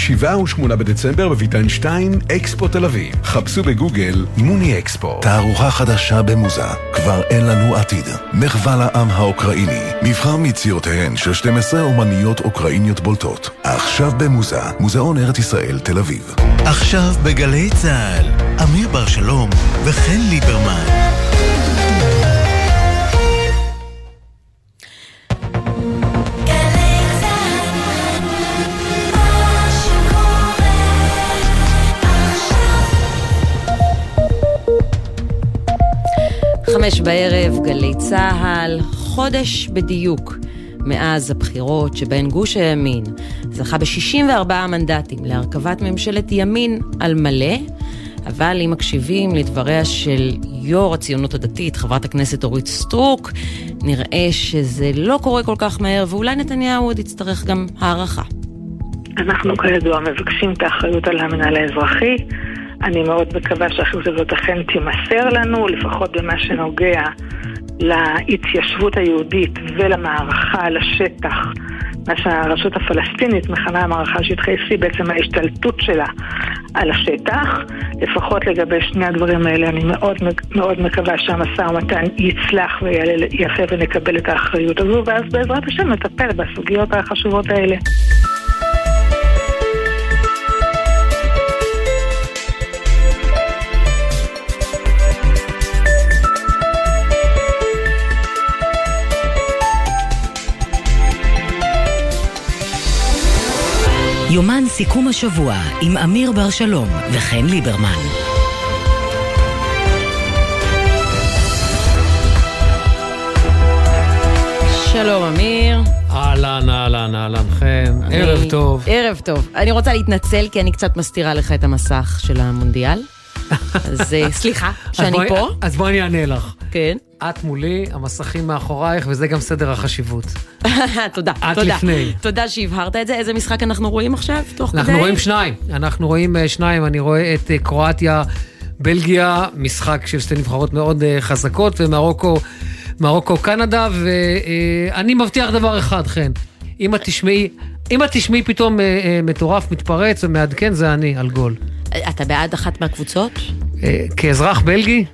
7 ו-8 בדצמבר בביתן 2, אקספו תל אביב. חפשו בגוגל מוני אקספו. תערוכה חדשה במוזה, כבר אין לנו עתיד. מחווה לעם האוקראיני, מבחר מיצירותיהן של 12 אומניות אוקראיניות בולטות. עכשיו במוזה, מוזיאון ארץ ישראל תל אביב. עכשיו בגלי צהל, אמיר בר שלום וחן ליברמן. חמש בערב, גלי צהל, חודש בדיוק מאז הבחירות שבהן גוש הימין זכה ב-64 מנדטים להרכבת ממשלת ימין על מלא, אבל אם מקשיבים לדבריה של יו"ר הציונות הדתית, חברת הכנסת אורית סטרוק, נראה שזה לא קורה כל כך מהר, ואולי נתניהו עוד יצטרך גם הערכה. אנחנו כידוע מבקשים את האחריות על המנהל האזרחי. אני מאוד מקווה שהאחריות הזאת אכן תימסר לנו, לפחות במה שנוגע להתיישבות היהודית ולמערכה על השטח, מה שהרשות הפלסטינית מכנה המערכה שטחי C, בעצם ההשתלטות שלה על השטח. לפחות לגבי שני הדברים האלה אני מאוד מאוד מקווה שהמשא ומתן יצלח ויעלה יפה ונקבל את האחריות הזו, ואז בעזרת השם נטפל בסוגיות החשובות האלה. יומן סיכום השבוע עם אמיר בר שלום וחן ליברמן. שלום אמיר. אהלן חן. ערב טוב. ערב טוב. אני רוצה להתנצל כי אני קצת מסתירה לך את המסך של המונדיאל. אז סליחה שאני פה. אז בואי אני אענה לך. כן. את מולי, המסכים מאחורייך, וזה גם סדר החשיבות. תודה. את לפני. תודה שהבהרת את זה. איזה משחק אנחנו רואים עכשיו? אנחנו רואים שניים. אני רואה את קרואטיה, בלגיה, משחק של שתי נבחרות מאוד חזקות, ומרוקו, קנדה, ואני מבטיח דבר אחד, חן. אם את תשמעי פתאום מטורף, מתפרץ ומעדכן, זה אני, על גול. אתה בעד אחת מהקבוצות? כאזרח בלגי?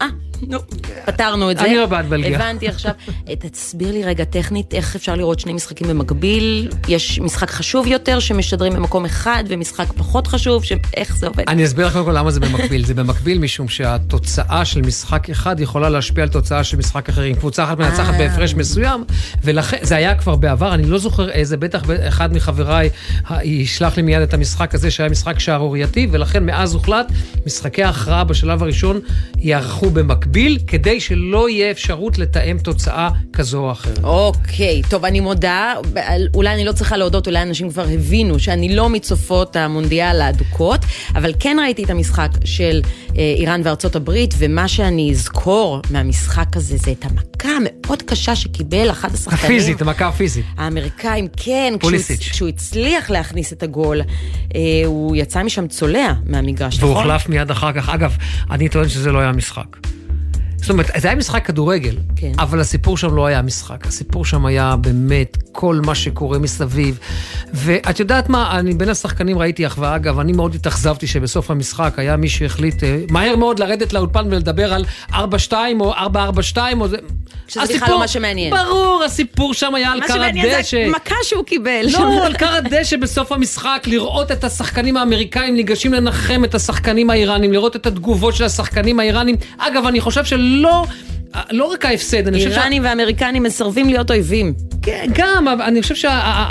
פתרנו את זה. אני לא בעד בלגיה. הבנתי עכשיו. תסביר לי רגע טכנית איך אפשר לראות שני משחקים במקביל. יש משחק חשוב יותר שמשדרים במקום אחד ומשחק פחות חשוב, איך זה עובד? אני אסביר לך קודם כל למה זה במקביל. זה במקביל משום שהתוצאה של משחק אחד יכולה להשפיע על תוצאה של משחק אחר. אם קבוצה אחת מנצחת בהפרש מסוים, ולכן זה היה כבר בעבר, אני לא זוכר איזה, בטח אחד מחבריי ישלח לי מיד את המשחק הזה שהיה משחק שערורייתי, ולכן מאז הוחלט משחקי ההכרעה בשלב הראשון יערכו במקביל, כדי שלא יהיה אפשרות לתאם תוצאה כזו או אחרת. אוקיי, טוב, אני מודה, אולי אני לא צריכה להודות, אולי אנשים כבר הבינו שאני לא מצופות המונדיאל האדוקות, אבל כן ראיתי את המשחק של איראן וארצות הברית, ומה שאני אזכור מהמשחק הזה, זה את המכה מאוד קשה שקיבל אחד השחקנים. הפיזית, המכה הפיזית. האמריקאים, כן, כשהוא הצליח להכניס את הגול, הוא יצא משם צולע מהמגרש, והוא הוחלף מיד אחר כך. אגב, אני טוען שזה לא היה משחק. זאת אומרת, זה היה משחק כדורגל, כן. אבל הסיפור שם לא היה משחק. הסיפור שם היה באמת כל מה שקורה מסביב. ואת יודעת מה, אני בין השחקנים ראיתי אחווה, אגב, אני מאוד התאכזבתי שבסוף המשחק היה מי שהחליט מהר מאוד לרדת לאולפן ולדבר על 4-2 או 4-4-2 או זה... שזה בכלל לא מה שמעניין. ברור, הסיפור שם היה על קר הדשא. מה שמעניין זה מכה שהוא קיבל. לא, על קר הדשא בסוף המשחק, לראות את השחקנים האמריקאים ניגשים לנחם את השחקנים האיראנים, לראות את התגובות של השחקנים האיראנים. אגב, אני חושב שלא רק ההפסד, איראנים ואמריקנים מסרבים להיות אויבים. גם, אני חושב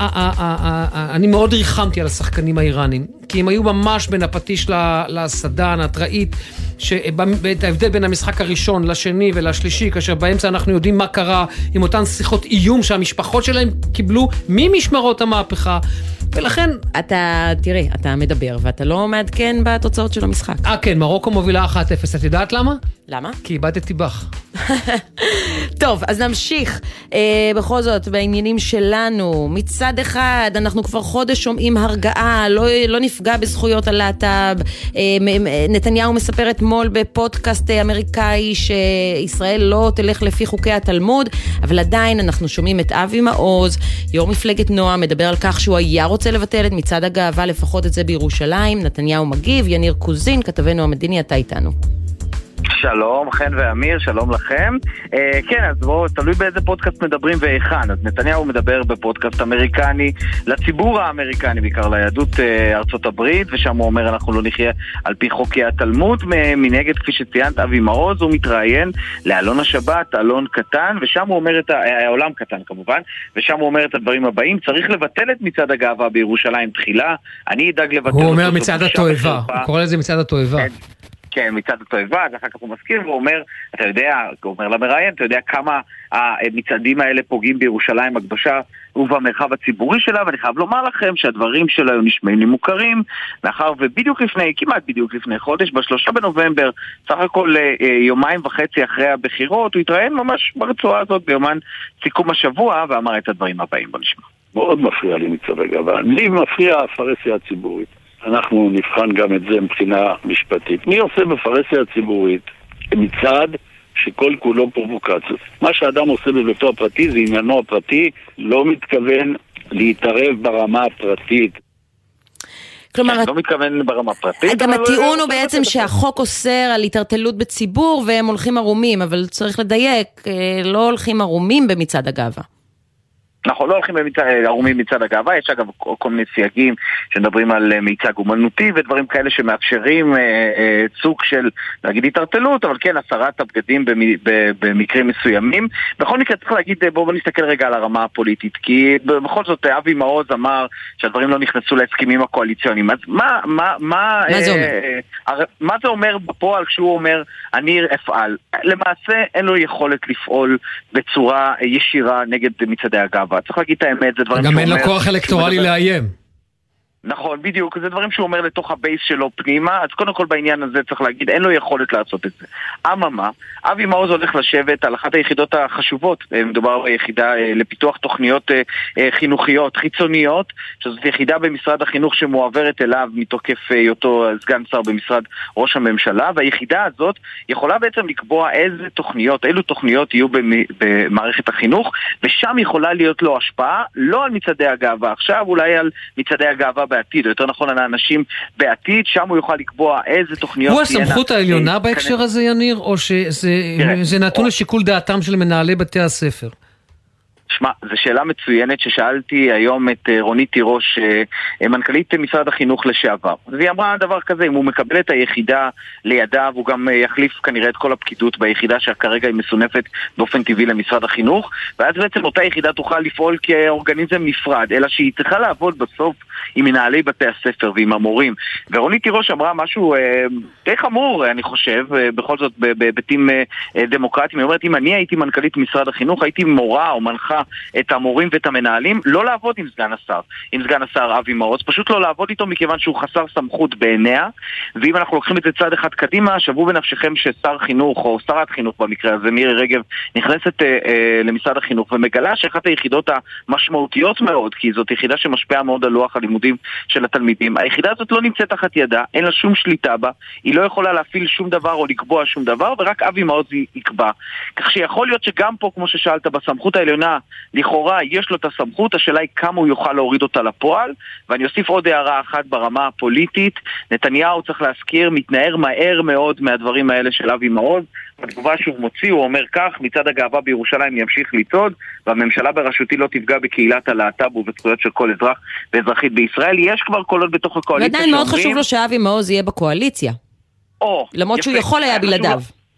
אני מאוד ריחמתי על השחקנים האיראנים, כי הם היו ממש בין הפטיש לסדן, את ראית את ההבדל בין המשחק הראשון לשני ולשלישי, כאשר באמצע אנחנו יודעים מה קרה עם אותן שיחות איום שהמשפחות שלהם קיבלו ממשמרות המהפכה, ולכן... תראה, אתה מדבר ואתה לא מעדכן בתוצאות של המשחק. כן, מרוקו מובילה 1-0, את יודעת למה? למה? כי איבדתי בך. טוב, אז נמשיך. בכל זאת, בעניינים שלנו, מצד אחד, אנחנו כבר חודש שומעים הרגעה, לא נפגע בזכויות הלהט"ב, נתניהו מספר אתמול אתמול בפודקאסט אמריקאי שישראל לא תלך לפי חוקי התלמוד, אבל עדיין אנחנו שומעים את אבי מעוז, יו"ר מפלגת נועם, מדבר על כך שהוא היה רוצה לבטל את מצעד הגאווה, לפחות את זה בירושלים. נתניהו מגיב. יניר קוזין, כתבנו המדיני, אתה איתנו. שלום, חן ואמיר, שלום לכם. כן, אז בואו, תלוי באיזה פודקאסט מדברים ואיכן. אז נתניהו מדבר בפודקאסט אמריקני, לציבור האמריקני, בעיקר ליהדות ארצות הברית, ושם הוא אומר אנחנו לא נחיה על פי חוקי התלמוד. מנגד, כפי שציינת, אבי מעוז, הוא מתראיין לאלון השבת, אלון קטן, ושם הוא אומר העולם קטן כמובן, ושם הוא אומר את הדברים הבאים: צריך לבטל את מצעד הגאווה בירושלים תחילה, אני אדאג לבטל. הוא אומר מצעד התועבה, הוא קורא לזה מצעד התועבה. כן, מצד התועבה, אז אחר כך הוא מזכיר והוא אומר, אתה יודע, הוא אומר למראיין, אתה יודע כמה המצעדים האלה פוגעים בירושלים הקדושה ובמרחב הציבורי שלה, ואני חייב לומר לכם שהדברים שלה היו נשמעים לי מוכרים, מאחר כמעט בדיוק לפני חודש, ב3 בנובמבר, סך הכל יומיים וחצי אחרי הבחירות, הוא התראיין ממש ברצועה הזאת ביומן סיכום השבוע, ואמר את הדברים הבאים. בוא נשמע. מאוד מפריע לי מצעד הגאווה, לי מפריע הפרהסיה הציבורית. אנחנו נבחן גם את זה מבחינה משפטית. מי עושה בפרהסיה הציבורית מצעד שכל כולו פרובוקציות? מה שאדם עושה בביתו הפרטי זה עניינו הפרטי, לא מתכוון להתערב ברמה הפרטית. כלומר, לא מתכוון ברמה פרטית. גם הטיעון הוא בעצם שהחוק אוסר על התערטלות בציבור והם הולכים ערומים, אבל צריך לדייק, לא הולכים ערומים במצעד הגאווה. אנחנו לא הולכים ערומים מצד הגאווה, יש אגב כל מיני סייגים שמדברים על מיצג אומנותי ודברים כאלה שמאפשרים סוג של, נגיד, התערטלות, אבל כן, הסרת הבגדים במקרים מסוימים. בכל מקרה צריך להגיד, בואו נסתכל רגע על הרמה הפוליטית, כי בכל זאת אבי מעוז אמר שהדברים לא נכנסו להסכמים הקואליציוניים. אז מה זה אומר בפועל כשהוא אומר אני אפעל? למעשה אין לו יכולת לפעול בצורה ישירה נגד מצעדי הגאווה. צריך להגיד את האמת, זה דברים גם אין לו כוח אלקטורלי לאיים. נכון, בדיוק, זה דברים שהוא אומר לתוך הבייס שלו פנימה, אז קודם כל בעניין הזה צריך להגיד, אין לו יכולת לעשות את זה. אממה, אבי מעוז הולך לשבת על אחת היחידות החשובות, מדובר ביחידה לפיתוח תוכניות חינוכיות חיצוניות, שזאת יחידה במשרד החינוך שמועברת אליו מתוקף היותו סגן שר במשרד ראש הממשלה, והיחידה הזאת יכולה בעצם לקבוע אילו תוכניות יהיו במערכת החינוך, ושם יכולה להיות לו השפעה, לא על מצעדי הגאווה עכשיו, אולי על מצעדי הגאווה בעתיד, או יותר נכון על האנשים בעתיד, שם הוא יוכל לקבוע איזה תוכניות... הוא הסמכות העליונה בהקשר הזה, יניר, או שזה נתון לשיקול דעתם של מנהלי בתי הספר? שמע, זו שאלה מצוינת ששאלתי היום את רונית תירוש, מנכ"לית משרד החינוך לשעבר. והיא אמרה דבר כזה, אם הוא מקבל את היחידה לידיו, הוא גם יחליף כנראה את כל הפקידות ביחידה שכרגע היא מסונפת באופן טבעי למשרד החינוך, ואז בעצם אותה יחידה תוכל לפעול כאורגניזם נפרד, אלא שהיא צריכה לעבוד בסוף עם מנהלי בתי הספר ועם המורים. ורונית תירוש אמרה משהו די חמור, אני חושב, בכל זאת בביתים דמוקרטיים. היא אומרת, אם אני הייתי מנכ"לית משרד החינוך, הייתי מורה או מנחה את המורים ואת המנהלים, לא לעבוד עם סגן השר אבי מעוז, פשוט לא לעבוד איתו מכיוון שהוא חסר סמכות בעיניה. ואם אנחנו לוקחים את זה צעד אחד קדימה, שבו בנפשכם ששר חינוך או שרת חינוך במקרה הזה, מירי רגב, נכנסת למשרד החינוך ומגלה שאחת היחידות המשמעותיות מאוד, כי זאת יחידה שמשפיעה מאוד על לוח הלימודים של התלמידים, היחידה הזאת לא נמצאת תחת ידה, אין לה שום שליטה בה, היא לא יכולה להפעיל שום דבר או לקבוע שום דבר, ורק אבי מעוז יקבע. כך שיכול להיות שגם פה, כמו ששאלת, בסמכות העליונה לכאורה יש לו את הסמכות, השאלה היא כמה הוא יוכל להוריד אותה לפועל. ואני אוסיף עוד הערה אחת ברמה הפוליטית, נתניהו צריך להזכיר, מתנער מהר מאוד מהדברים האלה של אבי מעוז. בתגובה שהוא מוציא הוא אומר כך: מצעד הגאווה בירושלים ימשיך לצעוד והממשלה בראשותי לא תפגע בקהילת הלהט"ב ובזכויות של כל אזרח ואזרחית בישראל. יש כבר קולות בתוך הקואליציה ועדיין מאוד חשוב לו שאבי מעוז יהיה בקואליציה, למרות שהוא יכול היה בלעדיו.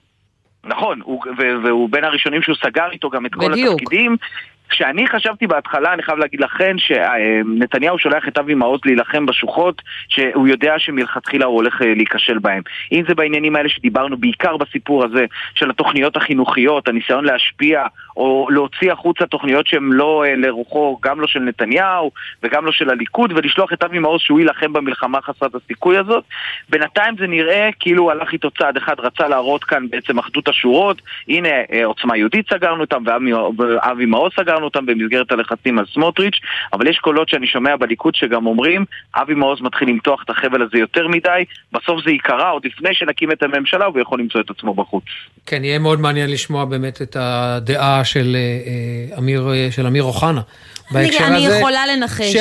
נכון, והוא בין הראשונים שהוא סגר איתו גם את כל התפקידים. כשאני חשבתי בהתחלה, אני חייב להגיד לכם שנתניהו שולח את אבי מעוז להילחם בשוחות שהוא יודע שמלכתחילה הוא הולך להיכשל בהם. אם זה בעניינים האלה שדיברנו, בעיקר בסיפור הזה של התוכניות החינוכיות, הניסיון להשפיע או להוציא החוצה תוכניות שהן לא לרוחו, גם לא של נתניהו וגם לא של הליכוד, ולשלוח את אבי מעוז שהוא ילחם במלחמה חסרת הסיכוי הזאת. בינתיים זה נראה כאילו הלך איתו צעד אחד, רצה להראות כאן בעצם אחדות השורות. הנה, עוצמה יהודית סגרנו אותם ואבי מעוז סגרנו העברנו אותם במסגרת הלחצים על סמוטריץ', אבל יש קולות שאני שומע בליכוד שגם אומרים, אבי מעוז מתחיל למתוח את החבל הזה יותר מדי, בסוף זה יקרה עוד לפני שנקים את הממשלה, הוא יכול למצוא את עצמו בחוץ. כן, יהיה מאוד מעניין לשמוע באמת את הדעה של אמיר אוחנה. אני יכולה לנחש.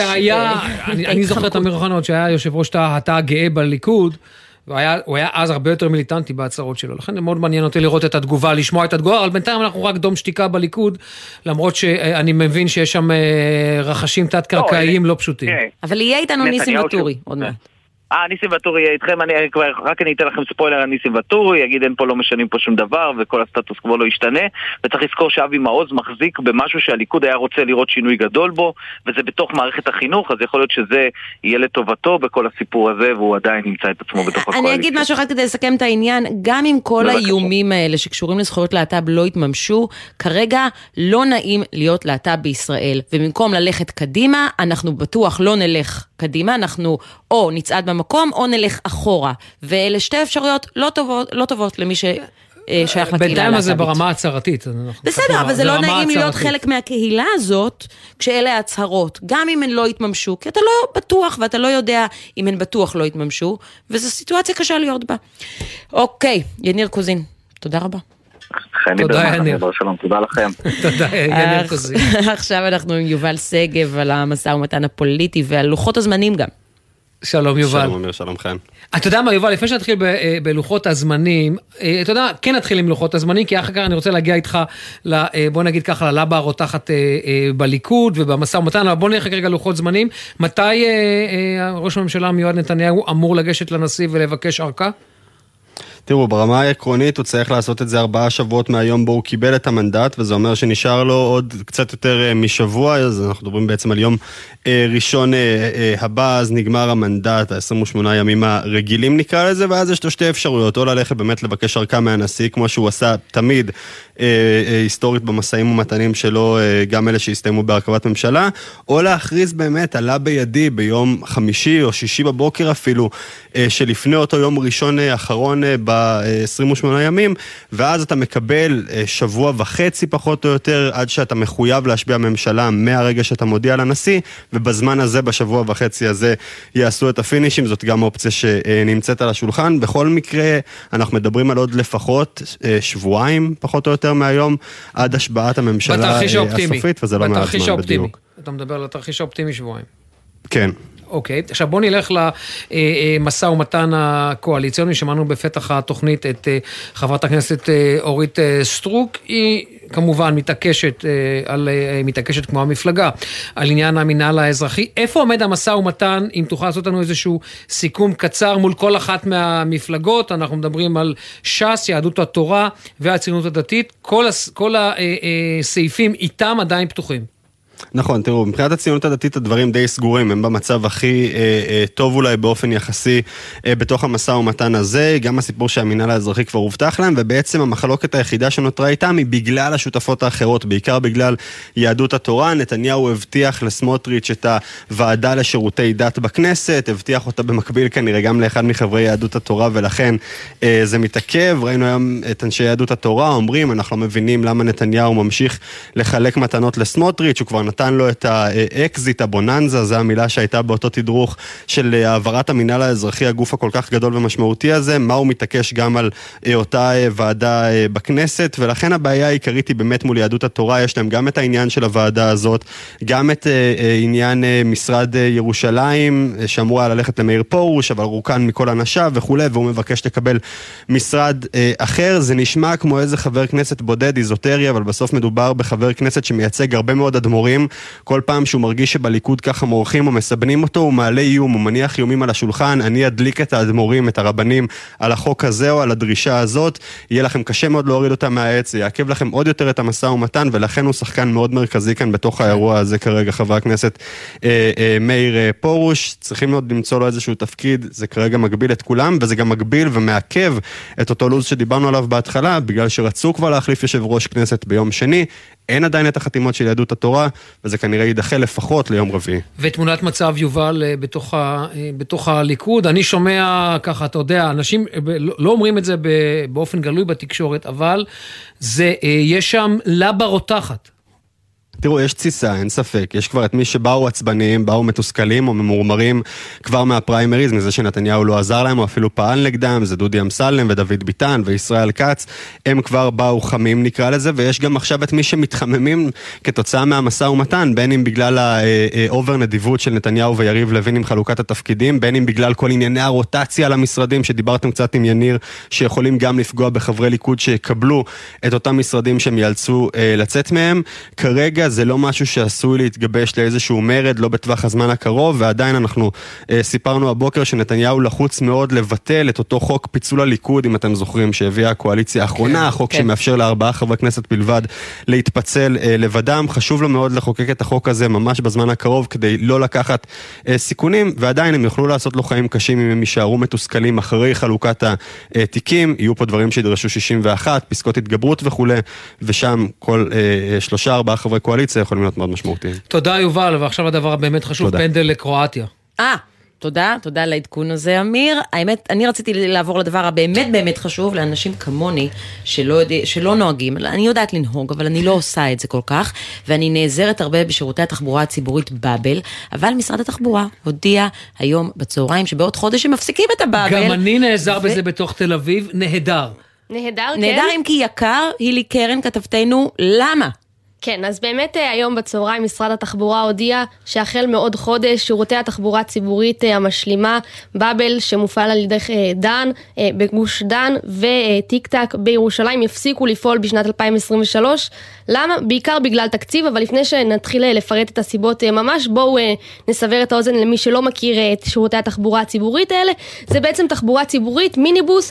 אני זוכר את אמיר אוחנה עוד שהיה יושב ראש התא הגאה בליכוד, הוא היה אז הרבה יותר מיליטנטי בהצהרות שלו, לכן מאוד מעניין אותי לראות את התגובה, לשמוע את התגובה, אבל בינתיים אנחנו רק דום שתיקה בליכוד, למרות שאני מבין שיש שם רחשים תת-קרקעיים לא פשוטים. אבל יהיה איתנו ניסים ואטורי עוד מעט. ניסים ואטורי יהיה איתכם, רק אני אתן לכם ספוילר על ניסים ואטורי, יגיד אין פה לא משנים פה שום דבר, וכל הסטטוס קוו לא ישתנה, וצריך לזכור שאבי מעוז מחזיק במשהו שהליכוד היה רוצה לראות שינוי גדול בו, וזה בתוך מערכת החינוך, אז יכול להיות שזה יהיה לטובתו בכל הסיפור הזה, והוא עדיין נמצא את עצמו בתוך הקואליציה. אני אגיד משהו אחד כדי לסכם את העניין, גם אם כל האיומים האלה שקשורים לזכויות להט"ב לא יתממשו, כרגע לא נעים להיות להט"ב בישראל, ובמקום ללכת קדימה, אנחנו בטוח לא נלך קדימה, אנחנו או נצעד במקום או נלך אחורה, ואלה שתי אפשרויות לא טובות למי ששייך לקהילה הלהט"בית. בינתיים הזה ברמה הצהרתית. בסדר, אבל זה לא נעים להיות חלק מהקהילה הזאת, כשאלה הצהרות, גם אם הן לא יתממשו, כי אתה לא בטוח ואתה לא יודע אם הן בטוח לא יתממשו, וזו סיטואציה קשה להיות בה. אוקיי, יניר קוזין, תודה רבה. תודה יניר. תודה לכם. תודה יניר קוזין. עכשיו אנחנו עם יובל סגב על המשא ומתן הפוליטי ועל לוחות הזמנים גם. שלום יובל. שלום אמיר, שלום חן. אתה יודע מה יובל, לפני שנתחיל בלוחות הזמנים, אתה יודע, כן נתחיל עם לוחות הזמנים, כי אחר כך אני רוצה להגיע איתך, בוא נגיד ככה, ללבה הרותחת בליכוד ובמשא ומתן, אבל בוא נלך רגע לוחות זמנים. מתי ראש הממשלה המיועד נתניהו אמור לגשת לנשיא ולבקש ארכה? תראו, ברמה העקרונית הוא צריך לעשות את זה 4 שבועות מהיום בו הוא קיבל את המנדט, וזה אומר שנשאר לו עוד קצת יותר משבוע, אז אנחנו מדברים בעצם על יום ראשון הבא, אז נגמר המנדט, ה-28 ימים הרגילים נקרא לזה, ואז יש לו 2 אפשרויות, או ללכת באמת לבקש ארכה מהנשיא, כמו שהוא עשה תמיד היסטורית במשאים ומתנים שלו, גם אלה שהסתיימו בהרכבת ממשלה, או להכריז באמת, עלה בידי ביום 5 או 6 בבוקר אפילו, שלפני אותו יום ראשון האחרון ב-28 ימים, ואז אתה מקבל שבוע וחצי פחות או יותר, עד שאתה מחויב להשביע ממשלה מהרגע שאתה מודיע לנשיא, ובזמן הזה, בשבוע וחצי הזה, יעשו את הפינישים, זאת גם אופציה שנמצאת על השולחן. בכל מקרה, אנחנו מדברים על עוד לפחות שבועיים פחות או יותר מהיום, עד השבעת הממשלה הסופית, וזה לא מעט זמן בדיוק. אתה מדבר על התרחיש האופטימי שבועיים. כן. אוקיי, עכשיו בוא נלך למשא ומתן הקואליציוני, שמענו בפתח התוכנית את חברת הכנסת אורית סטרוק, היא כמובן מתעקשת כמו המפלגה, על עניין המינהל האזרחי. איפה עומד המשא ומתן, אם תוכל לעשות לנו איזשהו סיכום קצר מול כל אחת מהמפלגות, אנחנו מדברים על ש"ס, יהדות התורה והציונות הדתית, כל הסעיפים איתם עדיין פתוחים. נכון, תראו, מבחינת הציונות הדתית הדברים די סגורים, הם במצב הכי טוב אולי באופן יחסי בתוך המשא ומתן הזה, גם הסיפור שהמינהל האזרחי כבר הובטח להם, ובעצם המחלוקת היחידה שנותרה איתם היא בגלל השותפות האחרות, בעיקר בגלל יהדות התורה. נתניהו הבטיח לסמוטריץ' את הוועדה לשירותי דת בכנסת, הבטיח אותה במקביל כנראה גם לאחד מחברי יהדות התורה, ולכן זה מתעכב. ראינו היום את אנשי יהדות התורה אומרים, אנחנו לא מבינים למה נתניהו ממשיך לחלק מתנות לסמוטריץ', הוא כבר נתן לו את האקזיט, הבוננזה, זו המילה שהייתה באותו תדרוך של העברת המינהל האזרחי, הגוף הכל כך גדול ומשמעותי הזה, מה הוא מתעקש גם על אותה ועדה בכנסת, ולכן הבעיה העיקרית היא באמת מול יהדות התורה, יש להם גם את העניין של הוועדה הזאת, גם את עניין משרד ירושלים, שאמור היה ללכת למאיר פורוש, אבל רוקן מכל אנשיו וכו', והוא מבקש לקבל משרד אחר. זה נשמע כמו איזה חבר כנסת בודד, איזוטרי, אבל בסוף מדובר בחבר כנסת שמייצג הרבה מאוד אדמו"רים. כל פעם שהוא מרגיש שבליכוד ככה מורחים או מסבנים אותו, הוא מעלה איום, הוא מניח איומים על השולחן, אני אדליק את האדמו"רים, את הרבנים, על החוק הזה או על הדרישה הזאת, יהיה לכם קשה מאוד להוריד אותה מהעץ, זה יעכב לכם עוד יותר את המשא ומתן, ולכן הוא שחקן מאוד מרכזי כאן בתוך האירוע הזה כרגע, חבר הכנסת מאיר פורוש, צריכים מאוד למצוא לו איזשהו תפקיד, זה כרגע מגביל את כולם, וזה גם מגביל ומעכב את אותו לוז שדיברנו עליו בהתחלה, בגלל שרצו כבר להחליף יושב ראש כנסת ביום שני, אין עדיין את החתימות של יהדות התורה, וזה כנראה יידחה לפחות ליום רביעי. ותמונת מצב יובל בתוך הליכוד, אני שומע ככה, אתה יודע, אנשים לא אומרים את זה באופן גלוי בתקשורת, אבל יש שם לבה רותחת. תראו, יש תסיסה, אין ספק. יש כבר את מי שבאו עצבניים, באו מתוסכלים או ממורמרים כבר מהפריימריז, מזה שנתניהו לא עזר להם, או אפילו פעל נגדם, זה דודי אמסלם ודוד ביטן וישראל כץ, הם כבר באו חמים נקרא לזה, ויש גם עכשיו את מי שמתחממים כתוצאה מהמשא ומתן, בין אם בגלל האובר נדיבות של נתניהו ויריב לוין עם חלוקת התפקידים, בין אם בגלל כל ענייני הרוטציה למשרדים, שדיברתם קצת עם יניר, שיכולים גם לפגוע בחברי ליכוד שיקבלו את אותם משרדים שהם יאלצו לצאת מהם. כרגע זה לא משהו שעשוי להתגבש לאיזשהו מרד, לא בטווח הזמן הקרוב, ועדיין אנחנו סיפרנו הבוקר שנתניהו לחוץ מאוד לבטל את אותו חוק פיצול הליכוד, אם אתם זוכרים, שהביאה הקואליציה האחרונה, החוק שמאפשר ל4 חברי כנסת בלבד להתפצל לבדם. חשוב לו מאוד לחוקק את החוק הזה ממש בזמן הקרוב, כדי לא לקחת סיכונים, ועדיין הם יוכלו לעשות לו חיים קשים אם הם יישארו מתוסכלים אחרי חלוקת התיקים. יהיו פה דברים שידרשו 61, פסקות התגברות וכו', ושם כל 3-4 חברי קואליציה יכולים להיות מאוד משמעותיים. תודה יובל, ועכשיו הדבר באמת חשוב, פנדל לקרואטיה. תודה לעדכון הזה, אמיר. האמת, אני רציתי לעבור לדבר הבאמת באמת חשוב, לאנשים כמוני שלא נוהגים. אני יודעת לנהוג, אבל אני לא עושה את זה כל כך, ואני נעזרת הרבה בשירותי התחבורה הציבורית באבל, אבל משרד התחבורה הודיע היום בצהריים שבעוד חודש הם מפסיקים את הבאבל. גם אני נעזר בזה בתוך תל אביב, נהדר. נהדר, כן. נהדר אם כי יקר, הילי קרן כתבתנו, למה? כן, אז באמת היום בצהריים משרד התחבורה הודיע שהחל מעוד חודש שירותי התחבורה הציבורית המשלימה באבל שמופעל על ידי דן בגוש דן וטיק טק בירושלים יפסיקו לפעול בשנת 2023. למה? בעיקר בגלל תקציב, אבל לפני שנתחיל לפרט את הסיבות ממש, בואו נסבר את האוזן למי שלא מכיר את שירותי התחבורה הציבורית האלה. זה בעצם תחבורה ציבורית, מיניבוס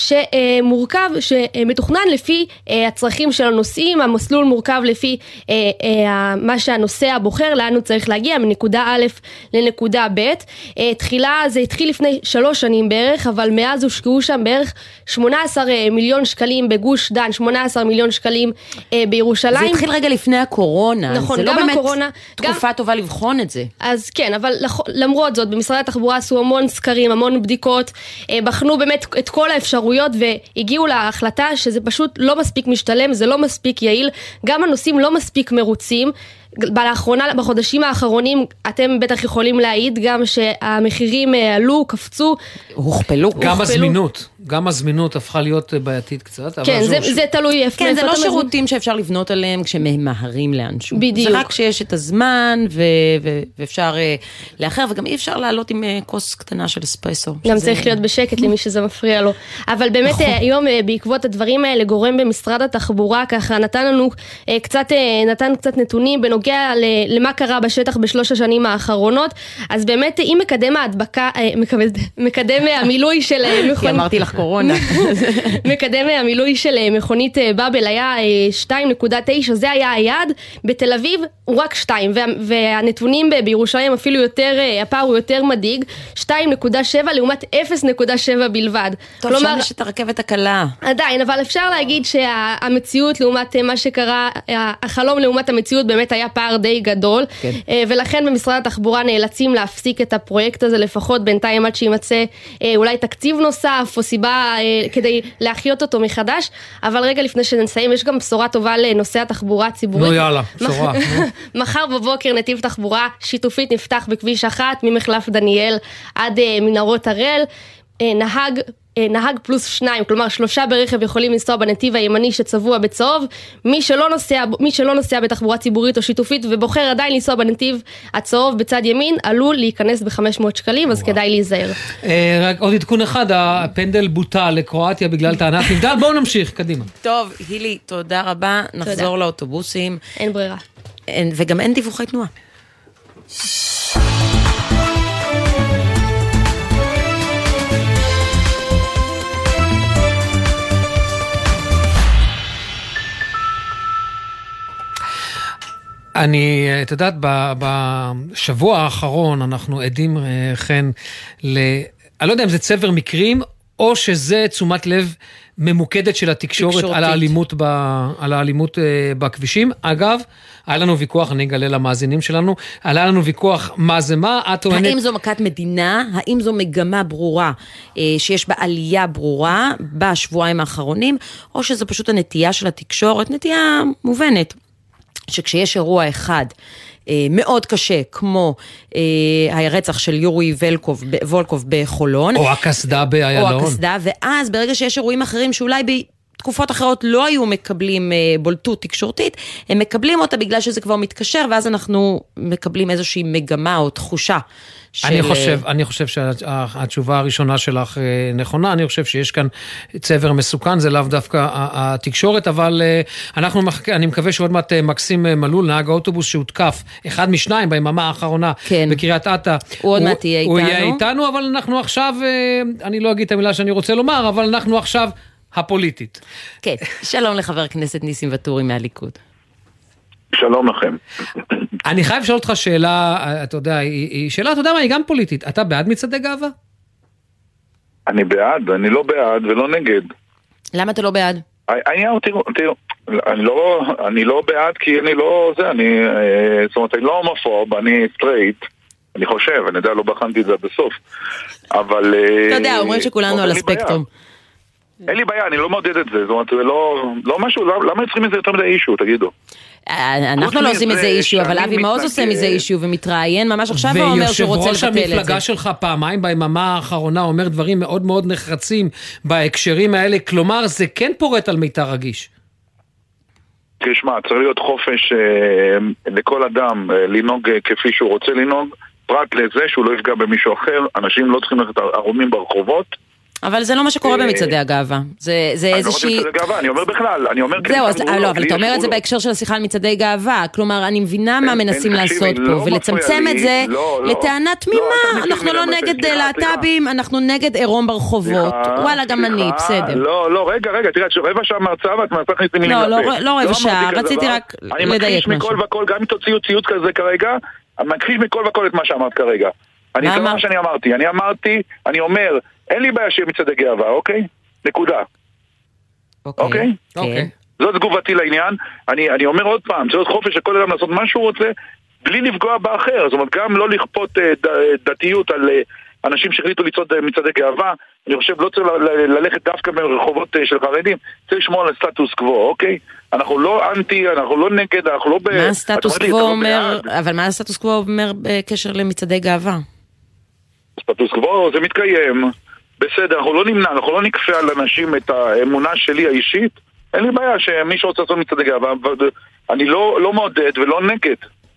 שמורכב, שמתוכנן לפי הצרכים של הנוסעים, המסלול מורכב לפי מה שהנוסע בוחר, לאן הוא צריך להגיע, מנקודה א' לנקודה ב'. תחילה זה התחיל לפני 3 שנים בערך, אבל מאז הושקעו שם בערך 18 מיליון שקלים בגוש דן, 18 מיליון שקלים בירושלים. זה התחיל רגע לפני הקורונה, נכון, זה לא באמת הקורונה, תקופה טובה לבחון את זה. אז כן, אבל למרות זאת, במשרד התחבורה עשו המון סקרים, המון בדיקות, בחנו באמת את כל האפשרויות והגיעו להחלטה שזה פשוט לא מספיק משתלם, זה לא מספיק יעיל, גם הנוסעים לא מספיק מרוצים. לאחרונה, בחודשים האחרונים, אתם בטח יכולים להעיד גם שהמחירים עלו, קפצו. הוכפלו. גם הזמינות הפכה להיות בעייתית קצת. כן, זה תלוי. כן, זה לא שירותים שאפשר לבנות עליהם כשמהרים לאנשהו. בדיוק. זה רק שיש את הזמן ואפשר לאחר, וגם אי אפשר לעלות עם כוס קטנה של אספרסו. גם צריך להיות בשקט למי שזה מפריע לו. אבל באמת היום בעקבות הדברים האלה גורם במשרד התחבורה ככה נתן קצת נתונים בנוגע למה קרה בשטח בשלוש השנים האחרונות. אז באמת אם מקדם המילוי של כי אמרתי לך קורונה. מקדם המילוי של מכונית באבל היה 2.9, זה היה היעד. בתל אביב הוא רק 2, והנתונים בירושלים אפילו יותר, הפער הוא יותר מדאיג, 2.7 לעומת 0.7 בלבד. טוב, שם יש את הרכבת הקלה. עדיין, אבל אפשר להגיד שהמציאות לעומת מה שקרה, החלום לעומת המציאות באמת היה פער די גדול, כן. ולכן במשרד התחבורה נאלצים להפסיק את הפרויקט הזה לפחות בינתיים עד שימצא אולי תקציב נוסף או סיבה כדי להחיות אותו מחדש. אבל רגע לפני שנסיים, יש גם בשורה טובה לנושא התחבורה הציבורית. נו יאללה, בשורה. מחר בבוקר נתיב תחבורה שיתופית נפתח בכביש 1 ממחלף דניאל עד מנהרות הראל. נהג פלוס 2, כלומר 3 ברכב יכולים לנסוע בנתיב הימני שצבוע בצהוב. מי שלא נוסע בתחבורה ציבורית או שיתופית ובוחר עדיין לנסוע בנתיב הצהוב בצד ימין, עלול להיכנס ב-500 שקלים, אז כדאי להיזהר. רק עוד עדכון אחד, הפנדל בוטל לקרואטיה בגלל טענת נבדל. בואו נמשיך, קדימה. טוב, הילי, תודה רבה. נחזור לאוטובוסים. אין ברירה. וגם אין דיווחי תנועה. את יודעת, בשבוע האחרון אנחנו עדים אני לא יודע אם זה צבר מקרים, או שזה תשומת לב ממוקדת של התקשורת על האלימות בכבישים. אגב, היה לנו ויכוח, אני אגלה למאזינים שלנו, היה לנו ויכוח מה זה מה, האם זו מכת מדינה, האם זו מגמה ברורה, שיש בה עלייה ברורה בשבועיים האחרונים, או שזו פשוט הנטייה של התקשורת, נטייה מובנת, שכשיש אירוע אחד מאוד קשה, כמו הרצח של יורי וולקוב בחולון. או הקסדה באיילון. או הקסדה, ואז ברגע שיש אירועים אחרים שאולי בתקופות אחרות לא היו מקבלים בולטות תקשורתית, הם מקבלים אותה בגלל שזה כבר מתקשר, ואז אנחנו מקבלים איזושהי מגמה או תחושה. אני חושב שהתשובה הראשונה שלך נכונה, אני חושב שיש כאן צבר מסוכן, זה לאו דווקא התקשורת, אבל אני מקווה שעוד מעט מקסים מלול, נהג האוטובוס שהותקף, אחד משניים ביממה האחרונה בקריית אתא, הוא עוד מעט יהיה איתנו. הוא יהיה איתנו, אבל אנחנו עכשיו, אני לא אגיד את המילה שאני רוצה לומר, אבל אנחנו עכשיו הפוליטית. כן, שלום לחבר הכנסת ניסים ואטורי מהליכוד. שלום לכם. אני חייב לשאול אותך שאלה, אתה יודע, היא שאלה, אתה יודע מה, היא גם פוליטית. אתה בעד מצעדי גאווה? אני בעד, אני לא בעד ולא נגד. למה אתה לא בעד? תראו, אני לא בעד כי אני לא, זאת אומרת, אני לא הומופוב, אני סטרייט, אני חושב, אני יודע, לא בחנתי את זה עד הסוף, אבל... אתה יודע, אומרים שכולנו על הספקטרום. אין לי בעיה, אני לא מעודד את זה, זאת אומרת, זה לא משהו, למה צריכים את זה יותר מדי אישו, תגידו? אנחנו לא עושים מזה אישו, אבל אבי מעוז עושה מזה אישו ומתראיין ממש עכשיו ואומר שהוא רוצה לבטל את זה. ויושב ראש המפלגה שלך פעמיים ביממה האחרונה אומר דברים מאוד מאוד נחרצים בהקשרים האלה, כלומר זה כן פורט על מיתר רגיש. תשמע, צריך להיות חופש לכל אדם לנהוג כפי שהוא רוצה לנהוג, פרט לזה שהוא לא יפגע במישהו אחר, אנשים לא צריכים ללכת ערומים ברחובות, אבל זה לא מה שקורה במצעדי הגאווה. זה איזושהי... אני אומר בכלל, אני אומר... זהו, לא, אבל אתה אומר את זה בהקשר של השיחה על מצעדי גאווה. כלומר, אני מבינה מה מנסים לעשות פה, ולצמצם את זה לטענה תמימה. אנחנו לא נגד להט"בים, אנחנו נגד עירום ברחובות. וואלה, גם אני, בסדר. לא, רגע, תראה, רבע שעה מרצאה ואת מנסה להכניס לי מילים לפה. לא רבע שעה, רציתי רק לדייק משהו. אני מכחיש מכל וכל, גם אם תוציאו ציוץ כזה כרגע, אני מכחיש מכל וכל את מה שאמרת כרגע. אני אומר, אין לי בעיה שיהיה מצעדי גאווה, אוקיי? נקודה. אוקיי? זאת תגובתי לעניין. אני אומר עוד פעם, צריך להיות חופש שכל אדם לעשות מה שהוא רוצה, בלי לפגוע באחר. זאת אומרת, גם לא לכפות דתיות על אנשים שהחליטו לצעוד מצעדי גאווה. אני חושב, לא צריך ללכת דווקא ברחובות של חרדים, צריך לשמור על הסטטוס קוו, אוקיי? אנחנו לא אנטי, אנחנו לא נגד, אנחנו לא מה הסטטוס קוו אומר, אבל מה הסטטוס קוו אומר בקשר למצעדי גאווה? הסטטוס קוו זה מתקיים, בסדר, אנחנו לא נמנע, אנחנו לא נקפה על אנשים את האמונה שלי האישית, אין לי בעיה שמי שרוצה לעשות מצעדי גאווה, אני לא מעודד ולא נגד.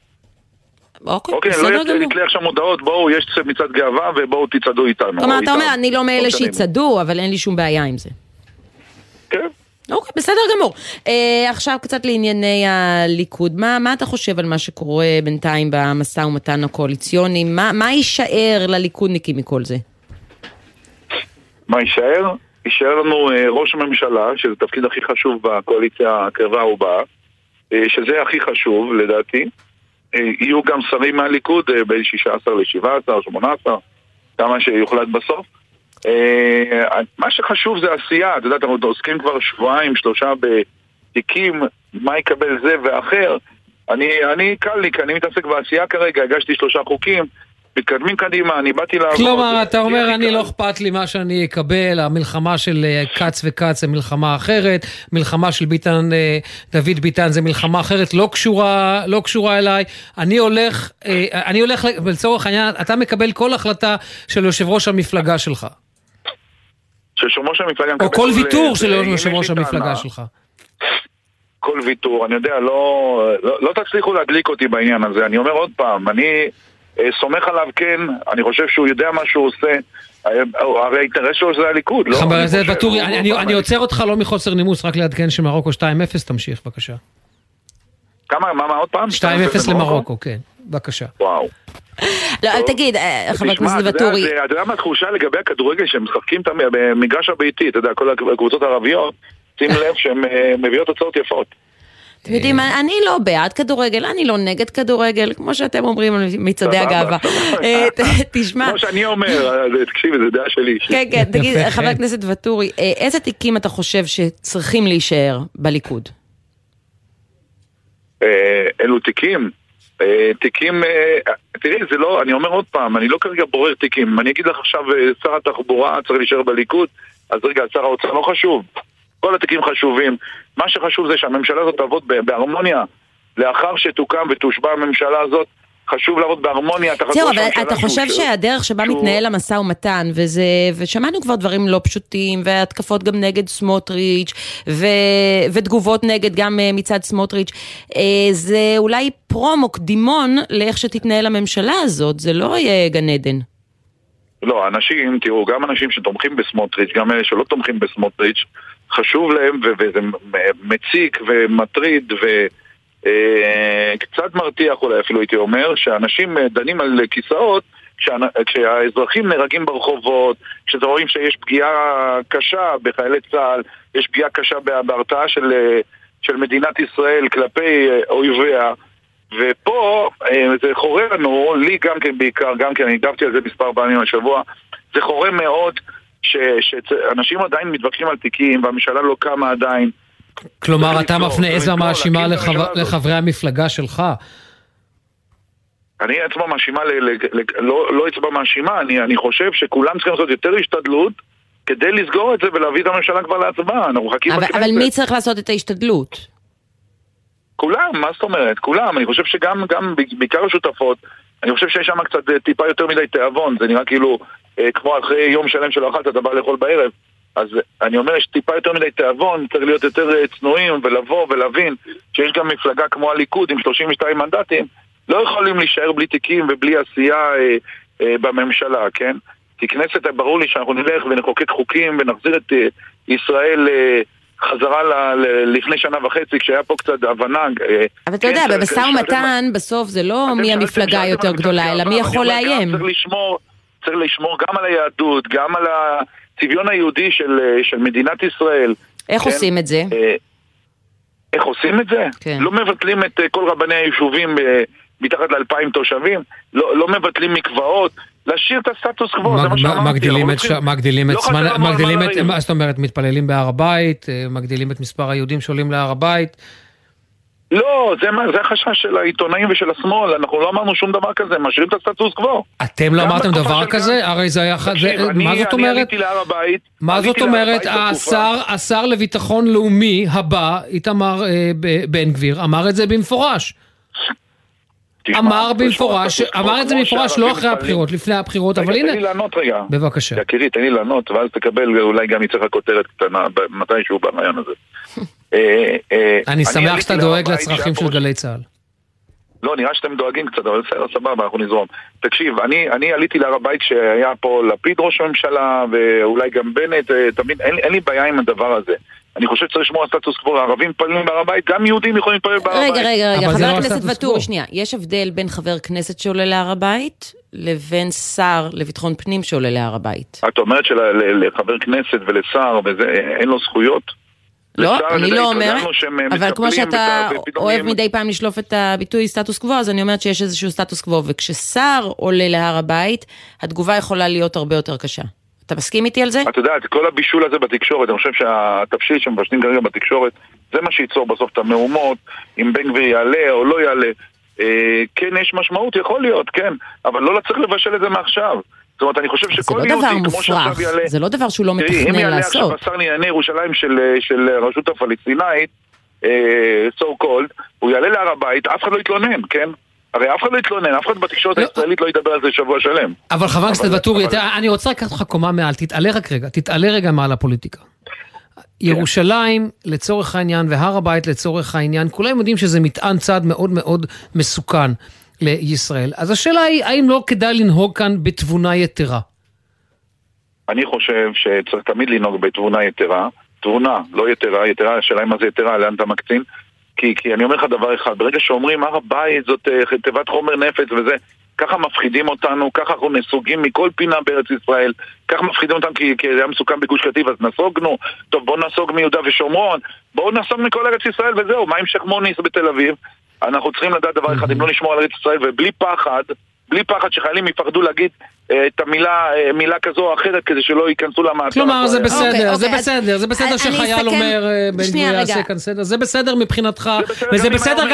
אוקיי, בסדר גמור. אני לא אתלה עכשיו מודעות, בואו, יש מצעד גאווה ובואו תצעדו איתנו. כלומר, אתה אומר, אני לא מאלה שיצעדו, אבל אין לי שום בעיה עם זה. כן. אוקיי, בסדר גמור. עכשיו קצת לענייני הליכוד. מה אתה חושב על מה שקורה בינתיים במשא ומתן הקואליציוני? מה יישאר לליכודניקים מכל זה? מה יישאר? יישאר לנו ראש הממשלה, שזה תפקיד הכי חשוב בקואליציה הקרבה ובאה, שזה הכי חשוב לדעתי. יהיו גם שרים מהליכוד בין 16 ל-17, 18, כמה שיוחלט בסוף. מה שחשוב זה עשייה, אתה יודע, אנחנו עוסקים כבר 2-3 בתיקים, מה יקבל זה ואחר. אני קל לי, כי אני מתעסק בעשייה כרגע, הגשתי 3 חוקים, מתקדמים קדימה, אני באתי לעבוד. כלומר, אתה אומר, אני לא אכפת לי מה שאני אקבל, המלחמה של קץ וקץ זה מלחמה אחרת, מלחמה של דוד ביטן זה מלחמה אחרת, לא קשורה אליי, אני הולך, לצורך העניין, אתה מקבל כל החלטה של יושב ראש המפלגה שלך. של יושב ראש המפלגה. או כל ויתור של יושב ראש המפלגה שלך. כל ויתור, אני יודע, לא תצליחו להדליק אותי בעניין הזה, אני אומר עוד פעם, אני סומך עליו כן, אני חושב שהוא יודע מה שהוא עושה, הרי האינטרס שלו זה הליכוד, לא? חבר הכנסת ואטורי, אני עוצר אותך לא מחוסר נימוס, רק לעדכן שמרוקו 2-0, תמשיך, בבקשה. מה עוד פעם? 2-0 למרוקו, כן, בבקשה. וואו. לא, אל תגיד, חבר הכנסת ואטורי. אתה יודע מה התחושה לגבי הכדורגל שהם משחקים במגרש הביתי, אתה יודע, כל הקבוצות הערביות, שים לב שהן מביאות תוצאות יפות. אתם יודעים, אני לא בעד כדורגל, אני לא נגד כדורגל, כמו שאתם אומרים מצעדי הגאווה. תשמע. כמו שאני אומר, תקשיבי, זה דעה שלי. כן, כן, תגיד, חבר הכנסת ואטורי, איזה תיקים אתה חושב שצריכים להישאר בליכוד? אלו תיקים. תיקים, תראי, זה לא, אני אומר עוד פעם, אני לא כרגע בורר תיקים. אני אגיד לך עכשיו, שר התחבורה צריך להישאר בליכוד, אז רגע, שר האוצר לא חשוב. כל התיקים חשובים. מה שחשוב זה שהממשלה הזאת תעבוד בהרמוניה לאחר שתוקם ותושבע הממשלה הזאת, חשוב לעבוד בהרמוניה. זהו, אבל אתה חושב שהדרך שבה מתנהל המשא ומתן, ושמענו כבר דברים לא פשוטים, והתקפות גם נגד סמוטריץ', ותגובות נגד גם מצד סמוטריץ', זה אולי פרומו קדימון לאיך שתתנהל הממשלה הזאת, זה לא יהיה גן עדן. לא, אנשים, תראו, גם אנשים שתומכים בסמוטריץ', גם אלה שלא תומכים בסמוטריץ', חשוב להם, וזה מציק ומטריד קצת מרתיח אולי אפילו הייתי אומר, שאנשים דנים על כיסאות כשהאזרחים נהרגים ברחובות, כשאתם רואים שיש פגיעה קשה בחיילי צה"ל, יש פגיעה קשה בהרתעה של מדינת ישראל כלפי אויביה, ופה זה חורה לנו, לי גם כן בעיקר, גם כן אני הגבתי על זה מספר פעמים השבוע, זה חורה מאוד שאנשים עדיין מתווכחים על תיקים והממשלה לא קמה עדיין. כלומר, אתה מפנה איזה מאשימה לחברי המפלגה שלך? אני אצבע מאשימה, לא אצבע מאשימה, אני חושב שכולם צריכים לעשות יותר השתדלות כדי לסגור את זה ולהביא את הממשלה כבר להצבעה. אבל מי צריך לעשות את ההשתדלות? כולם, מה זאת אומרת? כולם. אני חושב שגם בעיקר השותפות, אני חושב שיש שם קצת טיפה יותר מדי תיאבון, זה נראה כאילו כמו אחרי יום שלם של אכלת, אתה בא לאכול בערב. אז אני אומר, יש טיפה יותר מדי תיאבון, צריך להיות יותר צנועים ולבוא ולהבין שיש גם מפלגה כמו הליכוד עם 32 מנדטים, לא יכולים להישאר בלי תיקים ובלי עשייה בממשלה, כן? כי כנסת, ברור לי שאנחנו נלך ונחוקק חוקים ונחזיר את ישראל חזרה לפני שנה וחצי, כשהיה פה קצת הבנה. אבל אתה יודע, במשא ומתן בסוף זה לא מי המפלגה היותר גדולה, אלא מי יכול לאיים. צריך לשמור גם על היהדות, גם על הצביון היהודי של מדינת ישראל. איך עושים את זה? איך עושים את זה? לא מבטלים את כל רבני היישובים מתחת ל2,000 תושבים, לא מבטלים מקוואות, להשאיר את הסטטוס קוו, זה מה שאמרתי. מגדילים את, זאת אומרת, מתפללים בהר הבית, מגדילים את מספר היהודים שעולים להר הבית. לא, זה החשש של העיתונאים ושל השמאל, אנחנו לא אמרנו שום דבר כזה, משאירים את הסטטוס קוו. אתם לא אמרתם דבר כזה? הרי זה היה... מה זאת אומרת? אני עליתי להר הבית. מה זאת אומרת? השר לביטחון לאומי הבא, איתמר בן גביר, אמר את זה במפורש. אמר את זה במפורש לא אחרי הבחירות, לפני הבחירות, אבל הנה... תן לי לענות רגע. בבקשה. יקירי, תן לי לענות, ואז תקבל, אולי גם יצטרך כותרת קטנה, מתישהו ברעיון הזה. אני שמח שאתה דואג לצרכים של גלי צה"ל. לא, נראה שאתם דואגים קצת, אבל סבבה, אנחנו נזרום. תקשיב, אני עליתי להר הבית כשהיה פה לפיד ראש הממשלה, ואולי גם בנט, תמיד, אין לי בעיה עם הדבר הזה. אני חושב שצריך לשמור על סטטוס קוו, הערבים מתפללים בהר הבית, גם יהודים יכולים להתפלל בהר הבית. רגע, חבר הכנסת ואטורי, שנייה, יש הבדל בין חבר כנסת שעולה להר הבית, לבין שר לביטחון פנים שעולה להר הבית. את אומרת שלחבר כנסת ולשר, אין לו זכויות? לא, אני לא אומרת, אבל כמו שאתה אוהב מדי פעם לשלוף את הביטוי סטטוס קוו, אז אני אומרת שיש איזשהו סטטוס קוו, וכששר עולה להר הבית, התגובה יכולה להיות הרבה יותר קשה. אתה מסכים איתי על זה? אתה יודעת, כל הבישול הזה בתקשורת, אני חושב שהתבשיל שמבשלים כרגע בתקשורת, זה מה שייצור בסוף את המהומות, אם בן גביר יעלה או לא יעלה. כן, יש משמעות, יכול להיות, כן, אבל לא צריך לבשל את זה מעכשיו. זאת אומרת, אני חושב שכל יהודי, כמו שעכשיו יעלה... זה לא דבר שהוא לא מתכנן לעשות. אם יעלה עכשיו השר לענייני ירושלים של הרשות הפלסטינאית, so called, הוא יעלה להר הבית, אף אחד לא יתלונן, כן? הרי אף אחד לא יתלונן, אף אחד בתקשורת הישראלית לא ידבר על זה שבוע שלם. אבל חבר הכנסת ואטורי, אני רוצה לקחת לך קומה מעל, תתעלה רגע מעל הפוליטיקה. ירושלים לצורך העניין והר הבית לצורך העניין, כולם יודעים שזה מטען צעד מאוד מאוד מסוכן לישראל. אז השאלה היא, האם לא כדאי לנהוג כאן בתבונה יתרה? אני חושב שצריך תמיד לנהוג בתבונה יתרה, תבונה, לא יתרה, יתרה, השאלה מה זה יתרה, לאן אתה מקצין? כי אני אומר לך דבר אחד, ברגע שאומרים הר הבית זאת תיבת חומר נפץ וזה, ככה מפחידים אותנו, ככה אנחנו נסוגים מכל פינה בארץ ישראל, ככה מפחידים אותנו כי היה מסוכן בגוש קטיף, אז נסוגנו, טוב בואו נסוג מיהודה ושומרון, בואו נסוג מכל ארץ ישראל וזהו, מה עם שייח' מוניס בתל אביב? אנחנו צריכים לדעת דבר אחד, אם לא נשמור על ארץ ישראל ובלי פחד שחיילים יפחדו להגיד את מילה כזו או אחרת כדי שלא ייכנסו למעצר. כלומר, זה בסדר, זה בסדר שחייל אומר בן גביר יעשה כאן סדר, זה בסדר מבחינתך, וזה בסדר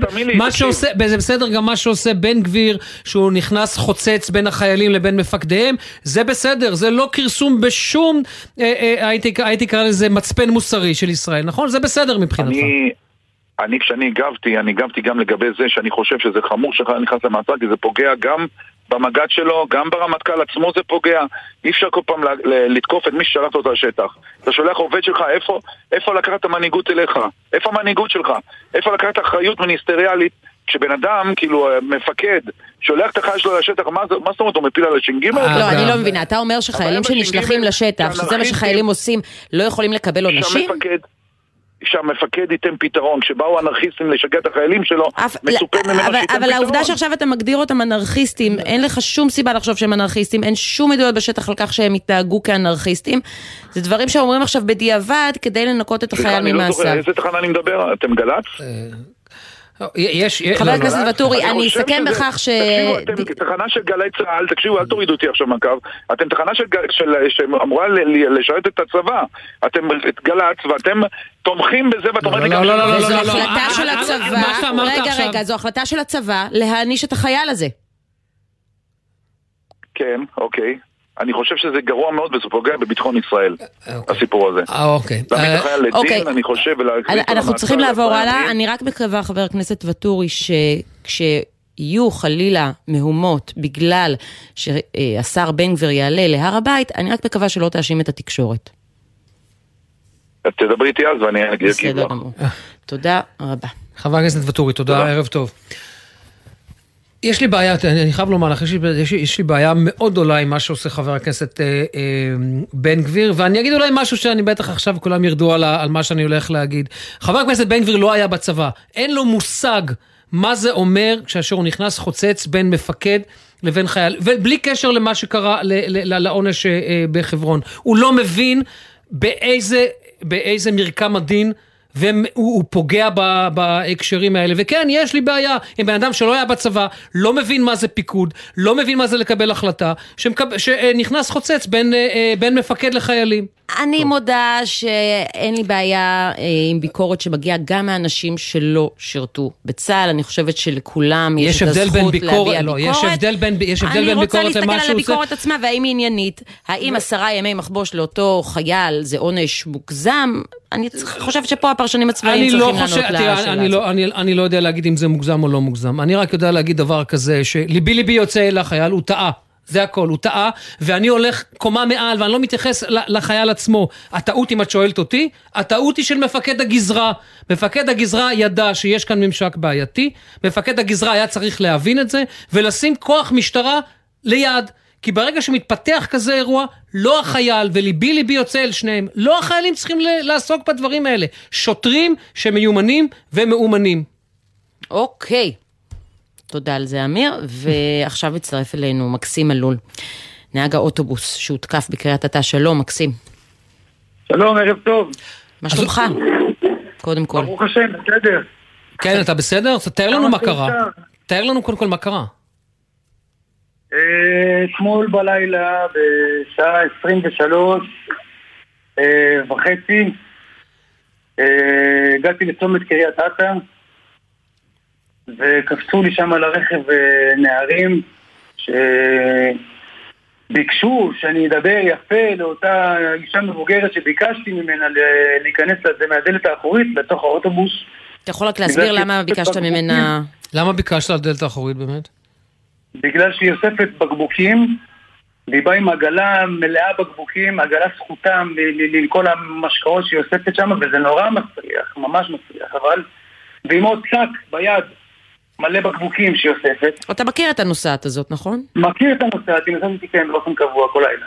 גם מה שעושה בן גביר, שהוא נכנס חוצץ בין החיילים לבין מפקדיהם, זה בסדר, זה לא כרסום בשום, הייתי קרא לזה מצפן מוסרי של ישראל, נכון? זה בסדר מבחינתך. כשאני הגבתי גם לגבי זה שאני חושב שזה חמור שחייל נכנס למעצר, כי זה פוגע גם במג"ד שלו, גם ברמטכ"ל עצמו זה פוגע. אי אפשר כל פעם לתקוף את מי ששלחת אותו לשטח. אתה שולח עובד שלך, איפה לקחת את המנהיגות אליך? איפה המנהיגות שלך? איפה לקחת אחריות מיניסטריאלית? כשבן אדם, כאילו מפקד, שולח את החייל שלו לשטח, מה זאת אומרת, הוא מפיל על הש"ג? לא, אני לא מבינה. אתה אומר שחיילים שנשלחים לשטח, שזה מה שחיילים עושים, לא יכולים לקבל עונשים? שהמפקד ייתן פתרון. כשבאו אנרכיסטים לשגע את החיילים שלו, מצופה ממנו שייתן פתרון. אבל העובדה שעכשיו אתה מגדיר אותם אנרכיסטים, אין לך שום סיבה לחשוב שהם אנרכיסטים, אין שום עדויות בשטח על כך שהם התנהגו כאנרכיסטים. זה דברים שאומרים עכשיו בדיעבד כדי לנקות את החייל ממעשיו. איזה תחנה אני מדבר? אתם גל"צ? חבר הכנסת ואטורי, אני אסכם בכך ש... תקשיבו, אתם תחנה של גלי צה"ל, תקשיבו, אל תורידו אותי עכשיו מהקו, אתם תחנה שאמורה לשרת את הצבא, אתם גל"צ ואתם תומכים בזה, ואתם אומרים... לא, זו החלטה של הצבא, רגע, זו החלטה של הצבא להעניש את החייל הזה. כן, אוקיי. אני חושב שזה גרוע מאוד וזה פוגע בביטחון ישראל, הסיפור הזה. אוקיי. להעמיד את החייל לדין, אני חושב, אנחנו צריכים לעבור הלאה. אני רק מקווה, חבר הכנסת ואטורי, שכשיהיו חלילה מהומות בגלל שהשר בן גביר יעלה להר הבית, אני רק מקווה שלא תאשים את התקשורת. תדברי איתי אז ואני אגיד לך. בסדר גמור. תודה רבה. חבר הכנסת ואטורי, תודה, ערב טוב. יש לי בעיה, אני חייב לומר לך, יש לי בעיה מאוד גדולה עם מה שעושה חבר הכנסת בן גביר, ואני אגיד אולי משהו שאני בטח עכשיו כולם ירדו על מה שאני הולך להגיד. חבר הכנסת בן גביר לא היה בצבא, אין לו מושג מה זה אומר כאשר הוא נכנס חוצץ בין מפקד לבין חייל, ובלי קשר למה שקרה לעונש בחברון. הוא לא מבין באיזה מרקם הדין והוא פוגע בהקשרים האלה, וכן, יש לי בעיה עם בן אדם שלא היה בצבא, לא מבין מה זה פיקוד, לא מבין מה זה לקבל החלטה, שנכנס חוצץ בין מפקד לחיילים. אני מודה שאין לי בעיה עם ביקורת שמגיעה גם מאנשים שלא שירתו בצה"ל, אני חושבת שלכולם יש את הזכות להביע ביקורת. יש הבדל בין ביקורת אני רוצה להסתכל על הביקורת עצמה, והאם היא עניינית, האם 10 ימי מחבוש לאותו חייל זה עונש מוגזם, אני חושבת שפה הפרשנים הצבאיים צריכים לענות לשאלה הזאת. אני לא יודע להגיד אם זה מוגזם או לא מוגזם, אני רק יודע להגיד דבר כזה, שליבי יוצא אל החייל, הוא טעה. זה הכל, הוא טעה, ואני הולך קומה מעל, ואני לא מתייחס לחייל עצמו. הטעות, אם את שואלת אותי, הטעות היא של מפקד הגזרה. מפקד הגזרה ידע שיש כאן ממשק בעייתי, מפקד הגזרה היה צריך להבין את זה, ולשים כוח משטרה ליד. כי ברגע שמתפתח כזה אירוע, לא החייל, וליבי יוצא אל שניהם, לא החיילים צריכים לעסוק בדברים האלה. שוטרים שמיומנים ומאומנים. אוקיי. תודה על זה, אמיר, ועכשיו מצטרף אלינו מקסים אלול, נהג האוטובוס שהותקף בקריית אתא. שלום, מקסים. שלום, ערב טוב. מה שלומך? קודם כל. ברוך השם, בסדר. כן, אתה בסדר? תאר לנו מה קרה. תאר לנו קודם כל מה קרה. אתמול בלילה, בשעה 23:30, הגעתי לצומת קריית אתא, וקפצו לי שם על הרכב נערים שביקשו שאני אדבר יפה לאותה אישה מבוגרת שביקשתי ממנה להיכנס לזה מהדלת האחורית לתוך האוטובוס. אתה יכול רק להסביר למה ביקשת ממנה? למה ביקשת על הדלת האחורית באמת? בגלל שהיא אוספת בקבוקים, והיא באה עם עגלה מלאה בקבוקים, עגלה זכותה לכל המשקאות שהיא אוספת שם, וזה נורא מצליח, ממש מצליח, אבל ועם עוד צק ביד מלא בקבוקים שהיא אוספת. אתה מכיר את הנוסעת הזאת, נכון? מכיר את הנוסעת, היא נוסעת כן באופן קבוע כל לילה.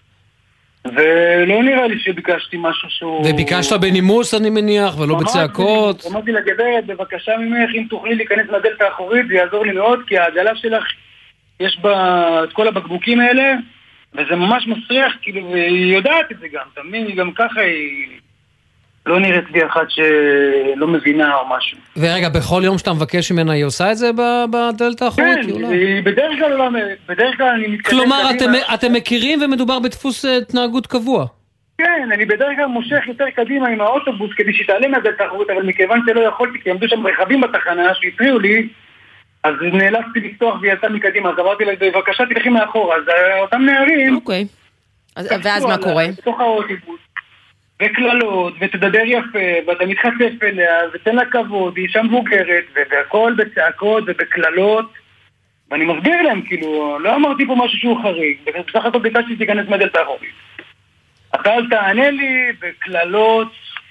ולא נראה לי שביקשתי משהו שהוא... וביקשת בנימוס אני מניח, ולא בצעקות. אמרתי לגברת, בבקשה ממך, אם תוכלי להיכנס לדלת האחורית, זה יעזור לי מאוד, כי העגלה שלך יש בה את כל הבקבוקים האלה, וזה ממש מסריח, כאילו, והיא יודעת את זה גם, תמיד, היא גם ככה היא... לא נראית לי אחת שלא מבינה או משהו. ורגע, בכל יום שאתה מבקש ממנה, היא עושה את זה בדלת האחורית? כן, היא בדרך כלל לא... בדרך כלל אני מתקדם... כלומר, אתם מכירים ומדובר בדפוס התנהגות קבוע? כן, אני בדרך כלל מושך יותר קדימה עם האוטובוס כדי שתעלה מהדלת האחורית, אבל מכיוון שלא יכולתי, כי עמדו שם רכבים בתחנה שהפריעו לי, אז נאלצתי לפתוח ויצא מקדימה, אז אמרתי לה, בבקשה תלכי מאחורה, אז אותם נערים... אוקיי. ואז מה קורה? בתוך האוטובוס. וכללות, ותדבר יפה, ואתה מתחשף אליה, ותן לה כבוד, היא אישה מבוגרת, והכל בצעקות ובכללות, ואני מסביר להם, כאילו, לא אמרתי פה משהו שהוא חריג, בסך הכל ביקשתי שתיכנס מהדלת האחורית. אתה אל תענה לי, וכללות,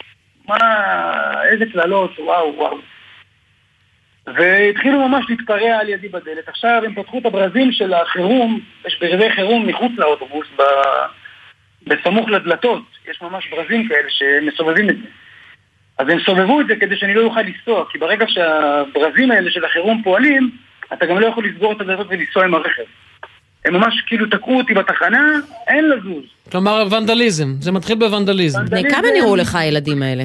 איזה כללות, וואו. והתחילו ממש להתפרע על ידי בדלת. עכשיו הם פתחו את הברזים של החירום, יש ברזי חירום מחוץ לאוטובוס, בסמוך לדלתות, יש ממש ברזים כאלה שמסובבים את זה. אז הם סובבו את זה כדי שאני לא אוכל לנסוע, כי ברגע שהברזים האלה של החירום פועלים, אתה גם לא יכול לסגור את הדלתות ולנסוע עם הרכב. הם ממש כאילו תקעו אותי בתחנה, אין לזוז. כלומר, ונדליזם, זה מתחיל בוונדליזם. כמה נראו לך הילדים האלה?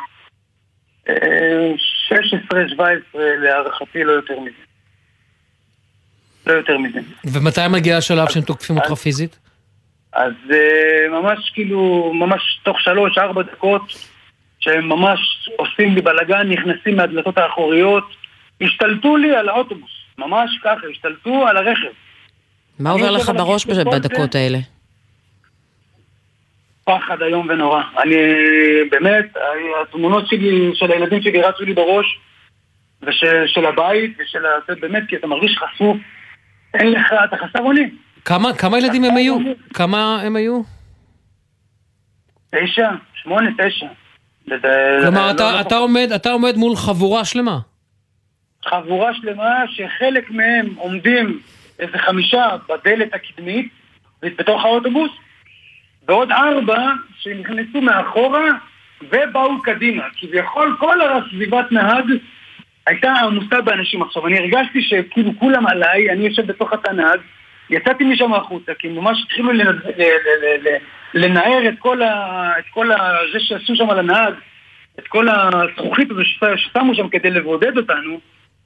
16, 17 להערכתי, לא יותר מזה. לא יותר מזה. ומתי מגיע השלב שהם תוקפים אותך פיזית? אז ממש כאילו, ממש תוך 3-4 דקות, שהם ממש עושים לי בלגן, נכנסים מהדלתות האחוריות, השתלטו לי על האוטובוס, ממש ככה, השתלטו על הרכב. מה עובר לך בראש בדקות האלה? פחד היום ונורא. אני באמת, התמונות שלי, של הילדים שלי רצו לי בראש, ושל הבית, באמת, כי אתה מרגיש חשוף, אין לך, אתה חסר אונים. כמה ילדים הם היו? כמה הם היו? 9, 8, 9. כלומר, אתה עומד מול חבורה שלמה. חבורה שלמה שחלק מהם עומדים איזה 5 בדלת הקדמית, בתוך האוטובוס, ועוד 4 שנכנסו מאחורה ובאו קדימה. כביכול כל הסביבת נהג הייתה עמוסה באנשים. עכשיו, אני הרגשתי שכאילו כולם עליי, אני יושב בתוך התנהג, יצאתי משם החוצה, כי ממש התחילו לנער את כל זה שעשו שם על הנהג, את כל הזכוכית הזה ששמו שם כדי לבודד אותנו,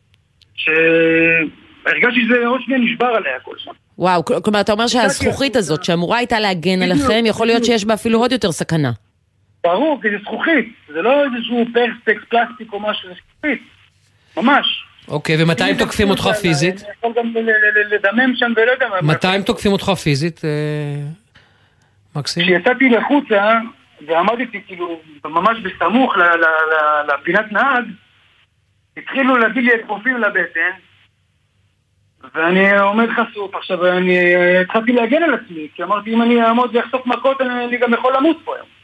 שהרגשתי שזה ראש מי נשבר עליה כל שם. וואו, כלומר אתה אומר שהזכוכית הזאת שאמורה הייתה להגן עליכם, יכול להיות שיש בה אפילו עוד יותר סכנה. ברור, כי זה זכוכית, זה לא איזשהו פרספקס, פלסטיק או משהו, זה זכוכית, ממש. אוקיי, ומתי הם תוקפים אותך פיזית? אני יכול גם לדמם שם ולא יודע מה. מתי הם תוקפים אותך פיזית, מקסים? כשיצאתי לחוצה ועמדתי כאילו ממש בסמוך לפינת נהג, התחילו להביא לי אגרופים לבטן, ואני עומד חשוף. עכשיו אני התחלתי להגן על עצמי, כי אמרתי אם אני אעמוד ויחשוף מכות אני גם יכול למות פה היום.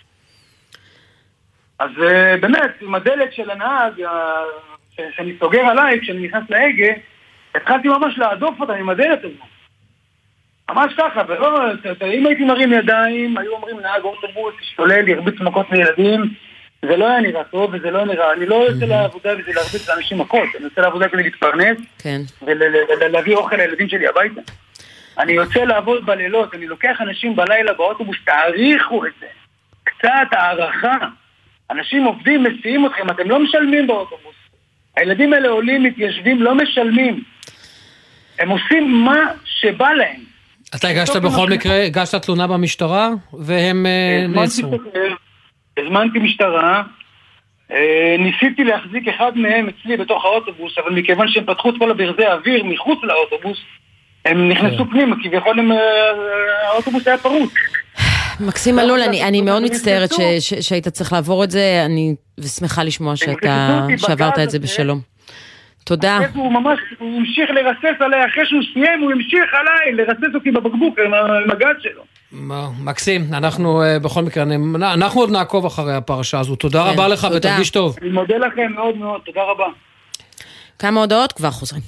אז באמת, עם הדלת של הנהג שאני סוגר עליי, כשאני נכנס להגה, התחלתי ממש להדוף אותה עם הדלת הזו. ממש ככה, ולא, אם הייתי מרים ידיים, היו אומרים נהג אוטובוס, תשתולל, ירביץ מכות לילדים, זה לא היה נראה טוב, וזה לא נראה, אני לא יוצא לעבודה וזה להרביץ לאנשים מכות, אני יוצא לעבודה כדי להתפרנס, ולהביא אוכל לילדים שלי הביתה. אני יוצא לעבוד בלילות, אני לוקח אנשים בלילה באוטובוס, תעריכו את זה, קצת הערכה. אנשים עובדים, מסיעים אתכם, אתם לא משלמים באוטובוס. הילדים האלה עולים, מתיישבים, לא משלמים. הם עושים מה שבא להם. אתה הגשת בכל מקרה, הגשת תלונה במשטרה, והם נעצרו. הזמנתי משטרה, ניסיתי להחזיק אחד מהם אצלי בתוך האוטובוס, אבל מכיוון שהם פתחו את כל הברזי האוויר מחוץ לאוטובוס, הם נכנסו פנימה, כביכול האוטובוס היה פרוץ. מקסים אלול, אני מאוד מצטערת שהיית צריך לעבור את זה, אני שמחה לשמוע שעברת את זה בשלום. תודה. הוא ממש, הוא המשיך לרסס עליי, אחרי שהוא סיים, הוא המשיך עליי לרסס אותי בבקבוק עם הגד שלו. מקסים, אנחנו בכל מקרה, אנחנו עוד נעקוב אחרי הפרשה הזו. תודה רבה לך ותרגיש טוב. אני מודה לכם מאוד מאוד, תודה רבה. כמה הודעות כבר חוזרים.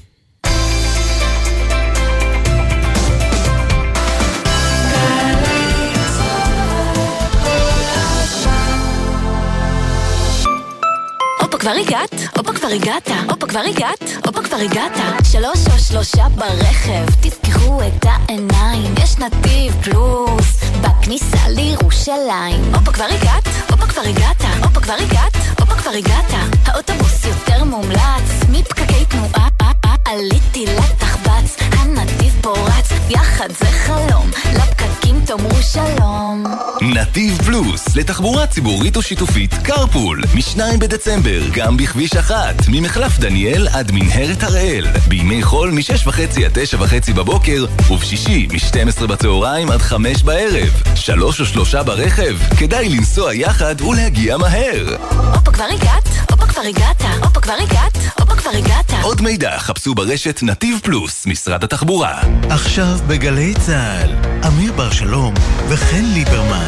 כבר הגעת, אופה כבר הגעת, אופה כבר הגעת, אופה כבר הגעת. 3 או 3 ברכב, תפקחו את העיניים, יש נתיב פלוס בכניסה לירושלים. אופה כבר הגעת, אופה כבר הגעת, אופה כבר הגעת, אופה כבר הגעת. האוטובוס יותר מומלץ, מפקקי תנועה עליתי לתחבץ, הנתיב פורץ, יחד זה חלום, לפקקים תאמרו שלום. נתיב פלוס, לתחבורה ציבורית ושיתופית קרפול, מ-2 בדצמבר, גם בכביש 1, ממחלף דניאל עד מנהרת הראל, בימי חול מ-6:30 עד 9:30 בבוקר, ובשישי מ-12 בצהריים עד 5 בערב. 3 או 3 ברכב, כדאי לנסוע יחד ולהגיע מהר. אופה כבר הגעת, אופה כבר הגעת, אופה כבר הגעת, אופה כבר הגעת. עוד מידע חפשו ברשת נתיב פלוס, משרד התחבורה. עכשיו בגלי צהל, אמיר בר שלום וחן ליברמן.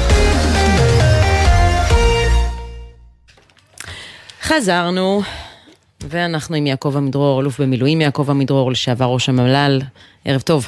חזרנו, ואנחנו עם יעקב עמידרור, אלוף במילואים יעקב עמידרור, לשעבר ראש המל"ל. ערב טוב.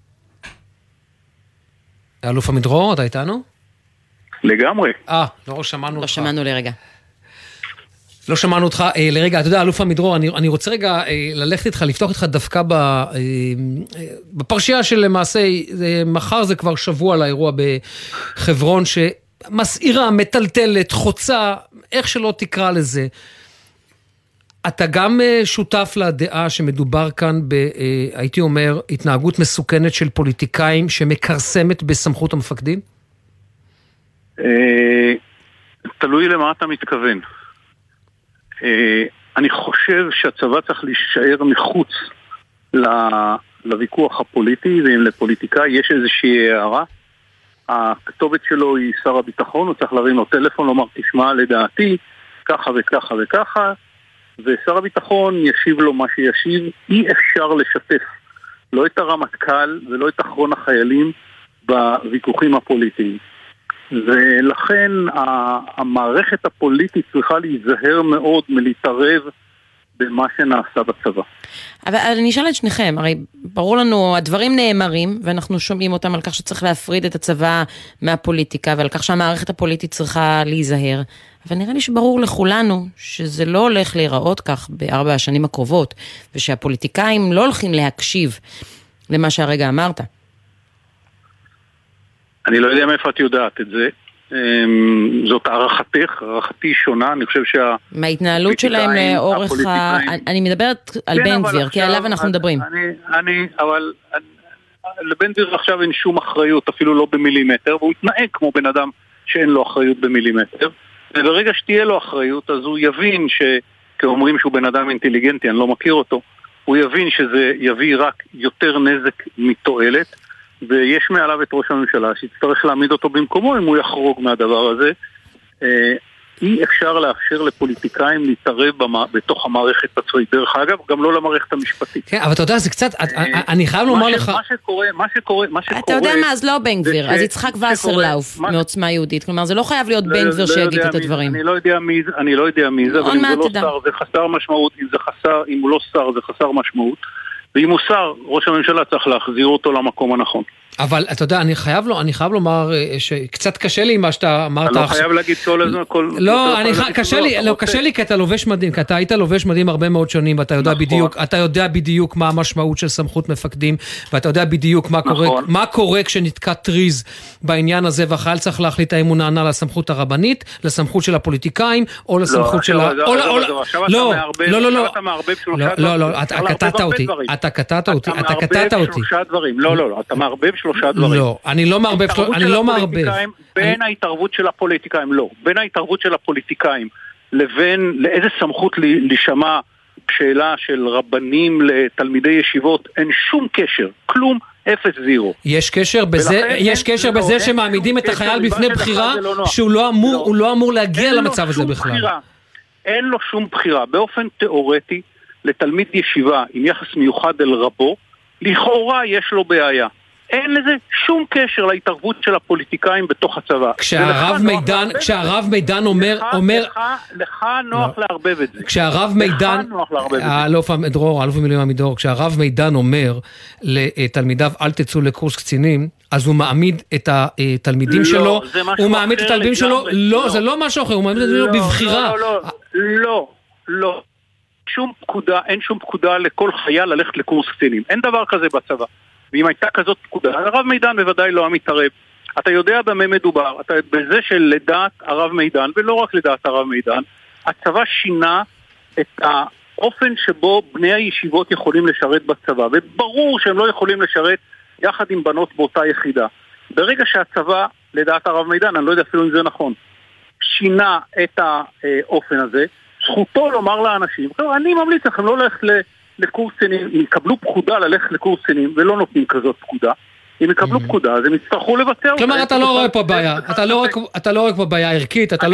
אלוף עמידרור, אתה איתנו? לגמרי. לא שמענו אותך. לא שמענו לרגע. לא שמענו אותך לרגע, אתה יודע, אלוף עמידרור, אני רוצה רגע ללכת איתך, לפתוח איתך דווקא בפרשייה של למעשה, מחר זה כבר שבוע לאירוע בחברון, שמסעירה, מטלטלת, חוצה, איך שלא תקרא לזה. אתה גם שותף לדעה שמדובר כאן הייתי אומר, התנהגות מסוכנת של פוליטיקאים שמקרסמת בסמכות המפקדים? תלוי למה אתה מתכוון. אני חושב שהצבא צריך להישאר מחוץ לוויכוח הפוליטי, ואם לפוליטיקאי יש איזושהי הערה, הכתובת שלו היא שר הביטחון, הוא צריך להרים לו טלפון, לומר תשמע לדעתי, ככה וככה וככה, ושר הביטחון ישיב לו מה שישיב. אי אפשר לשתף לא את הרמטכ"ל ולא את אחרון החיילים בוויכוחים הפוליטיים. ולכן המערכת הפוליטית צריכה להיזהר מאוד מלהתערב במה שנעשה בצבא. אבל אני אשאל את שניכם, הרי ברור לנו, הדברים נאמרים, ואנחנו שומעים אותם על כך שצריך להפריד את הצבא מהפוליטיקה, ועל כך שהמערכת הפוליטית צריכה להיזהר. אבל נראה לי שברור לכולנו שזה לא הולך להיראות כך ב4 השנים הקרובות, ושהפוליטיקאים לא הולכים להקשיב למה שהרגע אמרת. אני לא יודע מאיפה את יודעת את זה. זאת הערכתי שונה, אני חושב מההתנהלות שלהם לאורך אני מדברת על בן גביר, כי עליו אנחנו מדברים. אבל לבן גביר עכשיו אין שום אחריות, אפילו לא במילימטר, והוא יתנהג כמו בן אדם שאין לו אחריות במילימטר, וברגע שתהיה לו אחריות, אז הוא יבין כאומרים שהוא בן אדם אינטליגנטי, אני לא מכיר אותו, הוא יבין שזה יביא רק יותר נזק מתועלת, ויש מעליו את ראש הממשלה שיצטרך להעמיד אותו במקומו אם הוא יחרוג מהדבר הזה. אי אפשר לאפשר לפוליטיקאים להתערב בתוך המערכת הצבאית. דרך אגב, גם לא למערכת המשפטית. כן, אבל אתה יודע, זה קצת, אני חייב לומר לך... מה שקורה... אתה יודע מה, אז לא בן גביר, אז יצחק וסרלאוף מעוצמה יהודית. כלומר, זה לא חייב להיות בן גביר שיגיד את הדברים. אני לא יודע מי זה, אבל אם זה לא שר, זה חסר משמעות. אם הוא לא שר, זה חסר משמעות. ואם הוא שר, ראש הממשלה צריך להחזיר אותו למקום הנכון. אבל אתה יודע, אני חייב לומר שקצת קשה לי מה שאתה אמרת. אני לא חייב להגיד כל הזמן, לא, קשה לי כי אתה לובש מדים, כי אתה היית לובש מדים הרבה מאוד שנים, ואתה יודע בדיוק מה המשמעות של סמכות מפקדים, ואתה יודע בדיוק מה קורה כשנתקע טריז בעניין הזה, והחייל צריך להחליט האם הוא נענה לסמכות הרבנית, לסמכות של הפוליטיקאים, או לסמכות של ה... לא, אתה קטעת אותי. לא, אתה מערבב 3 דברים. לא, אני לא מערבב. בין ההתערבות של הפוליטיקאים, לא. בין ההתערבות של הפוליטיקאים לבין לאיזה סמכות לשמע שאלה של רבנים לתלמידי ישיבות, אין שום קשר. כלום, 0-0. יש קשר בזה שמעמידים את החייל בפני בחירה שהוא לא אמור להגיע למצב הזה בכלל. אין לו שום בחירה. באופן תיאורטי, לתלמיד ישיבה עם יחס מיוחד אל רבו, לכאורה יש לו בעיה. אין לזה שום קשר להתערבות של הפוליטיקאים בתוך הצבא. כשהרב מידן אומר... לך נוח לערבב את זה. כשהרב מידן... אלוף במילואים עמידרור, כשהרב מידן אומר לתלמידיו אל תצאו לקורס קצינים, אז הוא מעמיד את התלמידים שלו, לא, זה לא משהו אחר, הוא מעמיד את זה בבחירה. לא. אין שום פקודה לכל חייל ללכת לקורס קצינים. אין דבר כזה בצבא. ואם הייתה כזאת פקודה, הרב מידן בוודאי לא מתערב. אתה יודע במה מדובר, בזה שלדעת הרב מידן, ולא רק לדעת הרב מידן, הצבא שינה את אופן שבו בני הישיבות יכולים לשרת בצבא, וברור שהם לא יכולים לשרת יחד עם בנות באותה יחידה. ברגע שהצבא, לדעת הרב מידן, אני לא יודע אפילו אם זה נכון, שינה את האופן הזה, זכותו לומר לאנשים, אני ממליץ לכם לא ללכת לקורס קצינים, אם יקבלו פקודה ללכת לקורס קצינים, ולא נותנים כזאת פקודה, אם יקבלו פקודה, אז הם יצטרכו לבצע. כלומר, אתה לא רואה פה בעיה, אתה לא רואה פה בעיה ערכית, אתה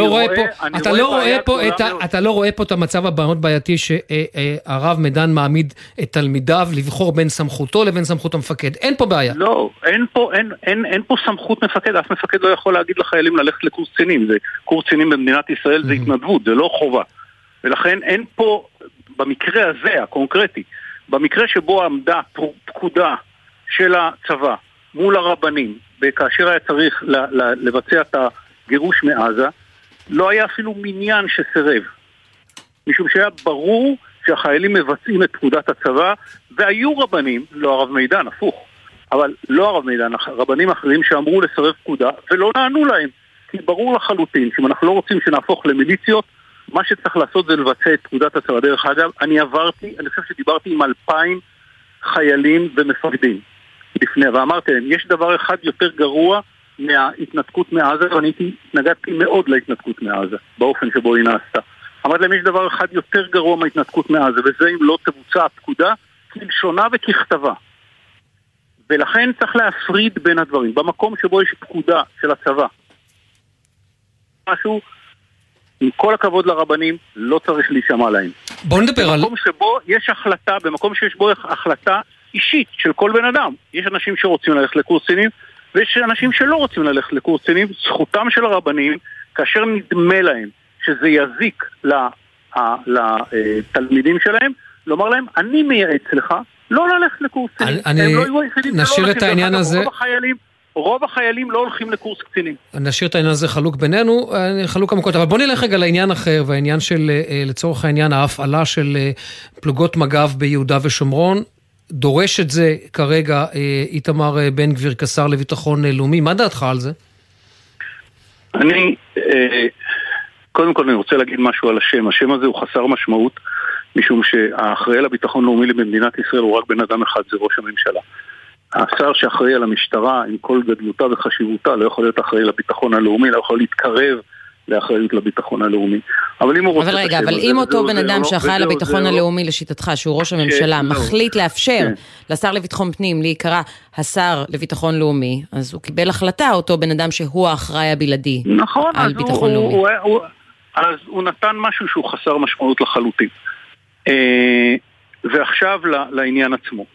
לא רואה פה את המצב המאוד בעייתי שהרב מידן מעמיד את תלמידיו לבחור בין סמכותו לבין סמכות המפקד. אין פה בעיה. לא, אין פה סמכות מפקד, אף מפקד לא יכול להגיד לחיילים ללכת לקורס קצינים. קורס קצינים במדינת ישראל זה התנדבות, זה לא חובה. ולכן אין פה, במקרה הזה, הקונקרטי, במקרה שבו עמדה פקודה של הצבא מול הרבנים, וכאשר היה צריך לבצע את הגירוש מעזה, לא היה אפילו מניין שסירב. משום שהיה ברור שהחיילים מבצעים את פקודת הצבא, והיו רבנים, לא הרב מידן, הפוך, אבל לא הרב מידן, רבנים אחרים שאמרו לסרב פקודה, ולא נענו להם. כי ברור לחלוטין, שאם אנחנו לא רוצים שנהפוך למיליציות, מה שצריך לעשות זה לבצע את פקודת הצבא. דרך אגב, אני חושב שדיברתי עם 2,000 חיילים ומפקדים לפני, ואמרתי להם, יש דבר אחד יותר גרוע מההתנתקות מעזה, ואני התנגדתי מאוד להתנתקות מעזה, באופן שבו היא נעשתה. אמרתי להם, יש דבר אחד יותר גרוע מההתנתקות מעזה, וזה אם לא תבוצע הפקודה, כלשונה וככתבה. ולכן צריך להפריד בין הדברים. במקום שבו יש פקודה של הצבא, משהו, עם כל הכבוד לרבנים, לא צריך להישמע להם. בוא נדבר על... במקום שבו יש החלטה, במקום שיש בו החלטה אישית של כל בן אדם. יש אנשים שרוצים ללכת לקורס קצינים, ויש אנשים שלא רוצים ללכת לקורס קצינים. זכותם של הרבנים, כאשר נדמה להם שזה יזיק לתלמידים שלהם, לומר להם, אני מייעץ לך לא ללכת לקורס קצינים. נשאיר את העניין הזה. רוב החיילים לא הולכים לקורס קצינים. נשאיר את העניין הזה חלוק בינינו, חלוק עמוקות, אבל בוא נלך רגע לעניין אחר, והעניין של, לצורך העניין, ההפעלה של פלוגות מג"ב ביהודה ושומרון, דורש את זה כרגע איתמר בן גביר כשר לביטחון לאומי. מה דעתך על זה? קודם כל אני רוצה להגיד משהו על השם. השם הזה הוא חסר משמעות, משום שהאחראי לביטחון לאומי במדינת ישראל הוא רק בן אדם אחד, זה ראש הממשלה. השר שאחראי על המשטרה עם כל גדלותה וחשיבותה לא יכול להיות אחראי לביטחון הלאומי, לא יכול להתקרב לאחריות לביטחון הלאומי. אבל אם הוא רוצה... אבל רגע, אבל אם אותו בן אדם שאחראי לביטחון הלאומי לשיטתך, שהוא ראש הממשלה, מחליט לאפשר לשר לביטחון פנים להיקרא השר לביטחון לאומי, אז הוא קיבל החלטה, אותו בן אדם שהוא האחראי הבלעדי על ביטחון לאומי. אז הוא נתן משהו שהוא חסר משמעות לחלוטין. ועכשיו לעניין עצמו.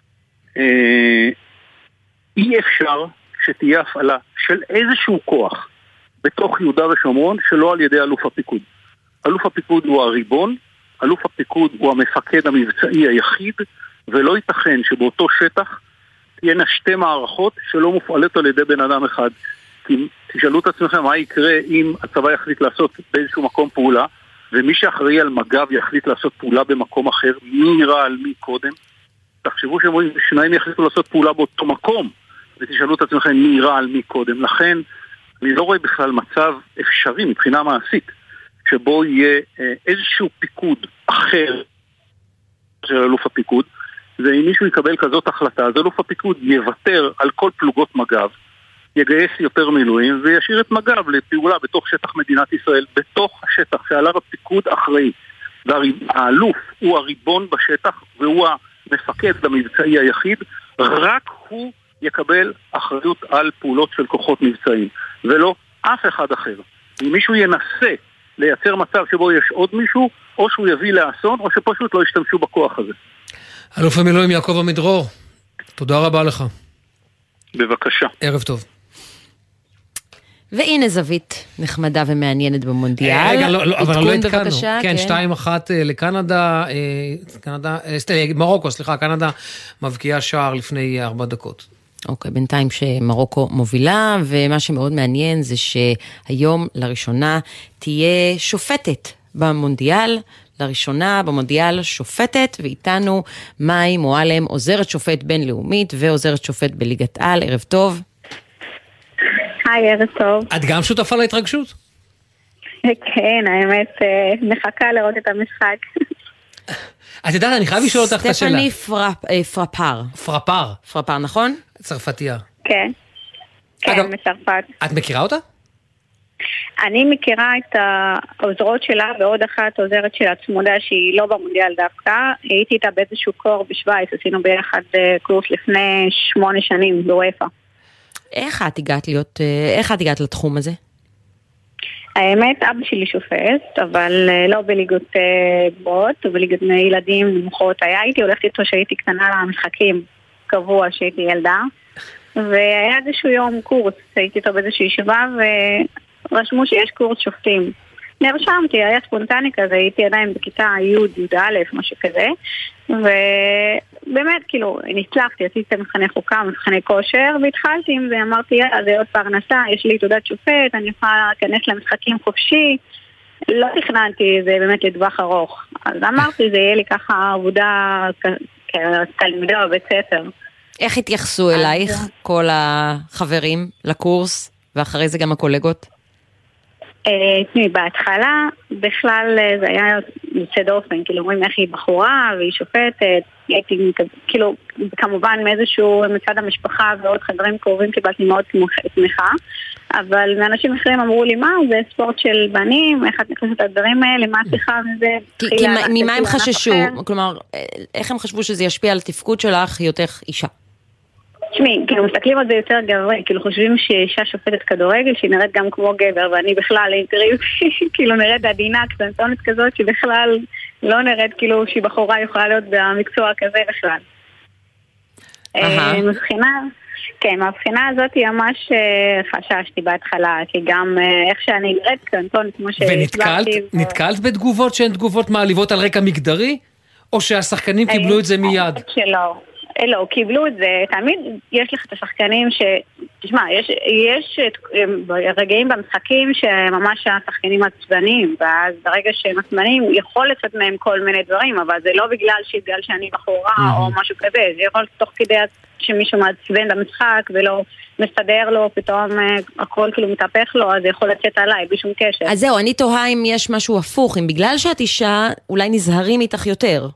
אי אפשר שתהיה הפעלה של איזשהו כוח בתוך יהודה ושומרון שלא על ידי אלוף הפיקוד. אלוף הפיקוד הוא הריבון, אלוף הפיקוד הוא המפקד המבצעי היחיד, ולא ייתכן שבאותו שטח תהיינה שתי מערכות שלא מופעלות על ידי בן אדם אחד. כי תשאלו את עצמכם מה יקרה אם הצבא יחליט לעשות באיזשהו מקום פעולה, ומי שאחראי על מג"ב יחליט לעשות פעולה במקום אחר, מי נראה על מי קודם? תחשבו שניים יחליטו לעשות פעולה באותו מקום, ותשאלו את עצמכם מי נראה על מי קודם. לכן אני לא רואה בכלל מצב אפשרי מבחינה מעשית, שבו יהיה איזשהו פיקוד אחר של אלוף הפיקוד, ואם מישהו יקבל כזאת החלטה, אז אלוף הפיקוד יוותר על כל פלוגות מג"ב, יגייס יותר מילואים, וישאיר את מג"ב לפעולה בתוך שטח מדינת ישראל, בתוך השטח שעליו הפיקוד אחראי. והאלוף הוא הריבון בשטח, והוא המפקד המבצעי היחיד, רק הוא יקבל אחריות על פעולות של כוחות מבצעיים, ולא אף אחד אחר. אם מישהו ינסה לייצר מצב שבו יש עוד מישהו, או שהוא יביא לאסון, או שפשוט לא ישתמשו בכוח הזה. אלוף המילואים יעקב עמידרור, תודה רבה לך. בבקשה. ערב טוב. והנה זווית נחמדה ומעניינת במונדיאל. רגע, אבל לא התקנו. כן, 2-1 לקנדה, מרוקו, סליחה, קנדה מבקיעה שער לפני 4 דקות. אוקיי, בינתיים שמרוקו מובילה, ומה שמאוד מעניין זה שהיום לראשונה תהיה שופטת במונדיאל, לראשונה במונדיאל שופטת, ואיתנו מאי מועלם, עוזרת שופט בינלאומית ועוזרת שופט בליגת על. ערב טוב. היי, ערב טוב. את גם שותפה להתרגשות? כן, האמת, נחכה לראות את המשחק. את יודעת, אני חייב לשאול אותך את השאלה. סטפני פרפר. פרפר. פרפר, נכון? צרפתייה. כן. כן, מצרפת. את מכירה אותה? אני מכירה את העוזרות שלה ועוד אחת עוזרת שלה צמודה שהיא לא במונדיאל דווקא. הייתי איתה באיזשהו קור בשוויץ, עשינו ביחד קורס לפני 8 שנים בוופא. איך את הגעת לתחום הזה? האמת, אבא שלי שופט, אבל לא בליגות בוט, בליגות ילדים נמוכות. הייתי הולכת איתו שהייתי קטנה למשחקים קבוע שהייתי ילדה, והיה איזשהו יום קורס, הייתי איתו באיזושהי ישיבה, ורשמו שיש קורס שופטים. נרשמתי, היה ספונטני כזה, הייתי עדיין בכיתה י' משהו כזה, ובאמת, כאילו, נצלחתי, עשיתי מבחני חוקה, מבחני כושר, והתחלתי עם זה, אמרתי, זה עוד פרנסה, יש לי תעודת שופט, אני יכולה להיכנס למשחקים חופשי, לא תכננתי, זה באמת לטווח ארוך. אז אמרתי, זה יהיה לי ככה עבודה כתלמידה בבית ספר. איך התייחסו אלייך כל החברים לקורס, ואחרי זה גם הקולגות? בהתחלה בכלל זה היה יוצא דופן, כאילו אומרים איך היא בחורה והיא שופטת, הייתי כאילו כמובן מאיזשהו מצד המשפחה ועוד חברים קרובים קיבלתי מאוד תמיכה, אבל מאנשים אחרים אמרו לי מה זה ספורט של בנים, איך את נכנסת לדברים האלה, מה צריכה מזה? ממה הם חששו? כלומר, איך הם חשבו שזה ישפיע על תפקוד שלך היותך אישה? תשמעי, כאילו מסתכלים על זה יותר גברי, כאילו חושבים שאישה שופטת כדורגל שהיא נראית גם כמו גבר, ואני בכלל, כאילו נראית עדינה, קטנטונת כזאת, שבכלל לא נראית כאילו שהיא בחורה יכולה להיות במקצוע כזה בכלל. כן, מהבחינה הזאת היא ממש חששתי בהתחלה, כי גם איך שאני נראית קטנטונת כמו שהסברתי. ונתקלת בתגובות שהן תגובות מעליבות על רקע מגדרי? או שהשחקנים קיבלו את זה מיד? שלא. לא, קיבלו את זה, תמיד יש לך את השחקנים תשמע, יש רגעים במשחקים שממש השחקנים עצבניים, ואז ברגע שהם עצבניים יכול לצאת מהם כל מיני דברים, אבל זה לא בגלל שאני בחורה או משהו כזה, זה יכול תוך כדי שמישהו מעצבן במשחק ולא מסדר לו, פתאום הכל כאילו מתהפך לו, אז זה יכול לצאת עליי, בלי שום קשר. אז זהו, אני תוהה אם יש משהו הפוך, אם בגלל שאת אישה, אולי נזהרים איתך יותר.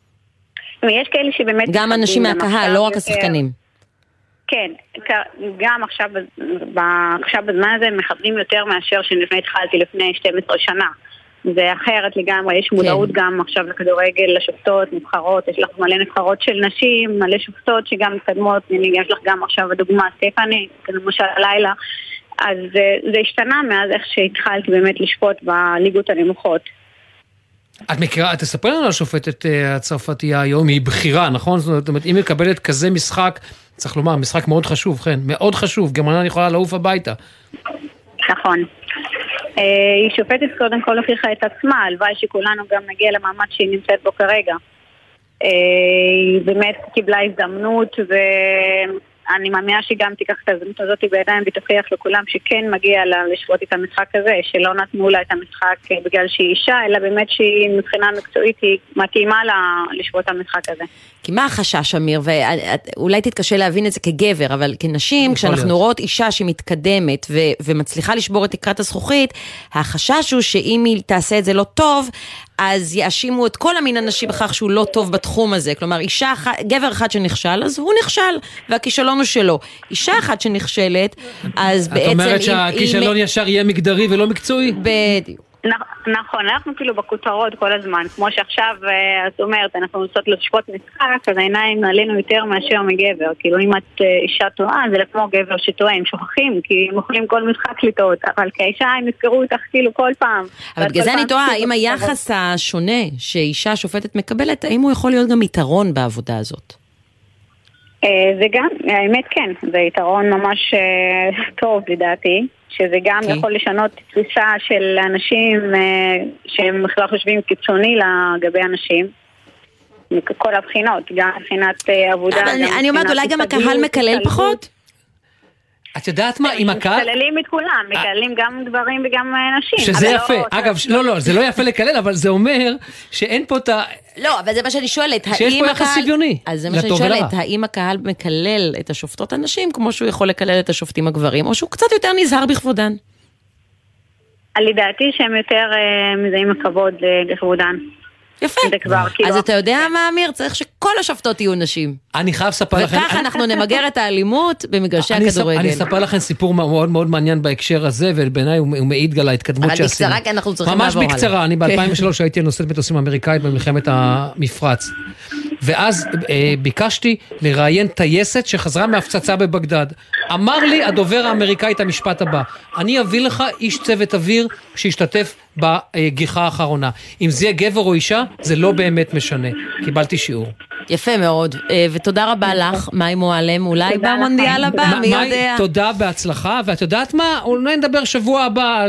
יש כאלה שבאמת... גם אנשים מהקהל, לא רק השחקנים. כן, גם עכשיו בזמן הזה מכבדים יותר מאשר שלפני התחלתי לפני 12 שנה. זה אחרת לגמרי, יש מודעות גם עכשיו לכדורגל, לשופטות, נבחרות, יש לך מלא נבחרות של נשים, מלא שופטות שגם מתקדמות, יש לך גם עכשיו הדוגמה סטפני, למשל הלילה, אז זה השתנה מאז איך שהתחלתי באמת לשפוט בליגות הנמוכות. את מכירה, תספר לנו על השופטת הצרפתייה היום, היא בחירה, נכון? זאת אומרת, אם היא מקבלת כזה משחק, צריך לומר, משחק מאוד חשוב, כן, מאוד חשוב, גם אני יכולה לעוף הביתה. נכון. היא שופטת קודם כל הוכיחה את עצמה, הלוואי שכולנו גם נגיע למעמד שהיא נמצאת בו כרגע. היא באמת קיבלה הזדמנות, ואני מאמינה שגם תיקח את ההזדמנות הזאת בידיים ותוכיח לכולם שכן מגיע לה לשפוט את המשחק הזה, שלא נתנו לה את המשחק בגלל שהיא אישה, אלא באמת שהיא מבחינה מקצועית היא מתאימה לה לשפוט את המשחק הזה. כי מה החשש, אמיר? ואולי תתקשה להבין את זה כגבר, אבל כנשים, כשאנחנו רואות אישה שמתקדמת ומצליחה לשבור את תקרת הזכוכית, החשש הוא שאם היא תעשה את זה לא טוב, אז יאשימו את כל המין הנשי בכך שהוא לא טוב בתחום הזה. כלומר, גבר אחד שנכשל, אז הוא נכשל, והכישלון הוא שלו. אישה אחת שנכשלת, אז בעצם... את אומרת שהכישלון ישר יהיה מגדרי ולא מקצועי? בדיוק. נכון, אנחנו כאילו בכותרות כל הזמן, כמו שעכשיו את אומרת, אנחנו רוצות לשפוט משחק, אז העיניים עלינו יותר מאשר מגבר, כאילו אם את אישה טועה, זה כמו גבר שטועה, הם שוכחים, כי הם יכולים כל משחק לטעות, אבל כאישה הם נזכרו איתך כאילו כל פעם. אבל בגלל זה אני טועה, האם היחס השונה שאישה שופטת מקבלת, האם הוא יכול להיות גם יתרון בעבודה הזאת? זה גם, האמת כן, זה יתרון ממש טוב לדעתי, שזה גם יכול לשנות תפיסה של אנשים שהם בכלל חושבים קיצוני לגבי אנשים, מכל הבחינות, גם מבחינת עבודה. אני אומרת, אולי גם הקהל מקלל פחות? את יודעת מה, אם הקהל... מקללים את כולם, מקללים גם גברים וגם נשים. שזה יפה, אגב, לא, זה לא יפה לקלל, אבל זה אומר שאין פה את ה... לא, אבל זה מה שאני שואלת, שיש פה יחס שוויוני, אז זה מה שאני שואלת, האם הקהל מקלל את השופטות הנשים, כמו שהוא יכול לקלל את השופטים הגברים, או שהוא קצת יותר נזהר בכבודן? לדעתי שהם יותר מזהים הכבוד לכבודן. יפה. אז אתה יודע מה, אמיר? צריך שכל השופטות יהיו נשים. אני חייב לספר לכם... וככה אנחנו נמגר את האלימות במגרשי הכדורגל. אני אספר לכם סיפור מאוד מאוד מעניין בהקשר הזה, ובעיניי הוא מעיד על ההתקדמות שעשינו. אבל בקצרה, כי אנחנו צריכים לעבור ממש בקצרה, אני ב-2003 הייתי נושאת מטוסים אמריקאית במלחמת המפרץ. ואז ביקשתי לראיין טייסת שחזרה מהפצצה בבגדד. אמר לי הדובר האמריקאי את המשפט הבא, אני אביא לך איש צוות אוויר שישתתף בגיחה האחרונה. אם זה יהיה גבר או אישה, זה לא באמת משנה. קיבלתי שיעור. יפה מאוד, ותודה רבה לך, מאי מועלם, אולי במונדיאל הבא, מי יודע. תודה, בהצלחה, ואת יודעת מה? אולי נדבר שבוע הבא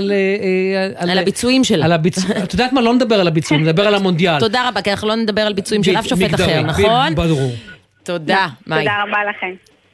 על הביצועים שלה. את יודעת מה? לא נדבר על הביצועים, נדבר על המונדיאל. תודה רבה, כי אנחנו לא נדבר על ביצועים של אף שופט אחר, נכון? ברור. תודה, מאי. תודה רבה לכם.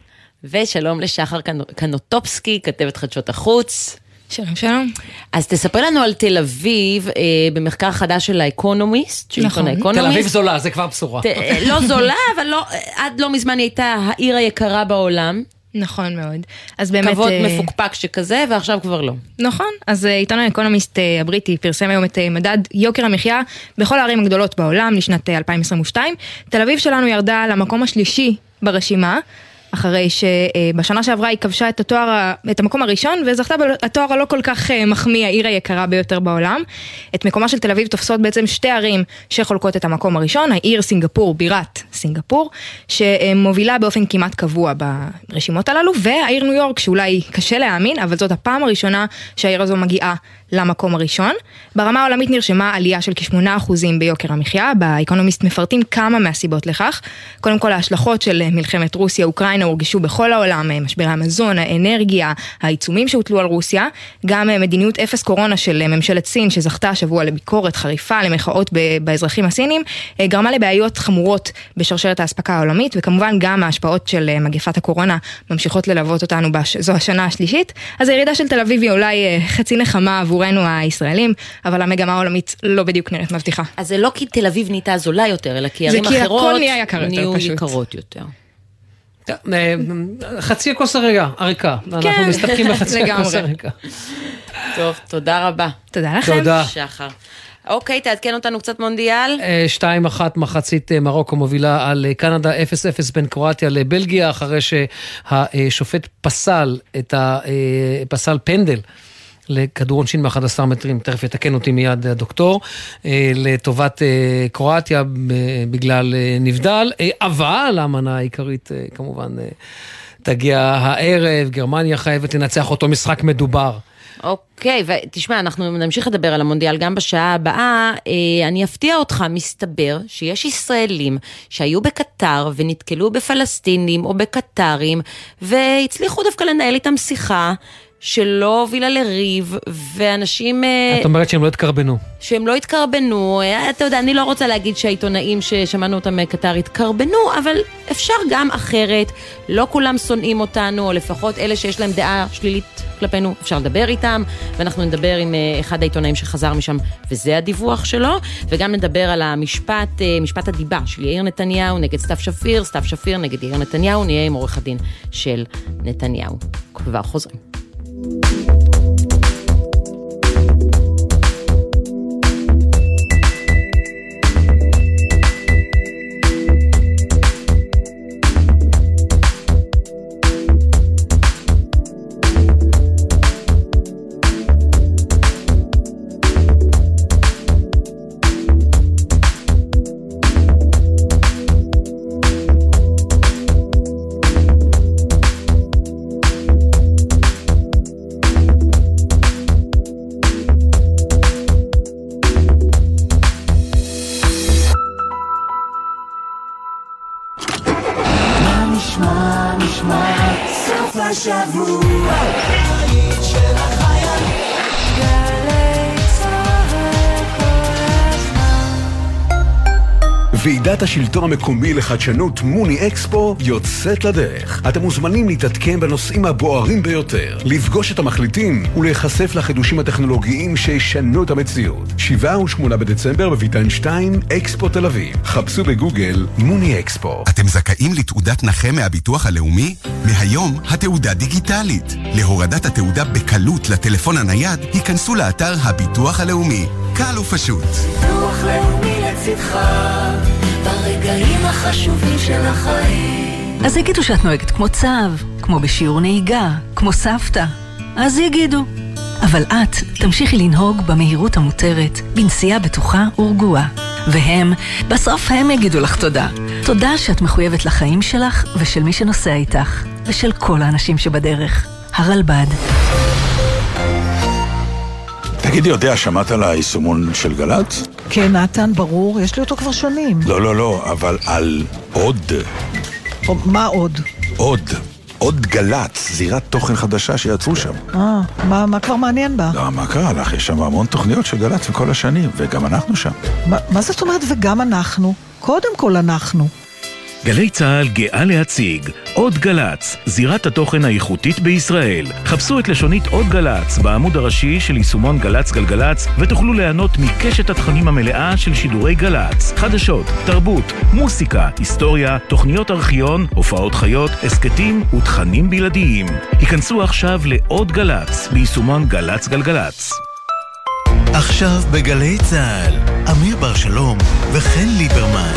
ושלום לשחר קנוטופסקי, כתבת חדשות החוץ. שלום, שלום. אז תספר לנו על תל אביב, במחקר חדש של האקונומיסט. נכון. תל אביב זולה, זה כבר בשורה. לא זולה, אבל עד לא מזמן היא הייתה העיר היקרה בעולם. נכון מאוד. אז באמת... כבוד מפוקפק שכזה, ועכשיו כבר לא. נכון. אז עיתון האקונומיסט הבריטי פרסם היום את מדד יוקר המחיה בכל הערים הגדולות בעולם לשנת 2022. תל אביב שלנו ירדה למקום השלישי ברשימה, אחרי שבשנה שעברה היא כבשה את המקום הראשון, וזכתה בתואר הלא כל כך מחמיא, העיר היקרה ביותר בעולם. את מקומה של תל אביב תופסות בעצם שתי ערים שחולקות את המקום הראשון, העיר סינגפור, בירת סינגפור, שמובילה באופן כמעט קבוע ברשימות הללו, והעיר ניו יורק, שאולי קשה להאמין, אבל זאת הפעם הראשונה שהעיר הזו מגיעה למקום הראשון. ברמה העולמית נרשמה עלייה של כ8% ביוקר המחיה, באקונומיסט מפרטים כמה מהסיבות לכך. קודם כל, ההשלכות של מלחמת רוסיה-אוקראינה הורגשו בכל העולם, משברי המזון, האנרגיה, העיצומים שהוטלו על רוסיה, גם מדיניות אפס קורונה של ממשלת סין, שזכתה השבוע לביקורת חריפה, למחאות באזרחים הסינים, גרמה לבעיות חמורות בשרשרת ההספקה העולמית, וכמובן גם ההשפעות של מגפת הקורונה ממשיכות ללוות אותנו זו השנה השלישית. אז הירידה של תל אביב היא אולי חצי נחמה עבורנו הישראלים, אבל המגמה העולמית לא בדיוק נראית מבטיחה. אז זה לא כי תל אביב נהייתה זולה יותר, אלא כי ערים אחרות נהיו יקרות יותר. חצי הכוס הריקה. אנחנו מסתפקים בחצי הכוס הריקה. טוב, תודה רבה. תודה לכם. שחר. אוקיי, תעדכן אותנו קצת מונדיאל. 2-1 מחצית מרוקו מובילה על קנדה, 0-0 בין קרואטיה לבלגיה, אחרי שהשופט פסל פנדל לכדור עונשין מ-11 מטרים, תכף יתקן אותי מיד הדוקטור, לטובת קרואטיה בגלל נבדל, אבל המנה העיקרית כמובן תגיע הערב, גרמניה חייבת לנצח אותו משחק מדובר. אוקיי, ותשמע, אנחנו נמשיך לדבר על המונדיאל גם בשעה הבאה. אני אפתיע אותך, מסתבר שיש ישראלים שהיו בקטר ונתקלו בפלסטינים או בקטרים, והצליחו דווקא לנהל איתם שיחה שלא הובילה לריב, ואנשים... את אומרת שהם לא התקרבנו. שהם לא התקרבנו, אתה יודע, אני לא רוצה להגיד שהעיתונאים ששמענו אותם מקטר התקרבנו, אבל אפשר גם אחרת, לא כולם שונאים אותנו, או לפחות אלה שיש להם דעה שלילית כלפינו, אפשר לדבר איתם, ואנחנו נדבר עם אחד העיתונאים שחזר משם, וזה הדיווח שלו, וגם נדבר על משפט הדיבה של יאיר נתניהו נגד סתיו שפיר, סתיו שפיר נגד יאיר נתניהו, נהיה עם עורך הדין של נתניהו. כבר חוזרים. ועידת השלטון המקומי לחדשנות מוני אקספו יוצאת לדרך. אתם מוזמנים להתעדכן בנושאים הבוערים ביותר, לפגוש את המחליטים ולהיחשף לחידושים הטכנולוגיים שישנו את המציאות. 7 ו-8 בדצמבר בביתן 2, אקספו תל אביב. חפשו בגוגל מוני אקספו. אתם זכאים לתעודת נכה מהביטוח הלאומי? מהיום התעודה דיגיטלית. להורדת התעודה בקלות לטלפון הנייד, היכנסו לאתר הביטוח הלאומי. קל ופשוט. ביטוח לאומי לצ לצדך ברגעים החשובים של החיים. אז יגידו שאת נוהגת כמו צב, כמו בשיעור נהיגה, כמו סבתא. אז יגידו. אבל את תמשיכי לנהוג במהירות המותרת, בנסיעה בטוחה ורגועה. והם, בסוף הם יגידו לך תודה. תודה שאת מחויבת לחיים שלך ושל מי שנוסע איתך, ושל כל האנשים שבדרך. הרלב"ד. תגידי, יודע, שמעת על היישומון של גל"צ? כן, נתן, ברור, יש לי אותו כבר שנים. לא, אבל על עוד. מה עוד? עוד גל"צ, זירת תוכן חדשה שיצרו שם. מה כבר מעניין בה? לא, מה קרה לך? יש שם המון תוכניות של גל"צ וכל השנים, וגם אנחנו שם. מה זאת אומרת וגם אנחנו? קודם כל אנחנו. גלי צהל גאה להציג עוד גל"צ, זירת התוכן האיכותית בישראל. חפשו את לשונית עוד גל"צ בעמוד הראשי של יישומון גל"צ גלגלצ ותוכלו ליהנות מקשת התכנים המלאה של שידורי גל"צ. חדשות, תרבות, מוסיקה, היסטוריה, תוכניות ארכיון, הופעות חיות, הסקטים ותכנים בלעדיים. היכנסו עכשיו לעוד גל"צ ביישומון גל"צ גלגלצ. עכשיו בגלי צהל, אמיר בר שלום וחן ליברמן.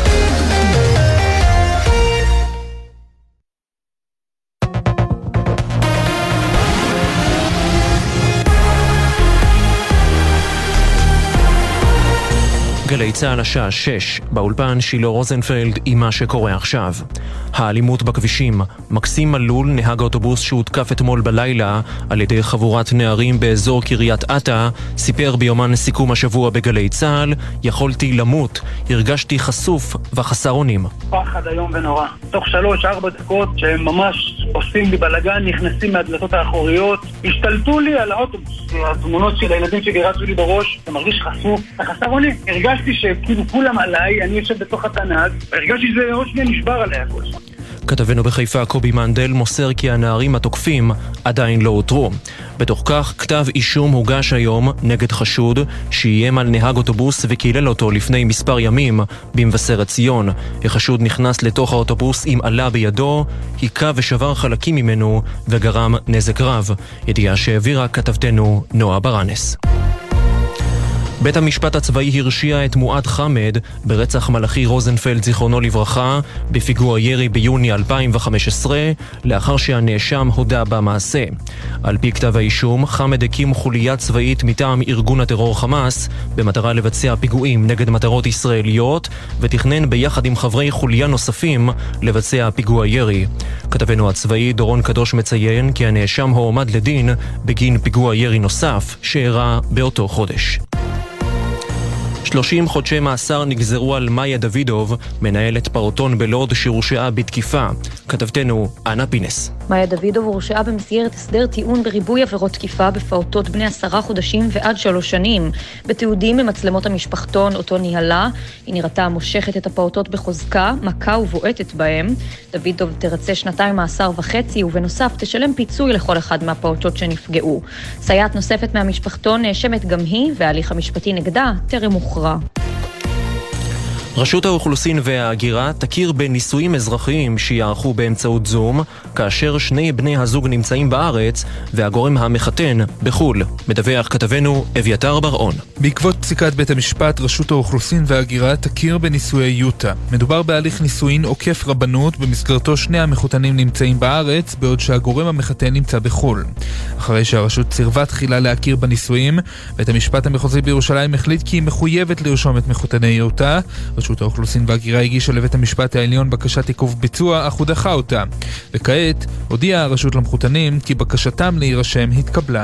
גלי צהל השעה 6, באולפן שילה רוזנפלד עם מה שקורה עכשיו. האלימות בכבישים, מקסים מלול, נהג האוטובוס שהותקף אתמול בלילה על ידי חבורת נערים באזור קריית אתא, סיפר ביומן סיכום השבוע בגלי צהל, יכולתי למות, הרגשתי חשוף וחסר אונים. פחד היום ונורא. תוך 3-4 דקות שהם ממש עושים לי בלגן, נכנסים מהדלתות האחוריות, השתלטו לי על האוטובוס. התמונות של הילדים שגרצו לי בראש, אתה מרגיש חשוף, אתה חסר אונים. הרגשתי שכאילו כולם עליי, אני יושב בתוך התנ"ג, הרגשתי שזה ראש שלי נשבר עליי הכל. כתבנו בחיפה קובי מנדל מוסר כי הנערים התוקפים עדיין לא הותרו. בתוך כך, כתב אישום הוגש היום נגד חשוד שאיים על נהג אוטובוס וקילל אותו לפני מספר ימים במבשרת ציון. החשוד נכנס לתוך האוטובוס עם עלה בידו, היכה ושבר חלקים ממנו וגרם נזק רב. ידיעה שהעבירה כתבתנו נועה ברנס. בית המשפט הצבאי הרשיע את מועד חמד ברצח מלאכי רוזנפלד זיכרונו לברכה בפיגוע ירי ביוני 2015 לאחר שהנאשם הודה במעשה. על פי כתב האישום, חמד הקים חוליה צבאית מטעם ארגון הטרור חמאס במטרה לבצע פיגועים נגד מטרות ישראליות ותכנן ביחד עם חברי חוליה נוספים לבצע פיגוע ירי. כתבנו הצבאי דורון קדוש מציין כי הנאשם הועמד לדין בגין פיגוע ירי נוסף שאירע באותו חודש. 30 חודשי מאסר נגזרו על מאיה דוידוב, מנהלת פעוטון בלוד שהורשעה בתקיפה. כתבתנו אנה פינס. מאיה דוידוב הורשעה במסגרת הסדר טיעון בריבוי עבירות תקיפה בפעוטות בני 10 חודשים ועד 3 שנים. בתיעודים ממצלמות המשפחתון אותו ניהלה, היא נראתה מושכת את הפעוטות בחוזקה, מכה ובועטת בהם. דוידוב תרצה 2 מאסר וחצי ובנוסף תשלם פיצוי לכל אחד מהפעוטות שנפגעו. סייעת נוספת מהמשפחתון נאשמת גם היא וההליך המשפטי נגדה טרם הוכרע. רשות האוכלוסין וההגירה תכיר בנישואים אזרחיים שיערכו באמצעות זום, כאשר שני בני הזוג נמצאים בארץ והגורם המחתן בחול. מדווח כתבנו אביתר ברעון. בעקבות פסיקת בית המשפט, רשות האוכלוסין וההגירה תכיר בנישואי יוטה. מדובר בהליך נישואין עוקף רבנות, במסגרתו שני המחותנים נמצאים בארץ, בעוד שהגורם המחתן נמצא בחול. אחרי שהרשות סירבה תחילה להכיר בנישואים, בית המשפט המחוזי בירושלים החליט כי היא מחויבת לרשום את מחותני יוטה. רשות האוכלוסין וההגירה הגישה לבית המשפט העליון בקשת עיכוב ביצוע, אך הוא דחה אותה. וכעת הודיעה הרשות למחותנים כי בקשתם להירשם התקבלה.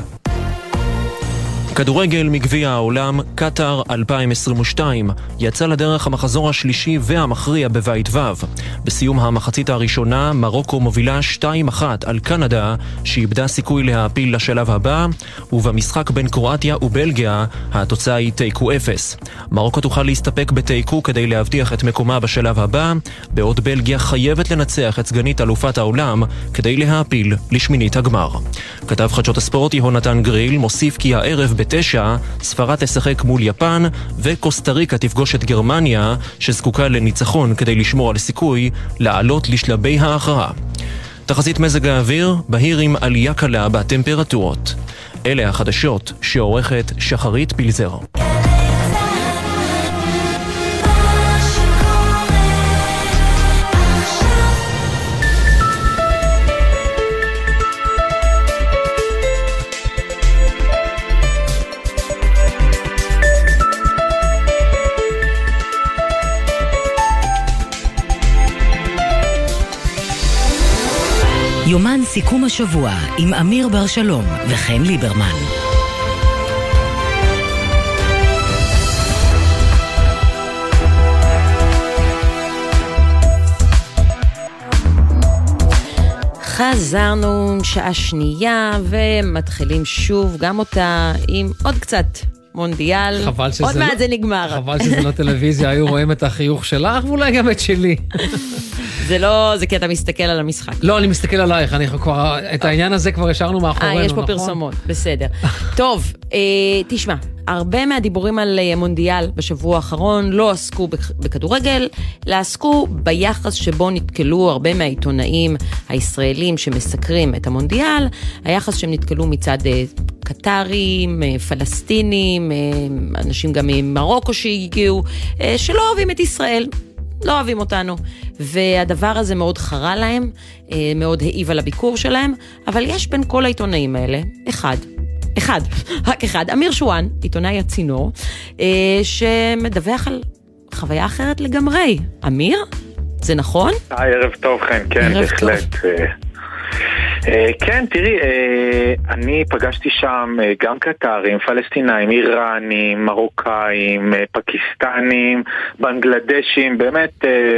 כדורגל מגביע העולם, קטר 2022, יצא לדרך המחזור השלישי והמכריע בבית ו'. בסיום המחצית הראשונה, מרוקו מובילה 2-1 על קנדה, שאיבדה סיכוי להעפיל לשלב הבא, ובמשחק בין קרואטיה ובלגיה, התוצאה היא תיקו 0. מרוקו תוכל להסתפק בתיקו כדי להבטיח את מקומה בשלב הבא, בעוד בלגיה חייבת לנצח את סגנית אלופת העולם כדי להעפיל לשמינית הגמר. כתב חדשות הספורט יהונתן גריל מוסיף כי הערב ב9 ספרד תשחק מול יפן וקוסטה ריקה תפגוש את גרמניה שזקוקה לניצחון כדי לשמור על סיכוי לעלות לשלבי ההכרעה. תחזית מזג האוויר בהיר עם עלייה קלה בטמפרטורות. אלה החדשות שעורכת שחרית פילזר. סיכום השבוע עם אמיר בר שלום וחן ליברמן. חזרנו שעה שנייה ומתחילים שוב גם אותה עם עוד קצת מונדיאל. עוד מעט זה נגמר. חבל שזה לא טלוויזיה, היו רואים את החיוך שלך ואולי גם את שלי. זה לא, זה כי אתה מסתכל על המשחק. לא, אני מסתכל עלייך, אני כבר, את העניין הזה כבר השארנו מאחורינו, יש פה פרסומות, בסדר. טוב, תשמע, הרבה מהדיבורים על מונדיאל בשבוע האחרון לא עסקו בכדורגל, אלא עסקו ביחס שבו נתקלו הרבה מהעיתונאים הישראלים שמסקרים את המונדיאל, היחס שהם נתקלו מצד קטרים, פלסטינים, אנשים גם ממרוקו שהגיעו, שלא אוהבים את ישראל. לא אוהבים אותנו, והדבר הזה מאוד חרה להם, מאוד העיב על הביקור שלהם, אבל יש בין כל העיתונאים האלה, רק אחד, אמיר שואן, עיתונאי הצינור, שמדווח על חוויה אחרת לגמרי. אמיר? זה נכון? ערב טוב, כן, בהחלט. כן, תראי, אני פגשתי שם גם קטרים, פלסטינאים, איראנים, מרוקאים, פקיסטנים, בנגלדשים, באמת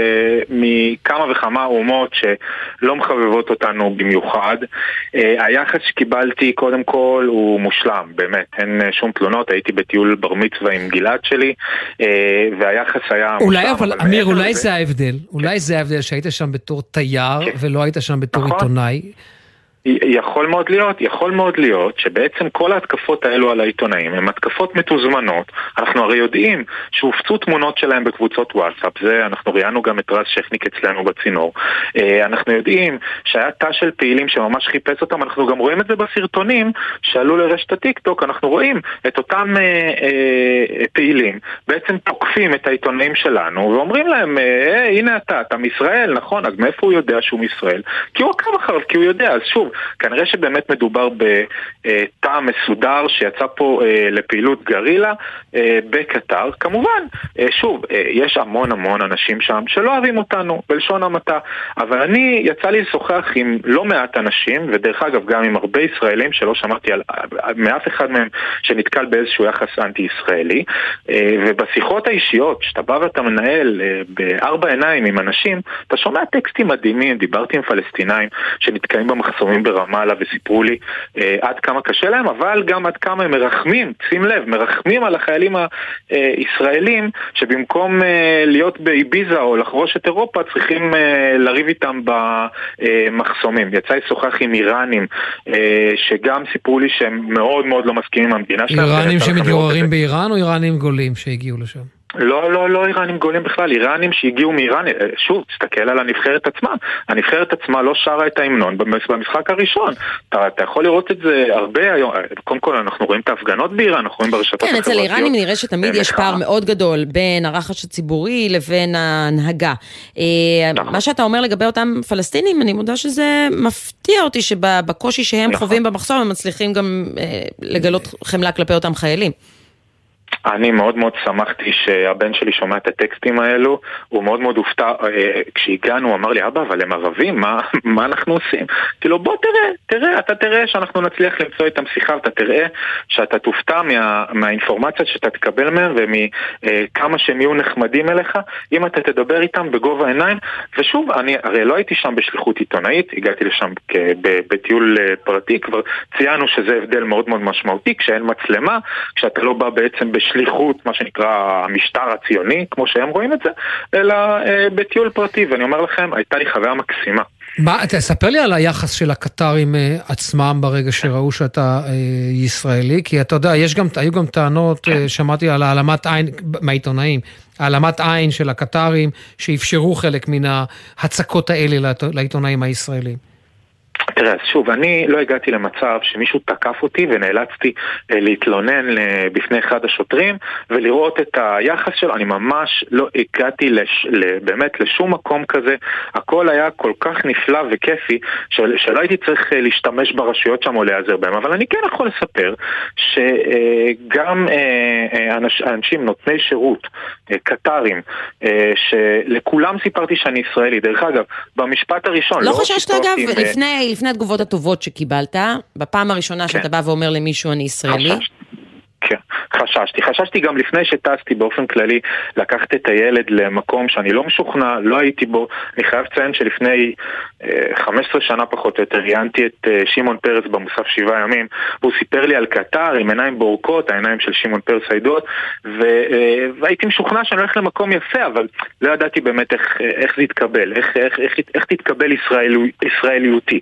מכמה וכמה אומות שלא מחבבות אותנו במיוחד. היחס שקיבלתי קודם כל הוא מושלם, באמת, אין שום תלונות, הייתי בטיול בר מצווה עם גלעד שלי, והיחס היה מושלם. אבל אמיר, אולי זה ההבדל שהיית שם בתור תייר ולא היית שם בתור עיתונאי. יכול מאוד להיות שבעצם כל ההתקפות האלו על העיתונאים הן התקפות מתוזמנות. אנחנו הרי יודעים שהופצו תמונות שלהם בקבוצות וואטסאפ, זה אנחנו ראינו גם את רז שכניק אצלנו בצינור. אנחנו יודעים שהיה תא של פעילים שממש חיפש אותם, אנחנו גם רואים את זה בסרטונים שעלו לרשת הטיק-טוק, אנחנו רואים את אותם פעילים בעצם תוקפים את העיתונאים שלנו ואומרים להם, הנה אתה מישראל, נכון? אז מאיפה הוא יודע שהוא מישראל? כי הוא עקב אחריו, כי הוא יודע. אז שוב, כנראה שבאמת מדובר בתא מסודר שיצא פה לפעילות גרילה בקטר. כמובן, שוב, יש המון אנשים שם שלא אוהבים אותנו, בלשון המעטה, אבל אני יצא לי לשוחח עם לא מעט אנשים, ודרך אגב גם עם הרבה ישראלים שלא שמעתי על מאף אחד מהם שנתקל באיזשהו יחס אנטי-ישראלי, ובשיחות האישיות, שאתה בא ואתה מנהל בארבע עיניים עם אנשים, אתה שומע טקסטים מדהימים, דיברתי עם פלסטינאים שנתקעים במחסומים ברמאללה וסיפרו לי עד כמה קשה להם, אבל גם עד כמה הם מרחמים, שים לב, מרחמים על החיילים הישראלים שבמקום להיות באיביזה או לחרוש את אירופה צריכים לריב איתם במחסומים. יצא לשוחח עם איראנים שגם סיפרו לי שהם מאוד מאוד לא מסכימים עם המדינה שלהם. איראנים שמתגוררים באיראן או איראנים גולים שהגיעו לשם? לא איראנים גולים בכלל, איראנים שהגיעו מאיראן. שוב, תסתכל על הנבחרת עצמה. הנבחרת עצמה לא שרה את ההמנון במשחק הראשון. אתה יכול לראות את זה הרבה היום. קודם כל אנחנו רואים את ההפגנות באיראן, אנחנו רואים ברשתות החברתיות. כן, אצל איראנים נראה שתמיד יש פער מאוד גדול בין הרחש הציבורי לבין ההנהגה. מה שאתה אומר לגבי אותם פלסטינים, אני מודה שזה מפתיע אותי שבקושי שהם חווים במחסום הם מצליחים גם לגלות חמלה כלפי אותם חיילים. אני מאוד מאוד שמחתי שהבן שלי שומע את הטקסטים האלו, הוא מאוד מאוד הופתע, כשהגענו הוא אמר לי, אבא, אבל הם ערבים, מה אנחנו עושים? אמרתי לו, בוא תראה, אתה תראה שאנחנו נצליח למצוא איתם שיחה, ואתה תראה שאתה תופתע מהאינפורמציה שאתה תקבל מהם, ומכמה שהם יהיו נחמדים אליך, אם אתה תדבר איתם בגובה העיניים, ושוב, אני הרי לא הייתי שם בשליחות עיתונאית, הגעתי לשם בטיול פרטי, כבר ציינו שזה הבדל מאוד מאוד משמעותי, כשאין מצלמה, כשאתה לא בא בעצם בשליחות, מה שנקרא המשטר הציוני, כמו שהם רואים את זה, אלא בטיול פרטי, ואני אומר לכם, הייתה לי חוויה מקסימה. תספר לי על היחס של הקטרים עצמם ברגע שראו שאתה ישראלי, כי אתה יודע, היו גם טענות, שמעתי על העלמת עין מהעיתונאים, העלמת עין של הקטרים, שאפשרו חלק מן ההצקות האלה לעיתונאים הישראלים. תראה, אז שוב, אני לא הגעתי למצב שמישהו תקף אותי ונאלצתי להתלונן בפני אחד השוטרים ולראות את היחס שלו. אני ממש לא הגעתי באמת לשום מקום כזה. הכל היה כל כך נפלא וכיפי שלא הייתי צריך להשתמש ברשויות שם או להיעזר בהם. אבל אני כן יכול לספר שגם אנשים נותני שירות, קטרים, שלכולם סיפרתי שאני ישראלי. דרך אגב, במשפט הראשון לא חששת אגב, לפני התגובות הטובות שקיבלת, בפעם הראשונה שאתה בא ואומר למישהו אני ישראלי. כן, חששתי גם לפני שטסתי באופן כללי לקחת את הילד למקום שאני לא משוכנע, לא הייתי בו. אני חייב לציין שלפני 15 שנה פחות או יותר ראיינתי את שמעון פרס במוסף 7 ימים, והוא סיפר לי על קטר עם עיניים בורקות, העיניים של שמעון פרס הידועות, והייתי משוכנע שאני הולך למקום יפה, אבל לא ידעתי באמת איך זה יתקבל, איך תתקבל ישראליותי.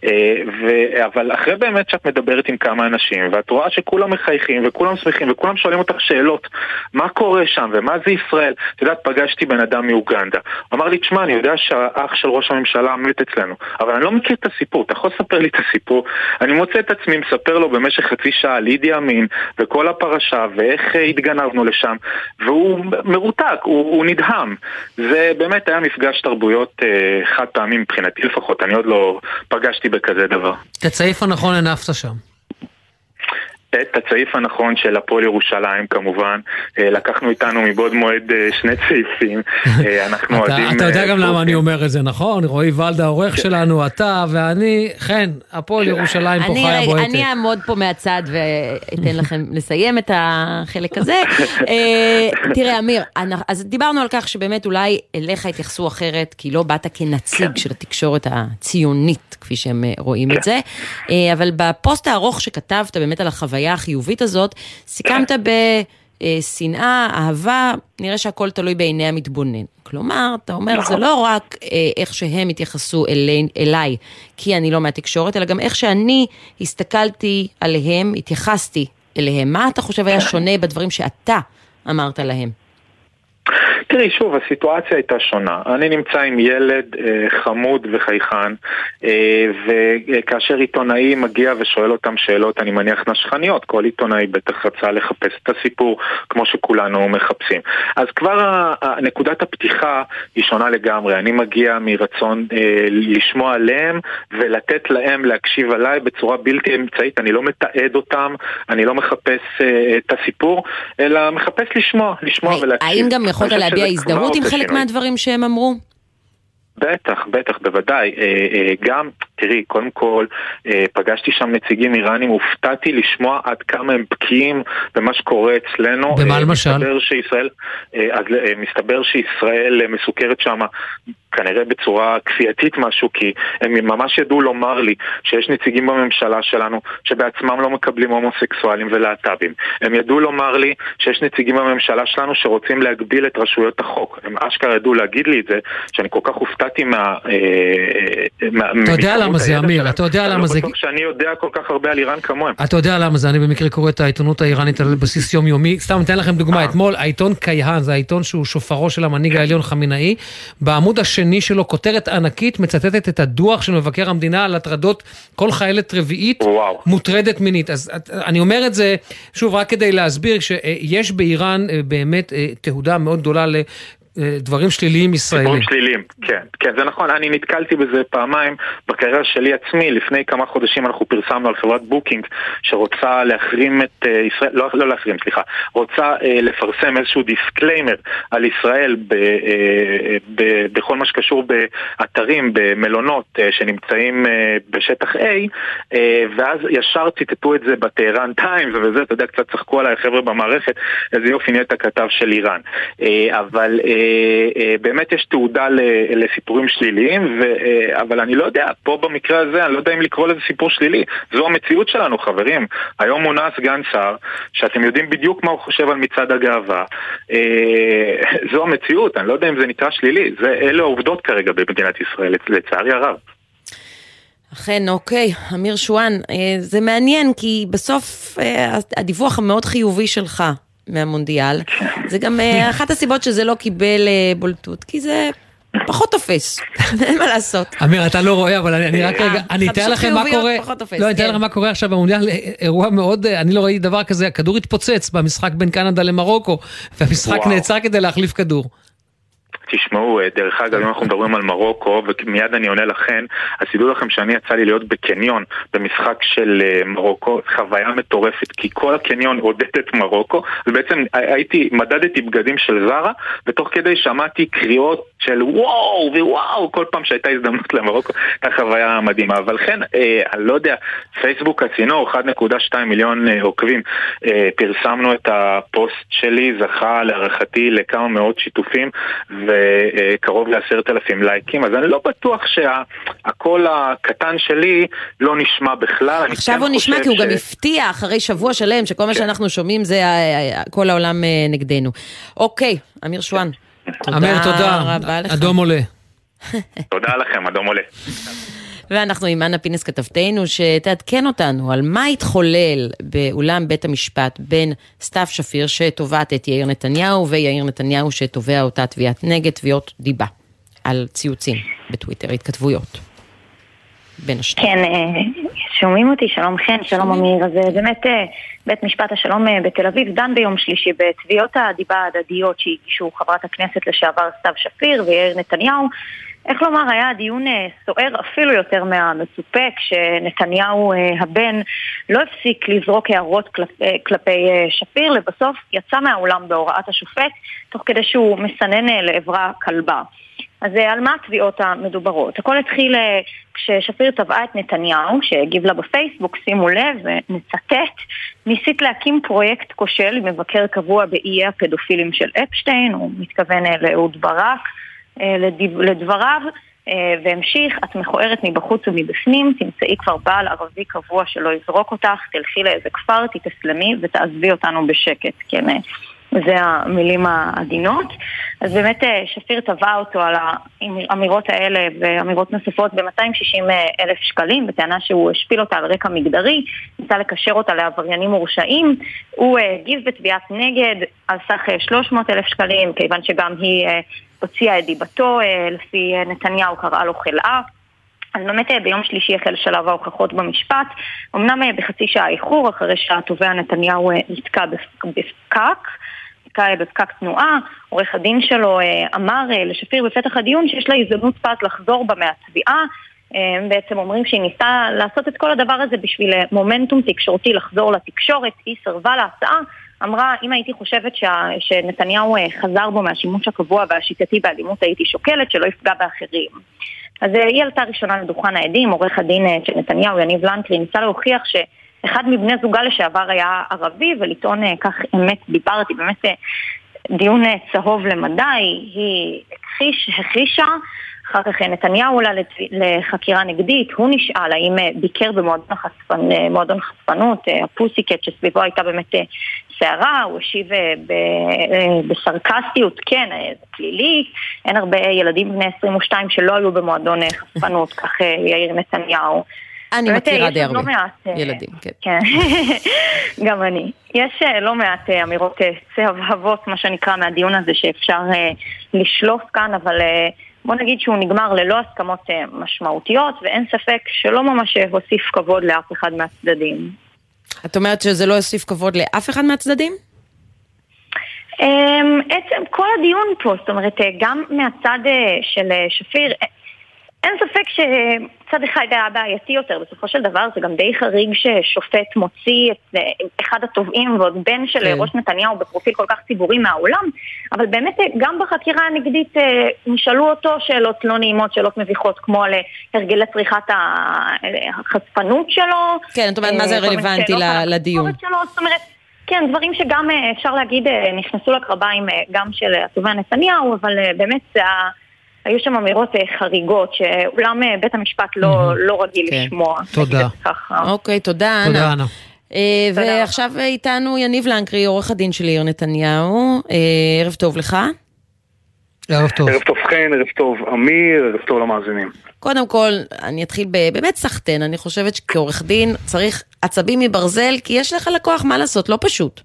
אבל אחרי באמת שאת מדברת עם כמה אנשים ואת רואה שכולם מחייכים וכולם שמחים וכולם שואלים אותך שאלות, מה קורה שם ומה זה ישראל? את יודעת, פגשתי בן אדם מאוגנדה, אמר לי, תשמע, אני יודע שהאח של ראש הממשלה מת אצלנו, אבל אני לא מכיר את הסיפור, אתה יכול לספר לי את הסיפור? אני מוצא את עצמי מספר לו במשך חצי שעה על אידי אמין וכל הפרשה ואיך התגנבנו לשם, והוא מרותק, הוא נדהם. זה באמת היה מפגש תרבויות חד פעמים מבחינתי לפחות, אני עוד לא פגשתי בכזה דבר. את הצעיף הנכון הנפת שם. את הצעיף הנכון של הפועל ירושלים כמובן, לקחנו איתנו מבעוד מועד 2 צעיפים. אתה יודע גם למה אני אומר את זה, נכון? רועי ולדה העורך שלנו, אתה ואני, כן, הפועל ירושלים פה חיה בועטת. אני אעמוד פה מהצד ואתן לכם לסיים את החלק הזה. תראה אמיר, אז דיברנו על כך שבאמת אולי אליך התייחסו אחרת, כי לא באת כנציג של התקשורת הציונית, כפי שהם רואים את זה, אבל בפוסט הארוך שכתבת באמת על החוויה החיובית הזאת, סיכמת בשנאה, אהבה, נראה שהכל תלוי בעיני המתבונן. כלומר, אתה אומר, זה לא רק איך שהם התייחסו אליי, כי אני לא מהתקשורת, אלא גם איך שאני הסתכלתי עליהם, התייחסתי אליהם. מה אתה חושב היה שונה בדברים שאתה אמרת להם? תראי, שוב, הסיטואציה הייתה שונה. אני נמצא עם ילד חמוד וחייכן, וכאשר עיתונאי מגיע ושואל אותם שאלות, אני מניח נשכניות, כל עיתונאי בטח רצה לחפש את הסיפור כמו שכולנו מחפשים. אז כבר נקודת הפתיחה היא שונה לגמרי. אני מגיע מרצון לשמוע עליהם ולתת להם להקשיב עליי בצורה בלתי אמצעית. אני לא מתעד אותם, אני לא מחפש את הסיפור, אלא מחפש לשמוע ולהקשיב. האם גם יכולת להביע הזדהות עם חלק מהדברים שהם אמרו? בטח, בוודאי. גם, תראי, קודם כל, פגשתי שם נציגים איראנים, הופתעתי לשמוע עד כמה הם בקיאים במה שקורה אצלנו. במה למשל? מסתבר שישראל מסוכרת שם כנראה בצורה כפייתית משהו, כי הם ממש ידעו לומר לי שיש נציגים בממשלה שלנו שבעצמם לא מקבלים הומוסקסואלים ולהט"בים. הם ידעו לומר לי שיש נציגים בממשלה שלנו שרוצים להגביל את רשויות החוק. הם אשכרה ידעו להגיד לי את זה, שאני כל כך הופתעתי אתה יודע למה זה, אמיר? אתה יודע למה זה? אני לא בטוח שאני יודע כל כך הרבה על איראן כמוהם. אתה יודע למה זה? אני במקרה קורא את העיתונות האיראנית על בסיס יומיומי. סתם ניתן לכם דוגמה. אתמול העיתון קייהן, זה העיתון שהוא שופרו של המנהיג העליון חמינאי, בעמוד השני שלו כותרת ענקית מצטטת את הדוח של מבקר המדינה על הטרדות כל חיילת רביעית מוטרדת מינית. אז אני אומר את זה שוב רק כדי להסביר שיש באיראן באמת תהודה מאוד גדולה דברים שליליים ישראלים. דברים שליליים, כן, זה נכון. אני נתקלתי בזה פעמיים בקריירה שלי עצמי. לפני כמה חודשים אנחנו פרסמנו על חברת בוקינג שרוצה להחרים את ישראל, לא להחרים, סליחה, רוצה לפרסם איזשהו דיסקליימר על ישראל בכל מה שקשור באתרים, במלונות שנמצאים בשטח A, ואז ישר ציטטו את זה בטהרן טיימס וזה, אתה יודע, קצת צחקו עליי חבר'ה במערכת, איזה יופי נהיית הכתב של איראן. אבל באמת יש תעודה לסיפורים שליליים, אבל אני לא יודע, פה במקרה הזה, אני לא יודע אם לקרוא לזה סיפור שלילי. זו המציאות שלנו, חברים. היום מונה סגן שר, שאתם יודעים בדיוק מה הוא חושב על מצעד הגאווה. זו המציאות, אני לא יודע אם זה נקרא שלילי. אלה העובדות כרגע במדינת ישראל, לצערי הרב. אכן, אוקיי, אמיר שואן, זה מעניין, כי בסוף הדיווח המאוד חיובי שלך מהמונדיאל, זה גם אחת הסיבות שזה לא קיבל בולטות, כי זה פחות תופס, אין מה לעשות. אמיר, אתה לא רואה, אבל אני רק רגע, אני אתאר לכם מה קורה, לא, אני אתאר לכם מה קורה עכשיו במונדיאל, אירוע מאוד, אני לא ראיתי דבר כזה, הכדור התפוצץ במשחק בין קנדה למרוקו, והמשחק נעצר כדי להחליף כדור. תשמעו, דרך אגב, אם אנחנו מדברים על מרוקו, ומיד אני עונה לכן, אז תדעו לכם שאני יצא לי להיות בקניון, במשחק של מרוקו, חוויה מטורפת, כי כל הקניון עודד את מרוקו, ובעצם מדדתי בגדים של זרה, ותוך כדי שמעתי קריאות של וואו ווואו, כל פעם שהייתה הזדמנות למרוקו, הייתה חוויה מדהימה, אבל כן, אני לא יודע, פייסבוק הצינור, 1.2 מיליון עוקבים, פרסמנו את הפוסט שלי, זכה להערכתי לכמה מאות שיתופים, וקרוב ל10,000 לייקים, אז אני לא בטוח שהקול הקטן שלי לא נשמע בכלל. עכשיו הוא נשמע כי הוא גם הפתיע אחרי שבוע שלם, שכל מה שאנחנו שומעים זה כל העולם נגדנו. אוקיי, אמיר שואן. אמיר, תודה. אדום עולה. תודה לכם, אדום עולה. ואנחנו עם אנה פינס כתבתנו שתעדכן אותנו על מה התחולל באולם בית המשפט בין סתיו שפיר שתובעת את יאיר נתניהו ויאיר נתניהו שתובע אותה תביעת נגד, תביעות דיבה על ציוצים בטוויטר, התכתבויות בין השתיים. כן, שומעים אותי, שלום חן, שלום אמיר. אז באמת בית משפט השלום בתל אביב דן ביום שלישי בתביעות הדיבה ההדדיות שהגישו חברת הכנסת לשעבר סתיו שפיר ויאיר נתניהו. איך לומר, היה דיון סוער אפילו יותר מהמצופה, כשנתניהו הבן לא הפסיק לזרוק הערות כלפי שפיר, לבסוף יצא מהאולם בהוראת השופט, תוך כדי שהוא מסנן לעברה כלבה. אז על מה התביעות המדוברות? הכל התחיל כששפיר תבעה את נתניהו, שהגיב לה בפייסבוק, שימו לב, ונצטט, ניסית להקים פרויקט כושל עם מבקר קבוע באיי הפדופילים של אפשטיין, הוא מתכוון לאהוד ברק, לדבריו, והמשיך, את מכוערת מבחוץ ומבפנים, תמצאי כבר בעל ערבי קבוע שלא יזרוק אותך, תלכי לאיזה כפר, תתסלמי ותעזבי אותנו בשקט. כן, זה המילים העדינות. אז באמת שפיר טבע אותו על האמירות האלה ואמירות נוספות ב-260,000 שקלים, בטענה שהוא השפיל אותה על רקע מגדרי, ניסה לקשר אותה לעבריינים מורשעים. הוא הגיב בתביעת נגד על סך 300,000 שקלים, כיוון שגם היא הוציאה את דיבתו, לפי נתניהו קראה לו חלאה. אז באמת ביום שלישי החל שלב ההוכחות במשפט, אמנם בחצי שעה איחור, אחרי שהתובע נתניהו נתקע בפקק תנועה. עורך הדין שלו אמר לשפיר בפתח הדיון שיש לה הזדמנות פז לחזור בה מהתביעה. בעצם אומרים שהיא ניסתה לעשות את כל הדבר הזה בשביל מומנטום תקשורתי, לחזור לתקשורת. היא סרבה להצעה, אמרה, אם הייתי חושבת שנתניהו חזר בו מהשימוש הקבוע והשיטתי באלימות, הייתי שוקלת שלא יפגע באחרים. אז היא עלתה ראשונה לדוכן העדים. עורך הדין של נתניהו, יניב לנקרי, ניסה להוכיח שאחד מבני זוגה לשעבר היה ערבי, ולטעון כך אמת דיברתי, באמת דיון צהוב למדי. היא הכחישה. אחר כך נתניהו עולה לחקירה נגדית, הוא נשאל האם ביקר במועדון חשפנות, הפוסיקט שסביבו הייתה באמת שערה, הוא השיב בסרקסטיות, כן, זה פלילי, אין הרבה ילדים בני 22 שלא היו במועדון חשפנות, כך יאיר נתניהו. אני מכירה די הרבה ילדים, כן. גם אני. יש לא מעט אמירות צהבהבות, מה שנקרא, מהדיון הזה שאפשר לשלוף כאן, אבל בוא נגיד שהוא נגמר ללא הסכמות משמעותיות, ואין ספק שלא ממש הוסיף כבוד לאף אחד מהצדדים. את אומרת שזה לא הוסיף כבוד לאף אחד מהצדדים? עצם כל הדיון פה, זאת אומרת, גם מהצד של שפיר, אין ספק שצד אחד היה בעייתי יותר. בסופו של דבר זה גם די חריג ששופט מוציא את אחד התובעים ועוד בן של ראש נתניהו בפרופיל כל כך ציבורי מהעולם, אבל באמת גם בחקירה הנגדית נשאלו אותו שאלות לא נעימות, שאלות מביכות, כמו על הרגלי צריכת החשפנות שלו. כן, זאת אומרת, מה זה רלוונטי לדיון? זאת אומרת, כן, דברים שגם אפשר להגיד נכנסו לקרביים גם של התובע נתניהו, אבל באמת זה היו שם אמירות חריגות שאולם בית המשפט לא רגיל לשמוע. תודה. אוקיי, תודה אנה. ועכשיו איתנו יניב לנקרי, עורך הדין של יאיר נתניהו. ערב טוב לך. ערב טוב. ערב טוב חן, ערב טוב אמיר, ערב טוב למאזינים. קודם כל, אני אתחיל באמת סחטן. אני חושבת שכעורך דין צריך עצבים מברזל, כי יש לך לקוח מה לעשות, לא פשוט.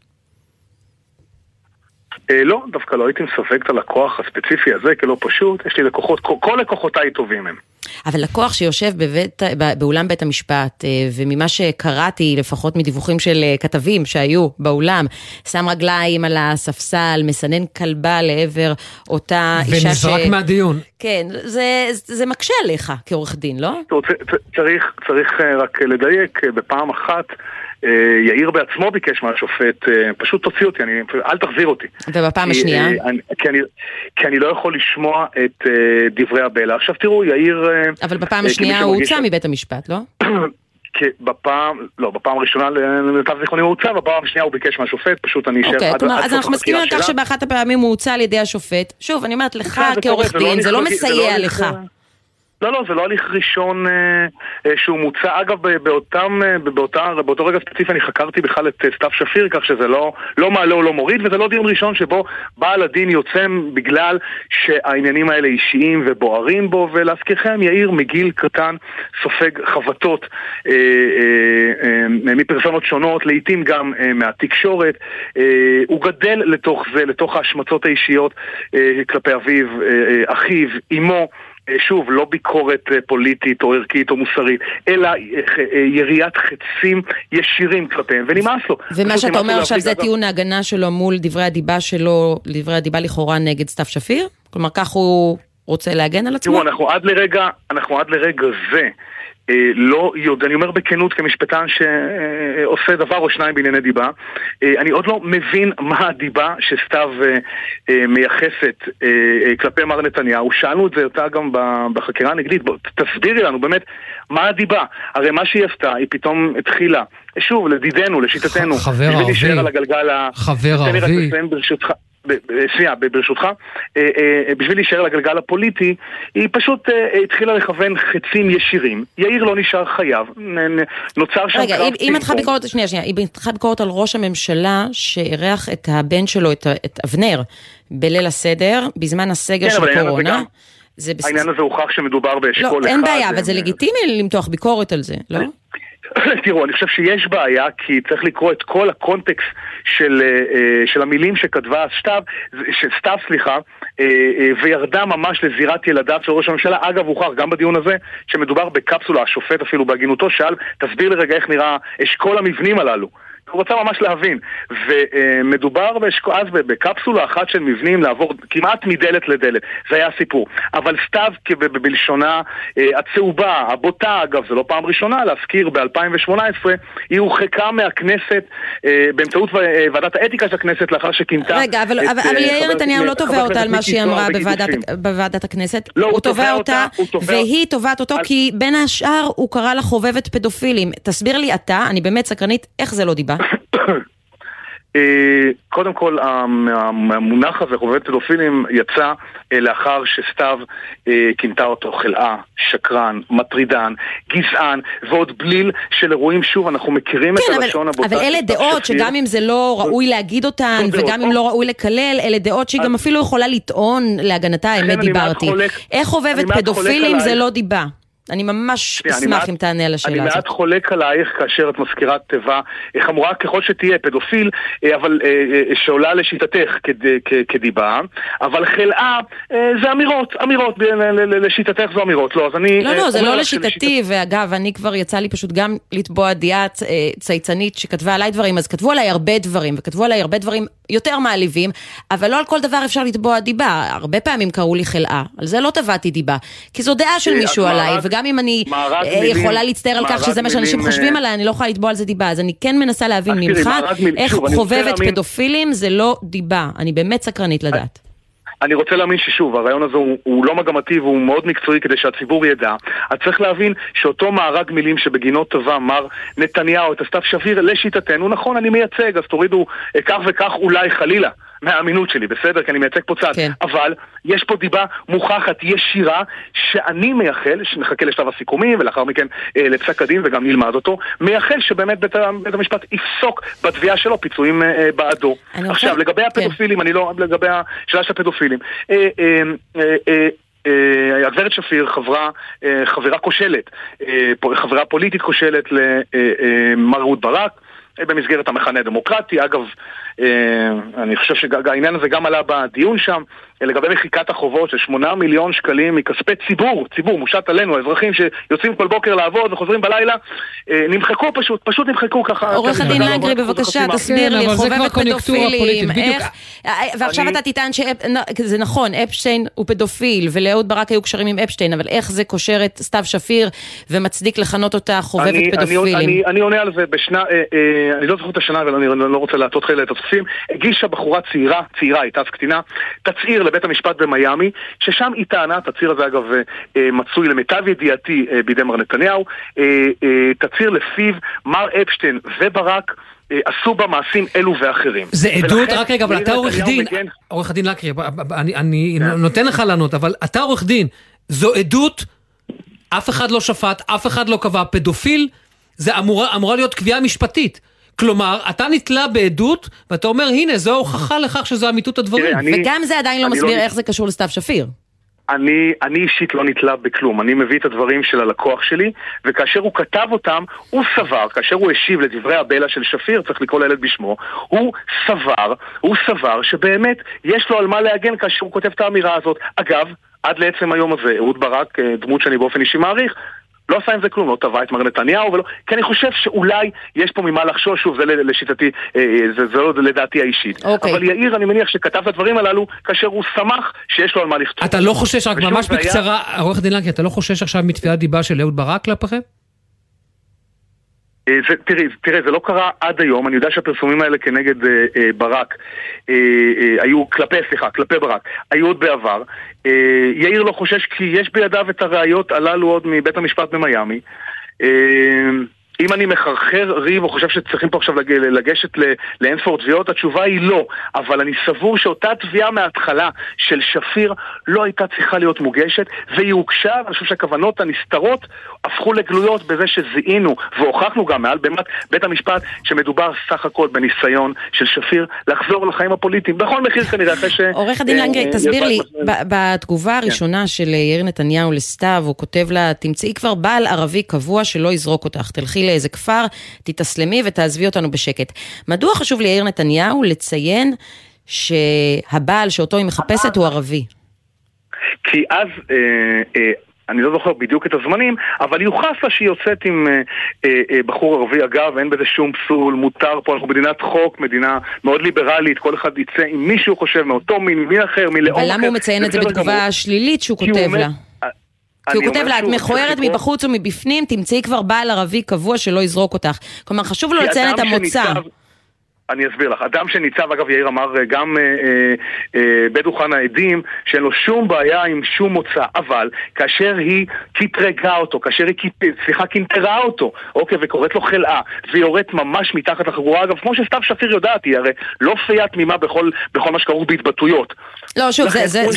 לא, דווקא לא הייתי מספק את הלקוח הספציפי הזה כלא פשוט. יש לי לקוחות, כל לקוחותיי טובים הם. אבל לקוח שיושב באולם בית המשפט, וממה שקראתי, לפחות מדיווחים של כתבים שהיו באולם, שם רגליים על הספסל, מסנן כלבה לעבר אותה אישה ונזרק מהדיון. כן, זה מקשה עליך כעורך דין, לא? צריך רק לדייק, בפעם אחת, יאיר בעצמו ביקש מהשופט, פשוט תוציא אותי, אל תחזיר אותי. ובפעם השנייה? כי אני לא יכול לשמוע את דברי הבלע. עכשיו תראו, יאיר... אבל בפעם השנייה הוא הוצא מבית המשפט, לא? בפעם הראשונה למיטב זיכרוני הוא הוצא, בפעם השנייה הוא ביקש מהשופט, פשוט אני אשאר עד אז אנחנו מסכימים על כך שבאחת הפעמים הוא הוצא על ידי השופט. שוב, אני אומרת לך כעורך דין, זה לא מסייע לך. לא, זה לא הליך ראשון שהוא מוצא. אגב, באותו רגע ספציפי אני חקרתי בכלל את סתיו שפיר, כך שזה לא מעלה או לא מוריד, וזה לא דיון ראשון שבו בעל הדין יוצא בגלל שהעניינים האלה אישיים ובוערים בו, ולהזכירכם, יאיר מגיל קטן סופג חבטות מפרסונות שונות, לעתים גם מהתקשורת. הוא גדל לתוך זה, לתוך ההשמצות האישיות כלפי אביו, אחיו, אמו, שוב, לא ביקורת פוליטית או ערכית או מוסרית, אלא יריית חצים ישירים כלפיהם, ונמאס לו. ומה שאתה אומר עכשיו זה טיעון ההגנה שלו מול דברי הדיבה שלו, דברי הדיבה לכאורה נגד סתיו שפיר? כלומר, כך הוא רוצה להגן על עצמו? תראו, אנחנו עד לרגע זה, לא יודע, אני אומר בכנות כמשפטן שעושה דבר או שניים בענייני דיבה, אני עוד לא מבין מה הדיבה שסתיו מייחסת כלפי מר נתניהו. שאלנו את זה אותה גם בחקירה הנגדית, תסבירי לנו באמת מה הדיבה. הרי מה שהיא עשתה, היא פתאום התחילה, שוב, לדידנו, לשיטתנו, חבר ערבי, ברשותך, בשביל להישאר לגלגל הפוליטי, היא פשוט התחילה לכוון חצים ישירים. יאיר לא נשאר חייב, נוצר שם... רגע, אם התחה ביקורת, היא התחה ביקורת על ראש הממשלה שאירח את הבן שלו, את אבנר, בליל הסדר, בזמן הסגר של קורונה. העניין הזה הוכח שמדובר באשכול אחד. לא, אין בעיה, אבל זה לגיטימי למתוח ביקורת על זה, לא? תראו, אני חושב שיש בעיה, כי צריך לקרוא את כל הקונטקסט של המילים שכתבה סתיו, וירדה ממש לזירת ילדיו של ראש הממשלה. אגב, הוכח גם בדיון הזה שמדובר בקפסולה, השופט אפילו בהגינותו שאל, תסביר לרגע איך נראה אשכול המבנים הללו. הוא רוצה ממש להבין, ומדובר אז בקפסולה אחת של מבנים לעבור כמעט מדלת לדלת, זה היה הסיפור. אבל סתיו בלשונה הצהובה, הבוטה, אגב, זה לא פעם ראשונה, להזכיר ב-2018, היא הורחקה מהכנסת באמצעות ועדת האתיקה של הכנסת לאחר שכינתה... רגע, אבל יאיר נתניהו לא תובע אותה על מה שהיא אמרה בוועדת הכנסת, הוא תובע אותה והיא תובעת אותו כי בין השאר הוא קרא לה חובבת פדופילים. תסביר לי אתה, אני באמת סקרנית, איך זה לא דיבה? קודם כל, המונח הזה, חובבת פדופילים, יצא לאחר שסתיו כינתה אותו חלאה, שקרן, מטרידן, גזען, ועוד בליל של אירועים. שוב, אנחנו מכירים את הלשון הבוטה. אבל אלה דעות שגם אם זה לא ראוי להגיד אותן, וגם אם לא ראוי לקלל, אלה דעות שהיא גם אפילו יכולה לטעון להגנתה, האמת דיברתי. איך חובבת פדופילים זה לא דיבה? אני ממש אשמח אם תענה על השאלה הזאת. אני מעט חולק עלייך כאשר את מזכירת תיבה חמורה ככל שתהיה פדופיל, אבל שעולה לשיטתך כדיבה, אבל חלאה זה אמירות, לשיטתך זו אמירות. לא, זה לא לשיטתי, ואגב, אני כבר יצא לי פשוט גם לתבוע דעה צייצנית שכתבה עליי דברים, אז כתבו עליי הרבה דברים, וכתבו עליי הרבה דברים יותר מעליבים, אבל לא על כל דבר אפשר לתבוע דיבה. הרבה פעמים קראו לי חלאה, על זה לא תבעתי דיבה, כי זו דעה של מישהו עליי, וגם אם אני יכולה להצטער על כך שזה מה שאנשים חושבים עליי, אני לא יכולה לתבוע על זה דיבה. אז אני כן מנסה להבין ממך איך חובבת פדופילים זה לא דיבה. אני באמת סקרנית לדעת. אני רוצה להאמין ששוב, הרעיון הזה הוא לא מגמתי והוא מאוד מקצועי כדי שהציבור ידע. אז צריך להבין שאותו מארג מילים שבגינו טבע מר נתניהו את סתיו שפיר לשיטתנו, נכון, אני מייצג, אז תורידו כך וכך אולי חלילה מהאמינות שלי, בסדר? כי אני מייצג פה צד. כן. אבל יש פה דיבה מוכחת, ישירה, שאני מייחל, שנחכה לשלב הסיכומים, ולאחר מכן לפסק הדין, וגם נלמד אותו, מייחל שבאמת בית המשפט יפסוק בתביעה שלו פיצויים בעדו. עכשיו, לגבי הפדופילים, אני לא, לגבי השאלה של הפדופילים, הגברת שפיר חברה כושלת, חברה פוליטית כושלת למר אהוד ברק, במסגרת המחנה הדמוקרטי. אגב, אני חושב שהעניין הזה גם עלה בדיון שם, לגבי מחיקת החובות של 8 מיליון שקלים מכספי ציבור מושת עלינו, האזרחים שיוצאים כל בוקר לעבוד וחוזרים בלילה, נמחקו פשוט נמחקו ככה. עורך הדין לנגרי, בבקשה, תסביר לי, חובבת פדופילים, ועכשיו אתה תטען שזה נכון, אפשטיין הוא פדופיל, ולאהוד ברק היו קשרים עם אפשטיין, אבל איך זה קושר את סתיו שפיר ומצדיק לכנות אותה חובבת פדופילים? אני עונה על זה אני לא זוכר את השנה, אבל אני לא רוצה להטות חלק לתוספים. הגישה בחורה צעירה, הייתה אז קטינה, תצעיר לבית המשפט במיימי, ששם היא טענה, תצעיר הזה אגב מצוי למיטב ידיעתי בידי מר נתניהו, תצעיר לפיו מר אפשטיין וברק עשו בה מעשים אלו ואחרים. זה עדות, רק רגע, אבל אתה עורך דין לקרי, אני נותן לך לענות, אבל אתה עורך דין, זו עדות, אף אחד לא שפט, אף אחד לא קבע, פדופיל, זה אמורה להיות קביעה משפטית. כלומר, אתה נתלה בעדות, ואתה אומר, הנה, זו הוכחה לכך שזו אמיתות הדברים. וגם זה עדיין לא מסביר איך זה קשור לסתיו שפיר. אני אישית לא נתלה בכלום, אני מביא את הדברים של הלקוח שלי, וכאשר הוא כתב אותם, הוא סבר, כאשר הוא השיב לדברי הבלע של שפיר, צריך לקרוא לילד בשמו, הוא סבר שבאמת יש לו על מה להגן כאשר הוא כותב את האמירה הזאת. אגב, עד לעצם היום הזה, אהוד ברק, דמות שאני באופן אישי מעריך, לא עשה עם זה כלום, לא טבע את מר נתניהו, כי אני חושב שאולי יש פה ממה לחשוש, שוב, זה לשיטתי, זה לא לדעתי האישית. אבל יאיר, אני מניח שכתב את הדברים הללו, כאשר הוא שמח שיש לו על מה לכתוב. אתה לא חושש, רק ממש בקצרה, עורך דין לנקרי, אתה לא חושש עכשיו מתביעת דיבה של אהוד ברק כלפיכם? תראה, זה לא קרה עד היום, אני יודע שהפרסומים האלה כנגד ברק היו כלפי ברק, היו עוד בעבר. יאיר לא חושש כי יש בידיו את הראיות הללו עוד מבית המשפט במיימי. אם אני מחרחר ריב או חושב שצריכים פה עכשיו לגשת לאינספור תביעות, התשובה היא לא. אבל אני סבור שאותה תביעה מההתחלה של שפיר לא הייתה צריכה להיות מוגשת, והיא הוגשה, ואני חושב שהכוונות הנסתרות הפכו לגלויות בזה שזיהינו, והוכחנו גם מעל באמת בית המשפט, שמדובר סך הכל בניסיון של שפיר לחזור לחיים הפוליטיים. בכל מחיר כנראה אחרי ש... עורך הדין לנגרי, תסביר לי, בתגובה הראשונה של יאיר נתניהו לסתיו, הוא כותב לה, תמצאי כבר בעל ערבי קבוע שלא יזרוק אותך, תלכי לאיזה כפר, תתסלמי ותעזבי אותנו בשקט. מדוע חשוב ליאיר נתניהו לציין שהבעל שאותו היא מחפשת הוא ערבי? כי אז, אני לא זוכר בדיוק את הזמנים, אבל יוחס לה שהיא יוצאת עם בחור ערבי. אגב, אין בזה שום פסול, מותר פה, אנחנו מדינת חוק, מדינה מאוד ליברלית, כל אחד יצא עם מישהו חושב מאותו מין אחר, מלאום אחר. אבל למה הוא מציין את זה בתגובה שלילית שהוא כותב לה? כי הוא כותב לה, את מכוערת מבחוץ ומבפנים, תמצאי כבר בעל ערבי קבוע שלא יזרוק אותך. כלומר, חשוב לו לציין את המוצא. אני אסביר לך. אדם שניצב, אגב, יאיר אמר גם בדוכן העדים, שאין לו שום בעיה עם שום מוצא, אבל כאשר היא קטרגה אותו, כאשר היא קינטרה אותו, אוקיי, וקוראת לו חלאה, והיא יורדת ממש מתחת לחגורה, אגב, כמו שסתיו שפיר יודעת, היא הרי לא פיית תמימה בכל מה שכרוך בהתבטאויות. לא, שוב,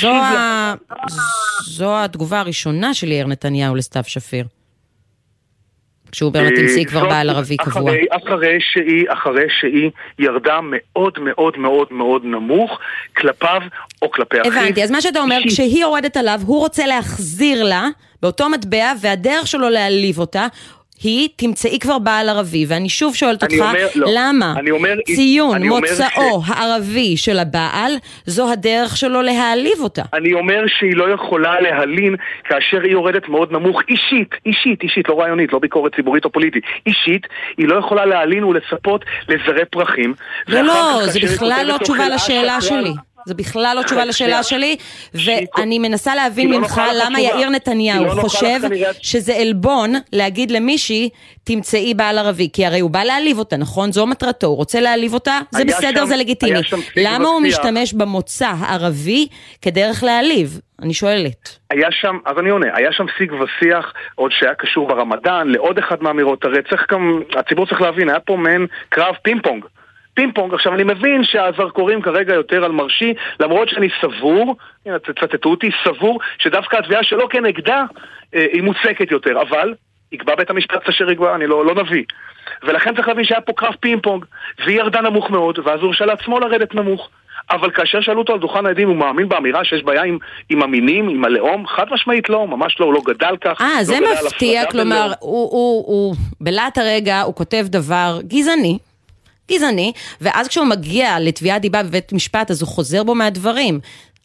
זו התגובה הראשונה של יאיר נתניהו לסתיו שפיר. כשהוא אומר לה תמצאי כבר בעל ערבי קבוע. אחרי שהיא ירדה מאוד מאוד מאוד מאוד נמוך כלפיו או כלפי אחיו. הבנתי, אז מה שאתה אומר, כשהיא יורדת עליו, הוא רוצה להחזיר לה באותו מטבע, והדרך שלו להעליב אותה, היא תמצאי כבר בעל ערבי, ואני שוב שואלת אותך, למה ציון מוצאו הערבי של הבעל, זו הדרך שלו להעליב אותה? אני אומר שהיא לא יכולה להלין כאשר היא יורדת מאוד נמוך, אישית, לא רעיונית, לא ביקורת ציבורית או פוליטית, אישית, היא לא יכולה להלין ולצפות לזרי פרחים. לא, זה בכלל לא תשובה לשאלה שלי. זה בכלל לא תשובה לשאלה שלי, ואני מנסה להבין ממך למה יאיר נתניהו חושב שזה אלבון להגיד למישהי, תמצאי בעל ערבי, כי הרי הוא בא להעליב אותה, נכון? זו מטרתו, הוא רוצה להעליב אותה, זה בסדר, זה לגיטימי. למה הוא משתמש במוצא הערבי כדרך להעליב? אני שואלת. אז אני עונה, היה שם שיג ושיח, עוד שהיה קשור ברמדאן, לעוד אחד מאמירות, הרי הציבור צריך להבין, היה פה מעין קרב פינג-פונג. עכשיו אני מבין שהזרקורים כרגע יותר על מרשי, למרות שאני סבור, צטטו אותי, סבור שדווקא התביעה שלו כנגדה היא מוצקת יותר, אבל יקבע בית המשפט אשר יקבע, אני לא נביא. ולכן צריך להבין שהיה פה קרב פינג-פונג, והיא ירדה נמוך מאוד, ואז הוא הרשה לעצמו לרדת נמוך. אבל כאשר שאלו אותו על דוכן העדים, הוא מאמין באמירה שיש בעיה עם המינים, עם הלאום, חד משמעית לא, ממש לא, הוא לא גדל כך. זה מפתיע, כלומר, הוא בלעת הרגע, הוא כותב דבר גזעני, ואז כשהוא מגיע לתביעת דיבה בבית משפט, אז הוא חוזר בו מהדברים.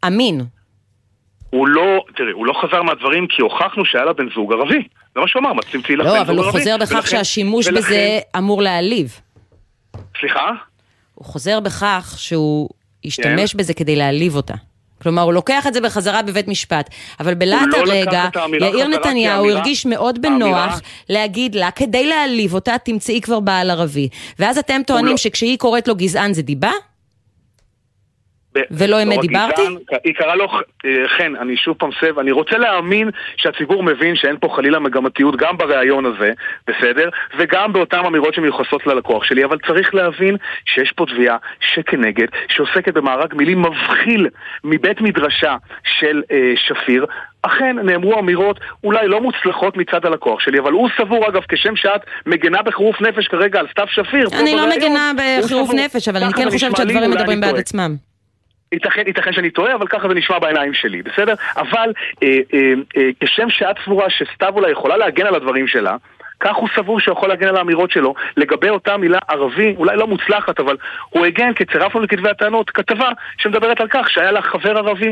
אמין. הוא לא חזר מהדברים כי הוכחנו שהיה לה בן זוג ערבי. זה מה שהוא אמר, מצמצי לך בן זוג ערבי. לא, אבל הוא חוזר בכך שהשימוש בזה אמור להעליב. סליחה? הוא חוזר בכך שהוא ישתמש בזה כדי להעליב אותה. כלומר, הוא לוקח את זה בחזרה בבית משפט. אבל בלעת הרגע, יאיר נתניהו הרגיש מאוד בנוח להגיד לה, כדי להעליב אותה, תמצאי כבר בעל ערבי. ואז אתם טוענים שכשהיא קוראת לו גזען זה דיבה? ולא אמת דיברתי? היא קראה לו, כן, אני שוב פעם סב, אני רוצה להאמין שהציבור מבין שאין פה חלילה מגמתיות גם ברעיון הזה, בסדר? וגם באותן אמירות שמיוחסות ללקוח שלי, אבל צריך להבין שיש פה תביעה שכנגד, שעוסקת במארג מילים מבחיל מבית מדרשה של שפיר. אכן נאמרו אמירות אולי לא מוצלחות מצד הלקוח שלי, אבל הוא סבור אגב כשם שאת מגנה בחירוף נפש כרגע על סתיו שפיר. אני לא מגנה בחירוף נפש, אבל אני כן חושבת שהדברים מדברים בעד עצמם. ייתכן שאני טועה, אבל ככה זה נשמע בעיניים שלי, בסדר? אבל כשם שאת סבורה שסתיו אולי יכולה להגן על הדברים שלה, כך הוא סבור שיכול להגן על האמירות שלו לגבי אותה מילה ערבי, אולי לא מוצלחת, אבל הוא הגן, כי צירפנו לכתבי הטענות, כתבה שמדברת על כך שהיה לה חבר ערבי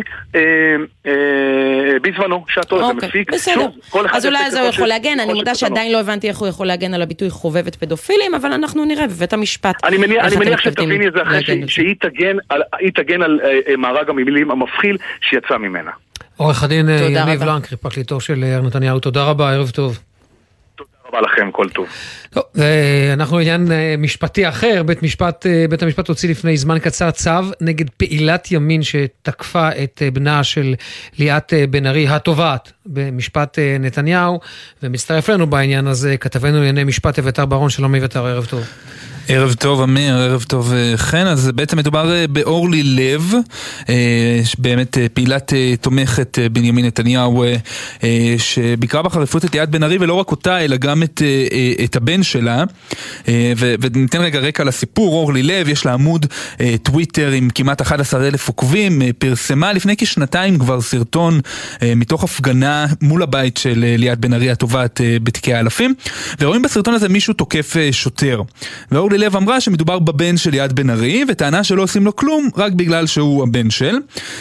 בזמנו, שעתו זה מפיק. בסדר, אז אולי זה הוא יכול להגן, אני מודה שעדיין לא הבנתי איך הוא יכול להגן על הביטוי חובבת פדופילים, אבל אנחנו נראה בבית המשפט. אני מניח שתביני את זה אחרי שהיא תגן על מארג המילים המפחיל שיצא ממנה. עורך הדין יניב לנקרי, פרקליטו של יאיר נתניהו, תודה רבה, ערב טוב. תודה לכם, כל טוב. טוב, אנחנו עניין משפטי אחר, בית המשפט הוציא לפני זמן קצר צו נגד פעילת ימין שתקפה את בנה של ליאת בן ארי התובעת במשפט נתניהו, ומצטרף לנו בעניין הזה כתבנו לענייני משפט אביתר ברון. שלום אביתר, ערב טוב. ערב טוב אמיר, ערב טוב חן. אז בעצם מדובר באורלי לב, שבאמת פעילת תומכת בנימין נתניהו, שביקרה בחריפות את ליאת בן ארי, ולא רק אותה אלא גם את הבן שלה. וניתן רגע רקע לסיפור. אורלי לב, יש לה עמוד טוויטר עם כמעט 11,000 עוקבים, פרסמה לפני כשנתיים כבר סרטון מתוך הפגנה מול הבית של ליאת בן ארי התובעת בתיקי האלפים, ורואים בסרטון הזה מישהו תוקף שוטר, ואורלי לב אמרה שמדובר בבן של ליאת בן ארי, וטענה שלא עושים לו כלום רק בגלל שהוא הבן של,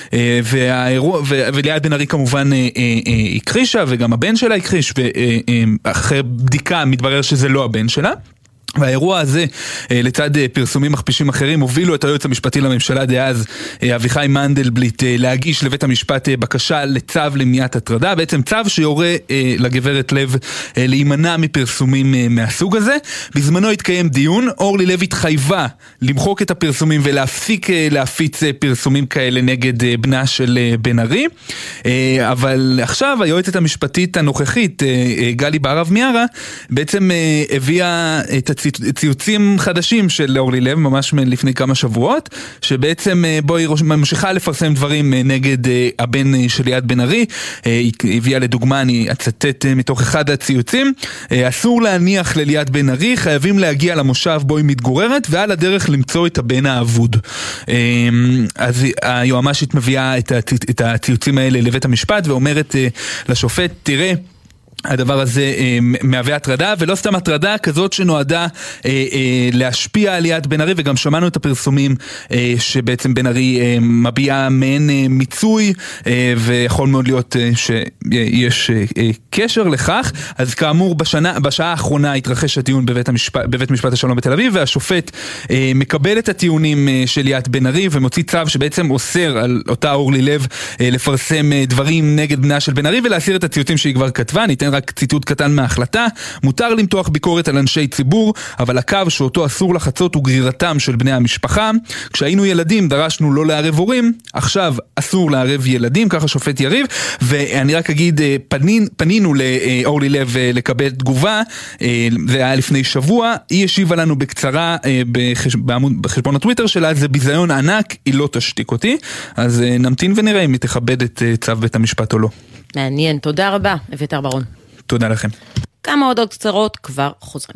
וליאת בן ארי כמובן הכחישה, וגם הבן שלה הכחיש, ואחרי בדיקה מתברר שזה לא הבן שלה. והאירוע הזה, לצד פרסומים מכפישים אחרים, הובילו את היועץ המשפטי לממשלה דאז, אביחי מנדלבליט, להגיש לבית המשפט בקשה לצו למניעת הטרדה, בעצם צו שיורה לגברת לב להימנע מפרסומים מהסוג הזה. בזמנו התקיים דיון, אורלי לב התחייבה למחוק את הפרסומים ולהפסיק להפיץ פרסומים כאלה נגד בנה של בן ארי, אבל עכשיו היועצת המשפטית הנוכחית, גלי בהרב מיארה, בעצם הביאה את ציוצים חדשים של אורלי לב, ממש לפני כמה שבועות, שבעצם בו היא ממשיכה לפרסם דברים נגד הבן של ליאת בן ארי. היא הביאה לדוגמה, אני אצטט מתוך אחד הציוצים: אסור להניח לליאת בן ארי, חייבים להגיע למושב בו היא מתגוררת, ועל הדרך למצוא את הבן האבוד. אז היועמ"שית מביאה את הציוצים האלה לבית המשפט, ואומרת לשופט, תראה, הדבר הזה מהווה הטרדה, ולא סתם הטרדה כזאת שנועדה להשפיע על ליאת בן ארי, וגם שמענו את הפרסומים שבעצם בן ארי מביע מעין מיצוי, ויכול מאוד להיות שיש קשר לכך. אז כאמור, בשעה האחרונה התרחש הדיון בבית משפט השלום בתל אביב, והשופט מקבל את הטיעונים של ליאת בן ארי, ומוציא צו שבעצם אוסר על אותה אורלי לב לפרסם דברים נגד בנה של בן ארי, ולהסיר את הציוצים שהיא כבר כתבה. ניתן רק ציטוט קטן מההחלטה: מותר למתוח ביקורת על אנשי ציבור, אבל הקו שאותו אסור לחצות הוא גרירתם של בני המשפחה. כשהיינו ילדים דרשנו לא לערב הורים, עכשיו אסור לערב ילדים, ככה שופט יריב. ואני רק אגיד, פנינו לאורלי לב לקבל תגובה, זה היה לפני שבוע, היא השיבה לנו בקצרה בחשבון הטוויטר שלה: זה ביזיון ענק, היא לא תשתיק אותי. אז נמתין ונראה אם היא תכבד את צו בית המשפט או לא. מעניין, תודה רבה, אביתר ברון. תודה לכם. כמה עוד קצרות, כבר חוזרים.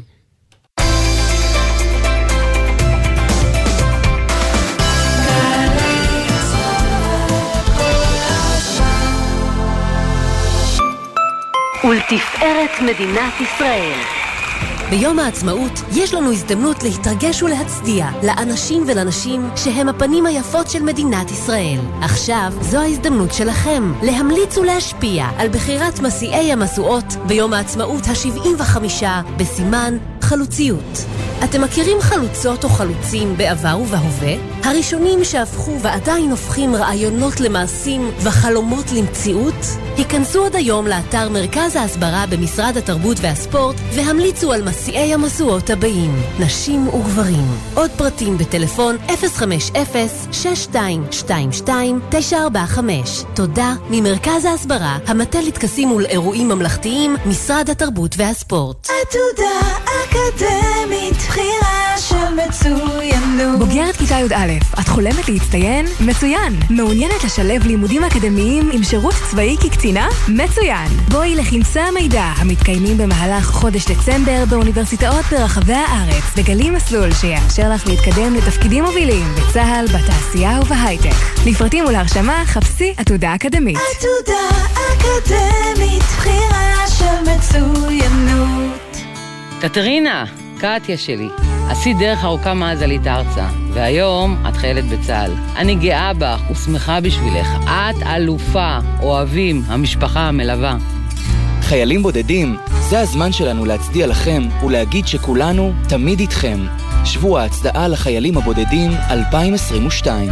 ולתפארת מדינת ישראל. ביום העצמאות יש לנו הזדמנות להתרגש ולהצדיע לאנשים ולנשים שהם הפנים היפות של מדינת ישראל. עכשיו זו ההזדמנות שלכם להמליץ ולהשפיע על בחירת מסיעי המשואות ביום העצמאות ה-75 בסימן חלוציות. אתם מכירים חלוצות או חלוצים בעבר ובהווה? הראשונים שהפכו ועדיין הופכים רעיונות למעשים וחלומות למציאות? היכנסו עוד היום לאתר מרכז ההסברה במשרד התרבות והספורט והמליצו על מסיעי המשואות הבאים, נשים וגברים. עוד פרטים בטלפון 050-6222-945. תודה ממרכז ההסברה, המטה לטקסים ולאירועים ממלכתיים, משרד התרבות והספורט. עתודה אקדמית, בחירה של מצוינות. בוגרת כיתה י"א, את חולמת להצטיין? מצוין. מעוניינת לשלב לימודים אקדמיים עם שירות צבאי כקצינה? מצוין. בואי לכנסי המידע המתקיימים במהלך חודש דצמבר באוניברסיטאות ברחבי הארץ, וגלי מסלול שיאפשר לך להתקדם לתפקידים מובילים בצה"ל, בתעשייה ובהייטק. לפרטים ולהרשמה חפשי עתודה אקדמית. עתודה אקדמית, בחירה של מצוינות. קטרינה, קטיה שלי, עשית דרך ארוכה מאז עלית ארצה, והיום את חיילת בצה"ל. אני גאה בך ושמחה בשבילך. את אלופה, אוהבים, המשפחה המלווה. חיילים בודדים, זה הזמן שלנו להצדיע לכם ולהגיד שכולנו תמיד איתכם. שבוע ההצדעה לחיילים הבודדים 2022.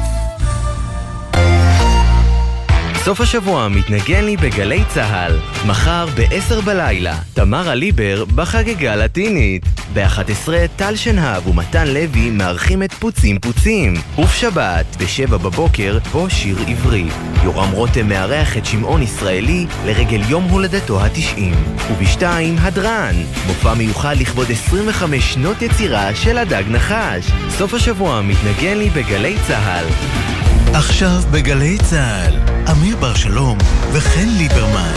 סוף השבוע מתנגן לי בגלי צהל. מחר ב-10 בלילה, תמרה ליבר בחגיגה לטינית. ב-11 טל שנהב ומתן לוי מארחים את פוצים פוצים. ובשבת, ב-7 בבוקר, בו שיר עברי. יורם רותם מארח את שמעון ישראלי לרגל יום הולדתו ה-90. וב-2 הדרן, מופע מיוחד לכבוד 25 שנות יצירה של הדג נחש. סוף השבוע מתנגן לי בגלי צהל. עכשיו בגלי צהל, אמיר בר שלום וחן ליברמן.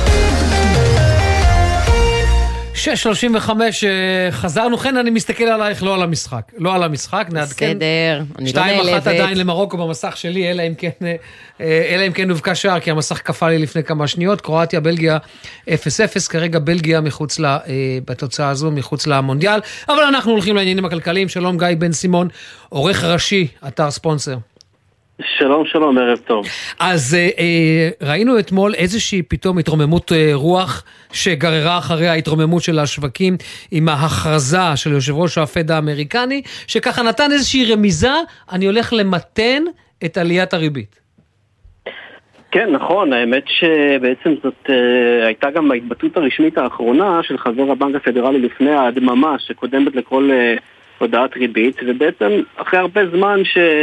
6:35, חזרנו. חן, אני מסתכל עלייך, לא על המשחק. לא על המשחק, נעדכן. בסדר, אני לא נעלבת. 2-1 עדיין למרוקו במסך שלי, אלא אם כן נובקע שער, כי המסך קפא לי לפני כמה שניות. קרואטיה, בלגיה 0-0, כרגע בלגיה מחוץ בתוצאה הזו, מחוץ למונדיאל. אבל אנחנו הולכים לעניינים הכלכליים. שלום גיא בן סימון, עורך ראשי, אתר ספונסר. שלום, שלום, ערב טוב. אז ראינו אתמול איזושהי פתאום התרוממות רוח שגררה אחריה ההתרוממות של השווקים עם ההכרזה של יושב ראש הפד האמריקני, שככה נתן איזושהי רמיזה, אני הולך למתן את עליית הריבית. כן, נכון, האמת שבעצם זאת הייתה גם ההתבטאות הרשמית האחרונה של חבר הבנק הפדרלי לפני ההדממה שקודמת לכל הודעת ריבית, ובעצם אחרי הרבה זמן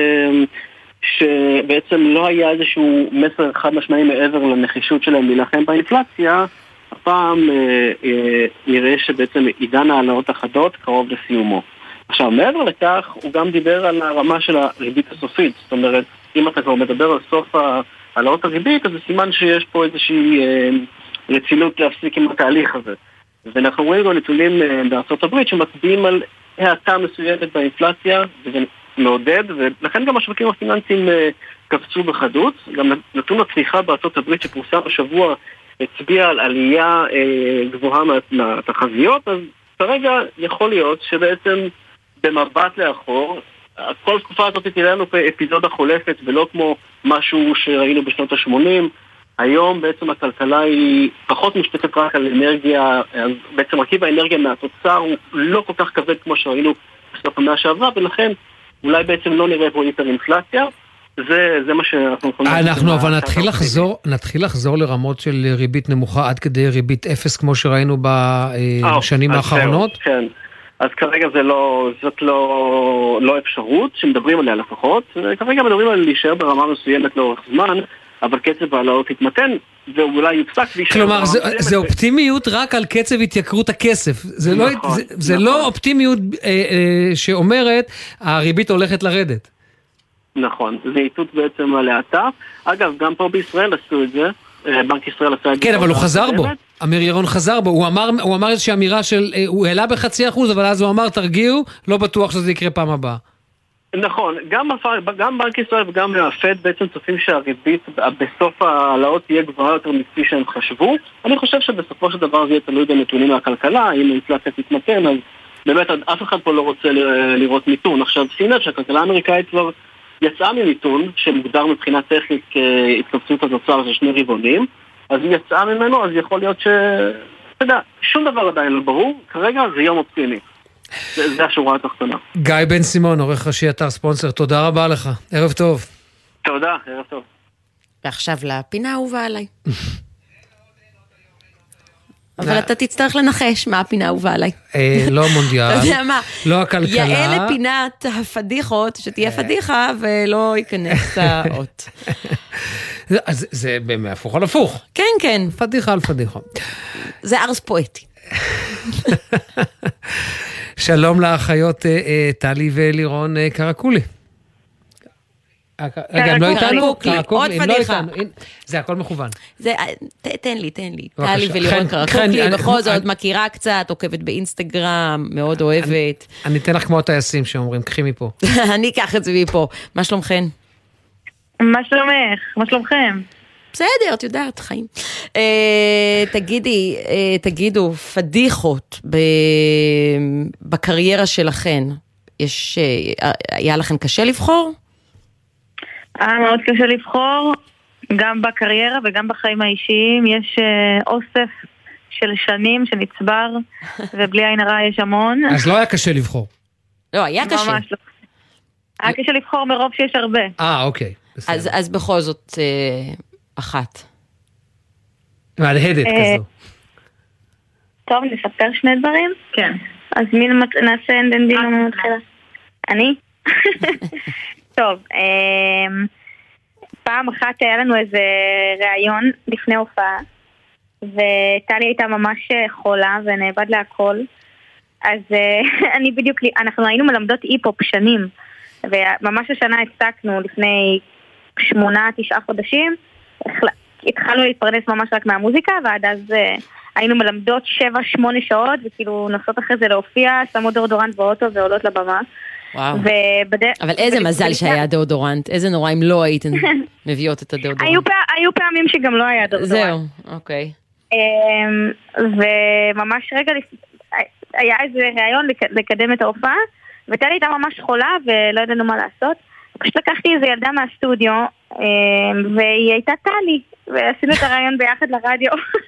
שבעצם לא היה איזשהו מסר חד משמעי מעבר לנחישות שלהם להילחם באינפלציה, הפעם נראה שבעצם עידן העלאות החדות קרוב לסיומו. עכשיו, מעבר לכך, הוא גם דיבר על הרמה של הריבית הסופית. זאת אומרת, אם אתה כבר מדבר על סוף העלאות הריבית, אז זה סימן שיש פה איזושהי רצינות להפסיק עם התהליך הזה. ואנחנו רואים גם נתונים בארצות הברית שמצביעים על האטה מסוימת באינפלציה, וזה מעודד, ולכן גם השווקים הפיננסיים קפצו בחדות. גם נתון הצריכה בארצות הברית שפורסם השבוע הצביע על עלייה גבוהה מהתחזיות, אז כרגע יכול להיות שבעצם במבט לאחור, כל תקופה הזאת תראה לנו כאפיזודה חולפת ולא כמו משהו שראינו בשנות ה-80. היום בעצם הכלכלה היא פחות משתתפת רק על אנרגיה, בעצם רכיב האנרגיה מהתוצר הוא לא כל כך כבד כמו שראינו בסוף המאה שעברה, ולכן אולי בעצם לא נראה פה יותר אינפלציה. זה מה שאנחנו יכולים... אנחנו אבל נתחיל לחזור לרמות של ריבית נמוכה עד כדי ריבית אפס כמו שראינו בשנים האחרונות? כן. אז כרגע זאת לא אפשרות שמדברים עליה לפחות. כרגע מדברים על להישאר ברמה מסוימת לאורך זמן, אבל קצב העלאות התמתן, ואולי יופסק... כלומר, זה אופטימיות רק על קצב התייקרות הכסף. זה לא אופטימיות שאומרת, הריבית הולכת לרדת. נכון, זה איתות בעצם על האטה. אגב, גם פה בישראל עשו את זה, בנק ישראל עשה את זה. כן, אבל הוא חזר בו. אמיר ירון חזר בו. הוא אמר איזושהי אמירה של, הוא העלה ב0.5%, אבל אז הוא אמר, תרגיעו, לא בטוח שזה יקרה פעם הבאה. נכון, גם בנק ישראל וגם הפד בעצם צופים שהריבית בסוף העלאות תהיה גבוהה יותר מכפי שהם חשבו. אני חושב שבסופו של דבר זה יהיה תלוי בנתונים מהכלכלה, אם האינפלציה תתמתן, אז באמת אף אחד פה לא רוצה לראות מיתון. עכשיו שים לב שהכלכלה האמריקאית כבר יצאה ממיתון, שמוגדר מבחינה טכנית כהתכווצות התוצר של 2 רבעונים, אז היא יצאה ממנו, אז יכול להיות אתה יודע, שום דבר עדיין לא ברור, כרגע זה יום אופטימי. זה השורה התחתונה. גיא בן סימון, עורך ראשי אתר ספונסר, תודה רבה לך. ערב טוב. תודה, ערב טוב. ועכשיו לפינה האהובה עליי. אבל אתה תצטרך לנחש מה הפינה האהובה עליי. לא מונדיאל, אתה יודע מה? לא הכלכלה. יעלה לפינת הפדיחות, שתהיה פדיחה ולא ייכנס האות. אז זה בהפוך על הפוך. כן, כן. פדיחה על פדיחה. זה ארס פואטי. שלום לאחיות טלי ולירון קרקולי. רגע, הם לא איתנו? עוד פדיחה. זה הכל מכוון. תן לי. טלי ולירון קרקולי, בכל זאת מכירה קצת, עוקבת באינסטגרם, מאוד אוהבת. אני אתן לך כמו הטייסים שאומרים, קחי מפה. אני אקח את זה מפה. מה שלומכן? מה שלומך? מה שלומכם? בסדר, את יודעת, חיים. תגידו, פדיחות בקריירה שלכן, היה לכם קשה לבחור? מאוד קשה לבחור, גם בקריירה וגם בחיים האישיים. יש אוסף של שנים שנצבר, ובלי עין הרע יש המון. אז לא היה קשה לבחור. לא, היה קשה. ממש לא. היה קשה לבחור מרוב שיש הרבה. אוקיי. אז בכל זאת, אחת. מהדהדת כזו. טוב, נספר 2 דברים? כן. אז מי נעשה אנדנדינו מתחילה? אני? טוב, פעם אחת היה לנו איזה ראיון לפני הופעה, וטלי הייתה ממש חולה ונאבד לה הכל. אז אנחנו היינו מלמדות אי-פופ שנים, וממש השנה הפסקנו לפני 8-9 חודשים, התחלנו להתפרנס ממש רק מהמוזיקה, ועד אז היינו מלמדות 7-8 שעות, וכאילו נוסעות אחרי זה להופיע, שמות דאודורנט באוטו ועולות לבמה. וואו. אבל איזה מזל שהיה דאודורנט, איזה נורא אם לא הייתן מביאות את הדאודורנט. היו פעמים שגם לא היה דאודורנט. זהו, אוקיי. וממש רגע היה איזה רעיון לקדם את ההופעה, וטלי הייתה ממש חולה ולא ידענו מה לעשות. פשוט לקחתי איזו ילדה מהסטודיו, והיא הייתה טלי, ועשינו את הרעיון ביחד לרדיו.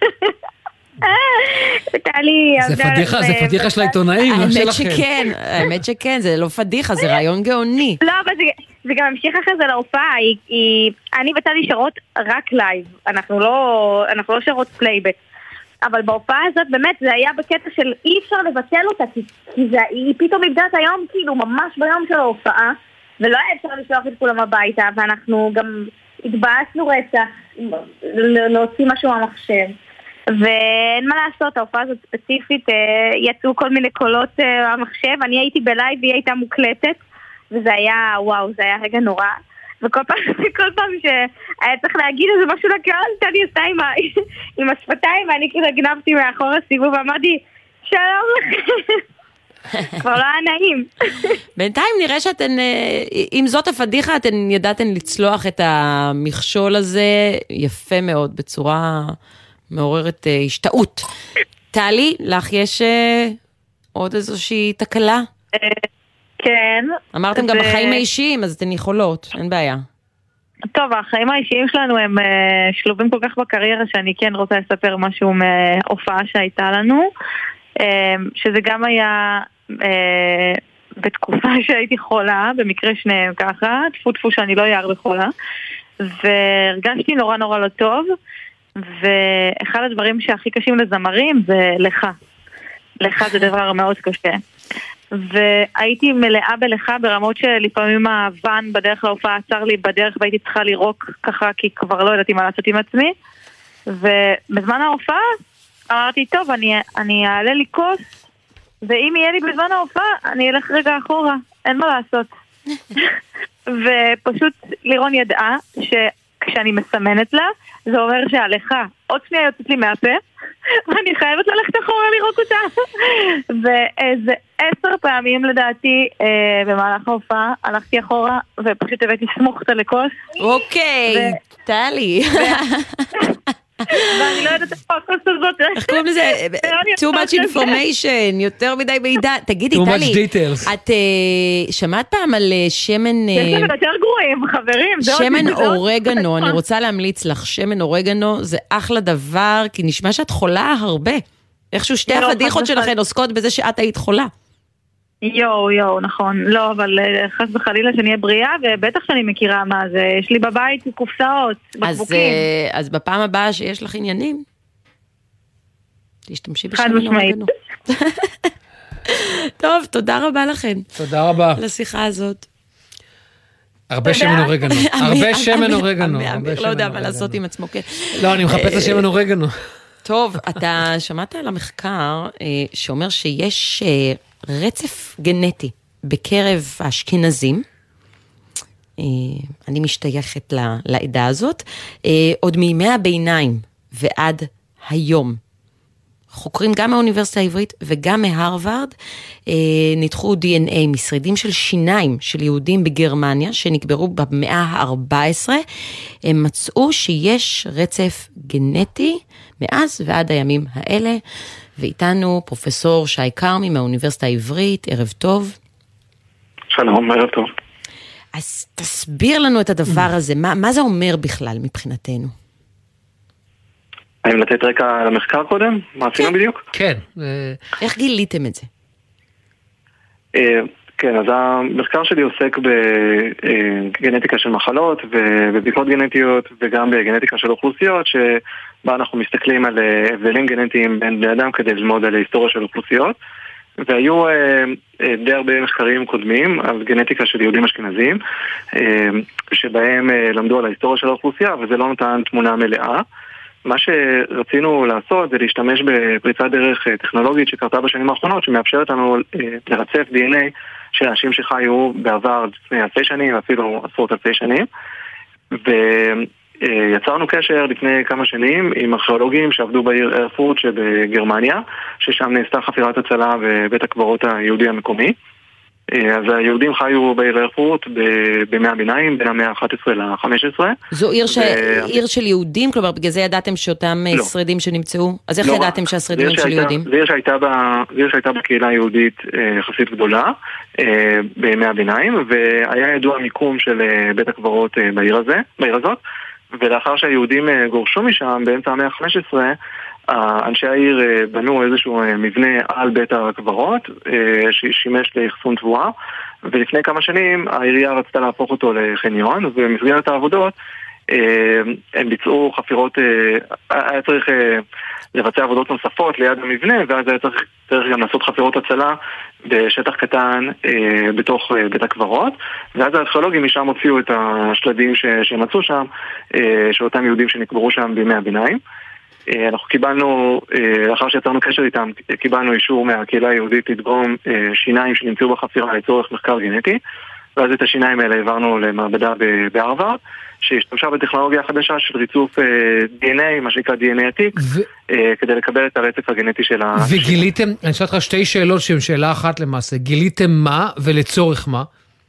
זה פדיחה של העיתונאים, לא שלכם. האמת שכן, זה לא פדיחה, זה רעיון גאוני. לא, אבל זה גם המשיך אחרי זה להופעה. אני וטלי שרות רק לייב, אנחנו לא שרות פלייבק. אבל בהופעה הזאת באמת זה היה בקטע של אי אפשר לבטל אותה, כי היא פתאום נבדעת היום כאילו ממש ביום של ההופעה, ולא היה אפשר לשלוח את כולם הביתה, ואנחנו גם התבאסנו רצח להוציא משהו מהמחשב. ואין מה לעשות, ההופעה הזאת ספציפית, יצאו כל מיני קולות המחשב, אני הייתי בלייב והיא הייתה מוקלטת, וזה היה, וואו, זה היה רגע נורא. וכל פעם שהיה צריך להגיד איזה משהו לקהל, טלי עשתה עם השפתיים, ואני כאילו גנבתי מאחור הסיבוב, ואמרתי, שלום לכם. כבר לא היה נעים. בינתיים נראה שאתן, אם זאת הפדיחה, אתן ידעתן לצלוח את המכשול הזה יפה מאוד, בצורה מעוררת השתאות. טלי, לך יש עוד איזושהי תקלה? כן. אמרתם גם בחיים האישיים, אז אתן יכולות, אין בעיה. טוב, החיים האישיים שלנו הם שלובים כל כך בקריירה שאני כן רוצה לספר משהו מהופעה שהייתה לנו, שזה גם היה בתקופה שהייתי חולה, במקרה שניהם ככה, תפו שאני לא יער בחולה, והרגשתי נורא נורא לא טוב, ואחד הדברים שהכי קשים לזמרים זה לך זה דבר מאוד קשה. והייתי מלאה בלכה ברמות שלפעמים הוואן בדרך להופעה עצר לי בדרך והייתי צריכה לירוק ככה כי כבר לא ידעתי מה לעשות עם עצמי. ובזמן ההופעה אמרתי טוב אני אעלה לי כוס ואם יהיה לי בזמן ההופעה אני אלך רגע אחורה, אין מה לעשות. ופשוט לירון ידעה כשאני מסמנת לה, זה אומר שהלכה עוד שנייה יוצאת לי מהפה, ואני חייבת ללכת אחורה לראות אותה. ואיזה 10 פעמים לדעתי במהלך ההופעה הלכתי אחורה ופשוט הבאתי סמוכתה לכוס. אוקיי, טלי. ואני לא יודעת איפה הכוס הזאת. איך קוראים לזה? Too much information, יותר מדי מידע. תגידי, טלי, את שמעת פעם על שמן... יש לכם יותר גרועים, חברים. שמן אורגנו, אני רוצה להמליץ לך, שמן אורגנו זה אחלה דבר, כי נשמע שאת חולה הרבה. איכשהו שתי הפדיחות שלכן עוסקות בזה שאת היית חולה. יו, נכון. לא, אבל חס וחלילה שנהיה בריאה, ובטח שאני מכירה מה זה. יש לי בבית קופסאות, בקבוקים. אז בפעם הבאה שיש לך עניינים, תשתמשי בשמן אורגנו. טוב, תודה רבה לכן. תודה רבה. לשיחה הזאת. הרבה שמן אורגנו. הרבה שמן אורגנו. אמיר לא יודע מה לעשות עם עצמו. לא, אני מחפש לשמן אורגנו. טוב, אתה שמעת על המחקר שאומר שיש רצף גנטי בקרב האשכנזים, אני משתייכת לעדה הזאת, עוד מימי הביניים ועד היום. חוקרים גם מהאוניברסיטה העברית וגם מהרווארד, ניתחו DNA משרידים של שיניים של יהודים בגרמניה, שנקברו במאה ה-14, הם מצאו שיש רצף גנטי מאז ועד הימים האלה, ואיתנו פרופסור שי כרמי מהאוניברסיטה העברית, ערב טוב. שלום, ערב טוב. אז תסביר לנו את הדבר הזה, מה זה אומר בכלל מבחינתנו? האם לתת רקע למחקר קודם? מה עשינו בדיוק? כן. איך גיליתם את זה? כן, אז המחקר שלי עוסק בגנטיקה של מחלות ובבדיקות גנטיות וגם בגנטיקה של אוכלוסיות, שבה אנחנו מסתכלים על הבדלים גנטיים בין בני אדם כדי ללמוד על ההיסטוריה של אוכלוסיות, והיו די הרבה מחקרים קודמים על גנטיקה של יהודים אשכנזים, שבהם למדו על ההיסטוריה של האוכלוסייה, וזה לא נתן תמונה מלאה. מה שרצינו לעשות זה להשתמש בפריצת דרך טכנולוגית שקרתה בשנים האחרונות, שמאפשרת לנו לרצף DNA של אנשים שחיו בעבר לפני אלפי שנים, אפילו עשרות אלפי שנים, ויצרנו קשר לפני כמה שנים עם ארכיאולוגים שעבדו בעיר ארפורט שבגרמניה, ששם נעשתה חפירת הצלה בבית הקברות היהודי המקומי. אז היהודים חיו בעיר ארפורט בימי הביניים, בין המאה ה-11 ל-15. זו עיר של יהודים? כלומר, בגלל זה ידעתם שאותם שרידים שנמצאו? אז איך ידעתם שהשרידים הם של יהודים? זה עיר שהייתה בקהילה היהודית יחסית גדולה בימי הביניים, והיה ידוע מיקום של בית הקברות בעיר הזאת, ולאחר שהיהודים גורשו משם באמצע המאה ה-15, אנשי העיר בנו איזשהו מבנה על בית הקברות ששימש לאחסון תבואה, ולפני כמה שנים העירייה רצתה להפוך אותו לחניון, ובמסגרת העבודות הם ביצעו חפירות, היה צריך לבצע עבודות נוספות ליד המבנה, ואז היה צריך גם לעשות חפירות הצלה בשטח קטן בתוך בית הקברות, ואז הארכיאולוגים משם הוציאו את השלדים שמצאו שם, שאותם יהודים שנקברו שם בימי הביניים. אנחנו קיבלנו, לאחר שיצרנו קשר איתם, קיבלנו אישור מהקהילה היהודית לדגום שיניים שנמצאו בחפירה לצורך מחקר גנטי, ואז את השיניים האלה העברנו למעבדה בהרווארד, שהשתמשה בטכנולוגיה החדשה של ריצוף DNA, מה שנקרא DNA עתיק, כדי לקבל את הרצף הגנטי של ה... וגיליתם, אני אשאל אותך שתי שאלות שהן שאלה אחת למעשה, גיליתם מה ולצורך מה?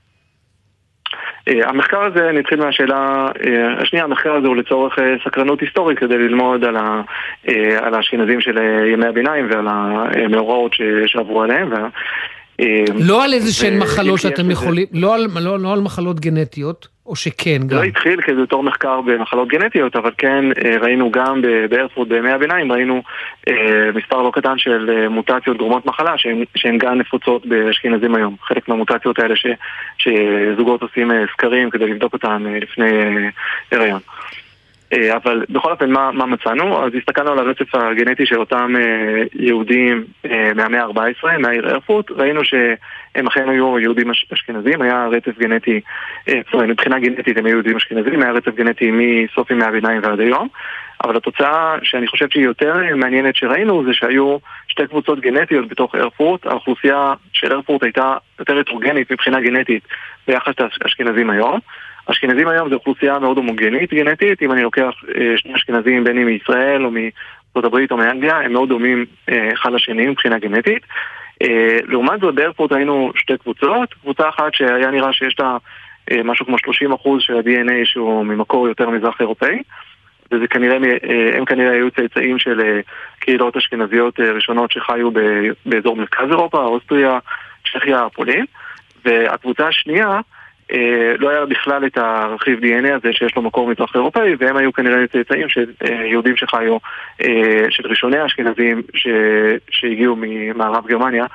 המחקר הזה נתחיל מהשאלה השנייה, המחקר הזה הוא לצורך סקרנות היסטורית כדי ללמוד על האשכנזים של ימי הביניים ועל המאורעות שעברו עליהם. לא על איזה שהן מחלות שאתם יכולים, לא על מחלות גנטיות, או שכן גם? זה לא התחיל כבתור מחקר במחלות גנטיות, אבל כן ראינו גם בארפורט בימי הביניים, ראינו מספר לא קטן של מוטציות גורמות מחלה, שהן גם נפוצות באשכנזים היום. חלק מהמוטציות האלה שזוגות עושים סקרים כדי לבדוק אותן לפני הריון. אבל בכל אופן, מה מצאנו? אז הסתכלנו על הרצף הגנטי של אותם יהודים מהמאה ה-14, מהעיר ארפורט, ראינו הם אכן היו יהודים אשכנזים, היה רצף גנטי, מבחינה גנטית הם היו יהודים אשכנזים, היה רצף גנטי מסוף ימי הביניים ועד היום, אבל התוצאה שאני חושב שהיא יותר מעניינת שראינו זה שהיו שתי קבוצות גנטיות בתוך ארפורט. האוכלוסייה של ארפורט הייתה יותר הטרוגנית מבחינה גנטית ביחס לאשכנזים היום. אשכנזים היום זו אוכלוסייה מאוד הומוגנית גנטית, אם אני לוקח שני אשכנזים בין אם מישראל או מארצות הברית או מאנגליה, הם מאוד דומים אחד לשני מבחינה גנטית. לעומת זאת בארפורט היינו שתי קבוצות, קבוצה אחת שהיה נראה שיש לה משהו כמו 30% של ה-DNA שהוא ממקור יותר מזרח אירופאי, וזה כנראה, הם כנראה היו צאצאים של קהילות אשכנזיות ראשונות שחיו באזור מרכז אירופה, אוסטריה, צ'כיה, פולין, והקבוצה השנייה לא היה בכלל את הרכיב DNA הזה שיש לו מקור מזרח אירופאי, והם היו כנראה צאצאים של יהודים שחיו, של ראשוני האשכנזים שהגיעו ממערב גרמניה,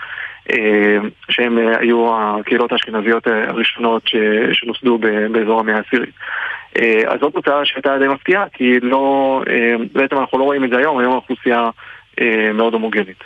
שהם היו הקהילות האשכנזיות הראשונות שנוסדו באזור המאה העשירית. אז זאת תוצאה שהייתה די מפתיעה, כי לא, בעצם אנחנו לא רואים את זה היום האוכלוסייה מאוד הומוגנית.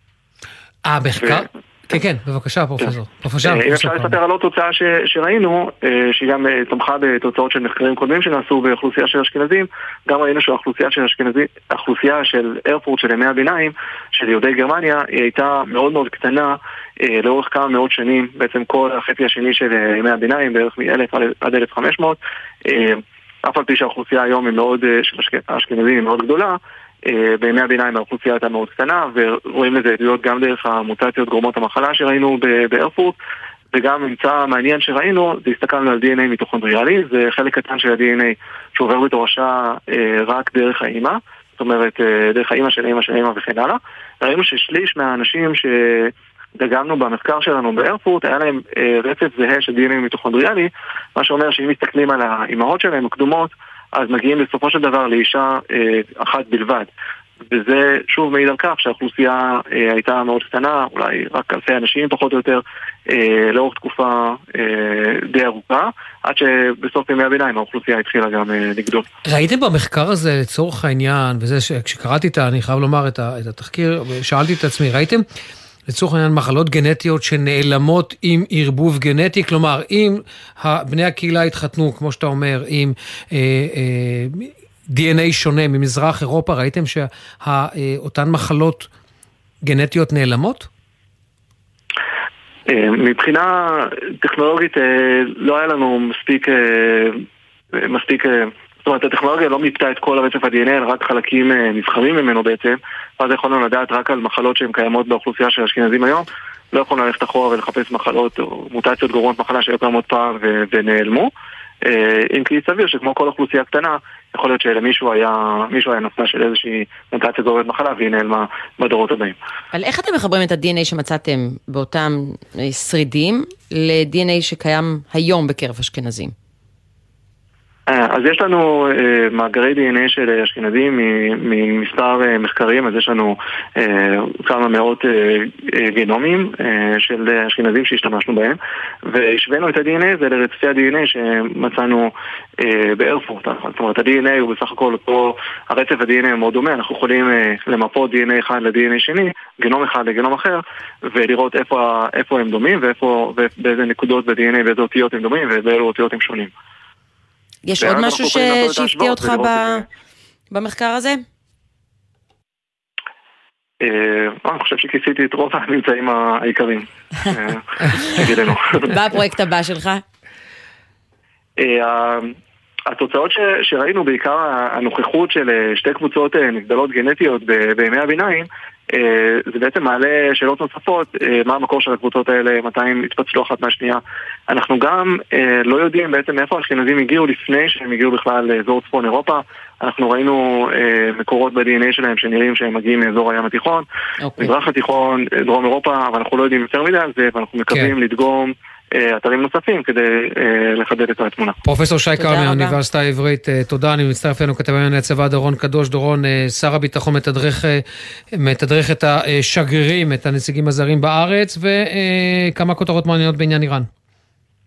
מחקר? כן, בבקשה, פרופסור. אם אפשר לספר על עוד תוצאה שראינו, שהיא גם תמכה בתוצאות של מחקרים קודמים שנעשו באוכלוסייה של אשכנזים, גם ראינו שהאוכלוסייה של ארפורט של ימי הביניים, של יהודי גרמניה, היא הייתה מאוד מאוד קטנה לאורך כמה מאות שנים, בעצם כל החצי השני של ימי הביניים, בערך מ-1000 עד 1500, אף על פי שהאוכלוסייה היום של האשכנזים היא מאוד גדולה, בימי הביניים האוכלוסייה הייתה מאוד קטנה, ורואים לזה עדויות גם דרך המוטציות גורמות המחלה שראינו בארפורט, וגם ממצא מעניין שראינו, זה הסתכלנו על DNA מיטוכונדריאלי, זה חלק קטן של ה-DNA שעובר בתורשה רק דרך האמא, זאת אומרת דרך האמא של אמא של אמא וכן הלאה. ראינו ששליש מהאנשים שדגמנו במחקר שלנו בארפורט, היה להם רצף זהה של DNA מיטוכונדריאלי, מה שאומר שאם מסתכלים על האימהות שלהם הקדומות, אז מגיעים בסופו של דבר לאישה אחת בלבד. וזה שוב מעיד על כך שהאוכלוסייה הייתה מאוד קטנה, אולי רק אלפי אנשים פחות או יותר, לאורך תקופה די ארוכה, עד שבסוף ימי הביניים האוכלוסייה התחילה גם לגדול. ראיתם במחקר הזה לצורך העניין, וזה שכשקראתי אני חייב לומר את התחקיר, ושאלתי את עצמי, ראיתם לצורך העניין מחלות גנטיות שנעלמות עם ערבוב גנטי, כלומר אם בני הקהילה התחתנו, כמו שאתה אומר, עם DNA שונה ממזרח אירופה, ראיתם שאותן מחלות גנטיות נעלמות? מבחינה טכנולוגית לא היה לנו מספיק זאת אומרת, הטכנולוגיה לא מיפתה את כל הרצף ה-DNA, אלא רק חלקים נבחרים ממנו בעצם, ואז יכולנו לדעת רק על מחלות שהן קיימות באוכלוסייה של האשכנזים היום, לא יכולנו ללכת אחורה ולחפש מחלות או מוטציות גורמות מחלה שהיו קיימות פעם ונעלמו, אם כי סביר שכמו כל אוכלוסייה קטנה, יכול להיות שלמישהו היה נושא של איזושהי מוטציה גורמת מחלה והיא נעלמה בדורות הבאים. אבל איך אתם מחברים את ה-DNA שמצאתם באותם שרידים ל-DNA שקיים היום בקרב אשכנזים? אז יש לנו מאגרי DNA של אשכנזים ממספר מחקרים, אז יש לנו כמה מאות גנומים של אשכנזים שהשתמשנו בהם, והשווינו את ה-DNA הזה לרצפי ה-DNA שמצאנו בארפורט. זאת אומרת, ה-DNA הוא בסך הכל אותו, הרצף ה-DNA הוא מאוד דומה, אנחנו יכולים למפות DNA אחד ל-DNA שני, גנום אחד לגנום אחר, ולראות איפה הם דומים, ובאיזה נקודות ב-DNA, באיזה אותיות הם דומים, ובאילו אותיות הם שונים. יש עוד משהו שהפתיע אותך במחקר הזה? אני חושב שכיסיתי את רוב הממצאים העיקריים. מה הפרויקט הבא שלך? התוצאות שראינו, בעיקר הנוכחות של שתי קבוצות נבדלות גנטיות בימי הביניים, זה בעצם מעלה שאלות נוספות, מה המקור של הקבוצות האלה, מתי הם התפצלו אחת מהשנייה. אנחנו גם לא יודעים בעצם איפה האשכנזים הגיעו לפני שהם הגיעו בכלל לאזור צפון אירופה. אנחנו ראינו מקורות ב-DNA שלהם שנראים שהם מגיעים מאזור הים התיכון, מזרח התיכון, דרום אירופה, אבל אנחנו לא יודעים יותר מדי על זה, ואנחנו מקווים לדגום אתרים נוספים כדי לחדד את התמונה. פרופסור שי כרמי, האוניברסיטה העברית, תודה. אני מצטרף אלינו כתב עניין הצבא דורון קדוש. דורון, שר הביטחון מתדרך את השגרירים, את הנציגים הזרים בארץ, וכמה כותרות מעניינות בעניין איראן.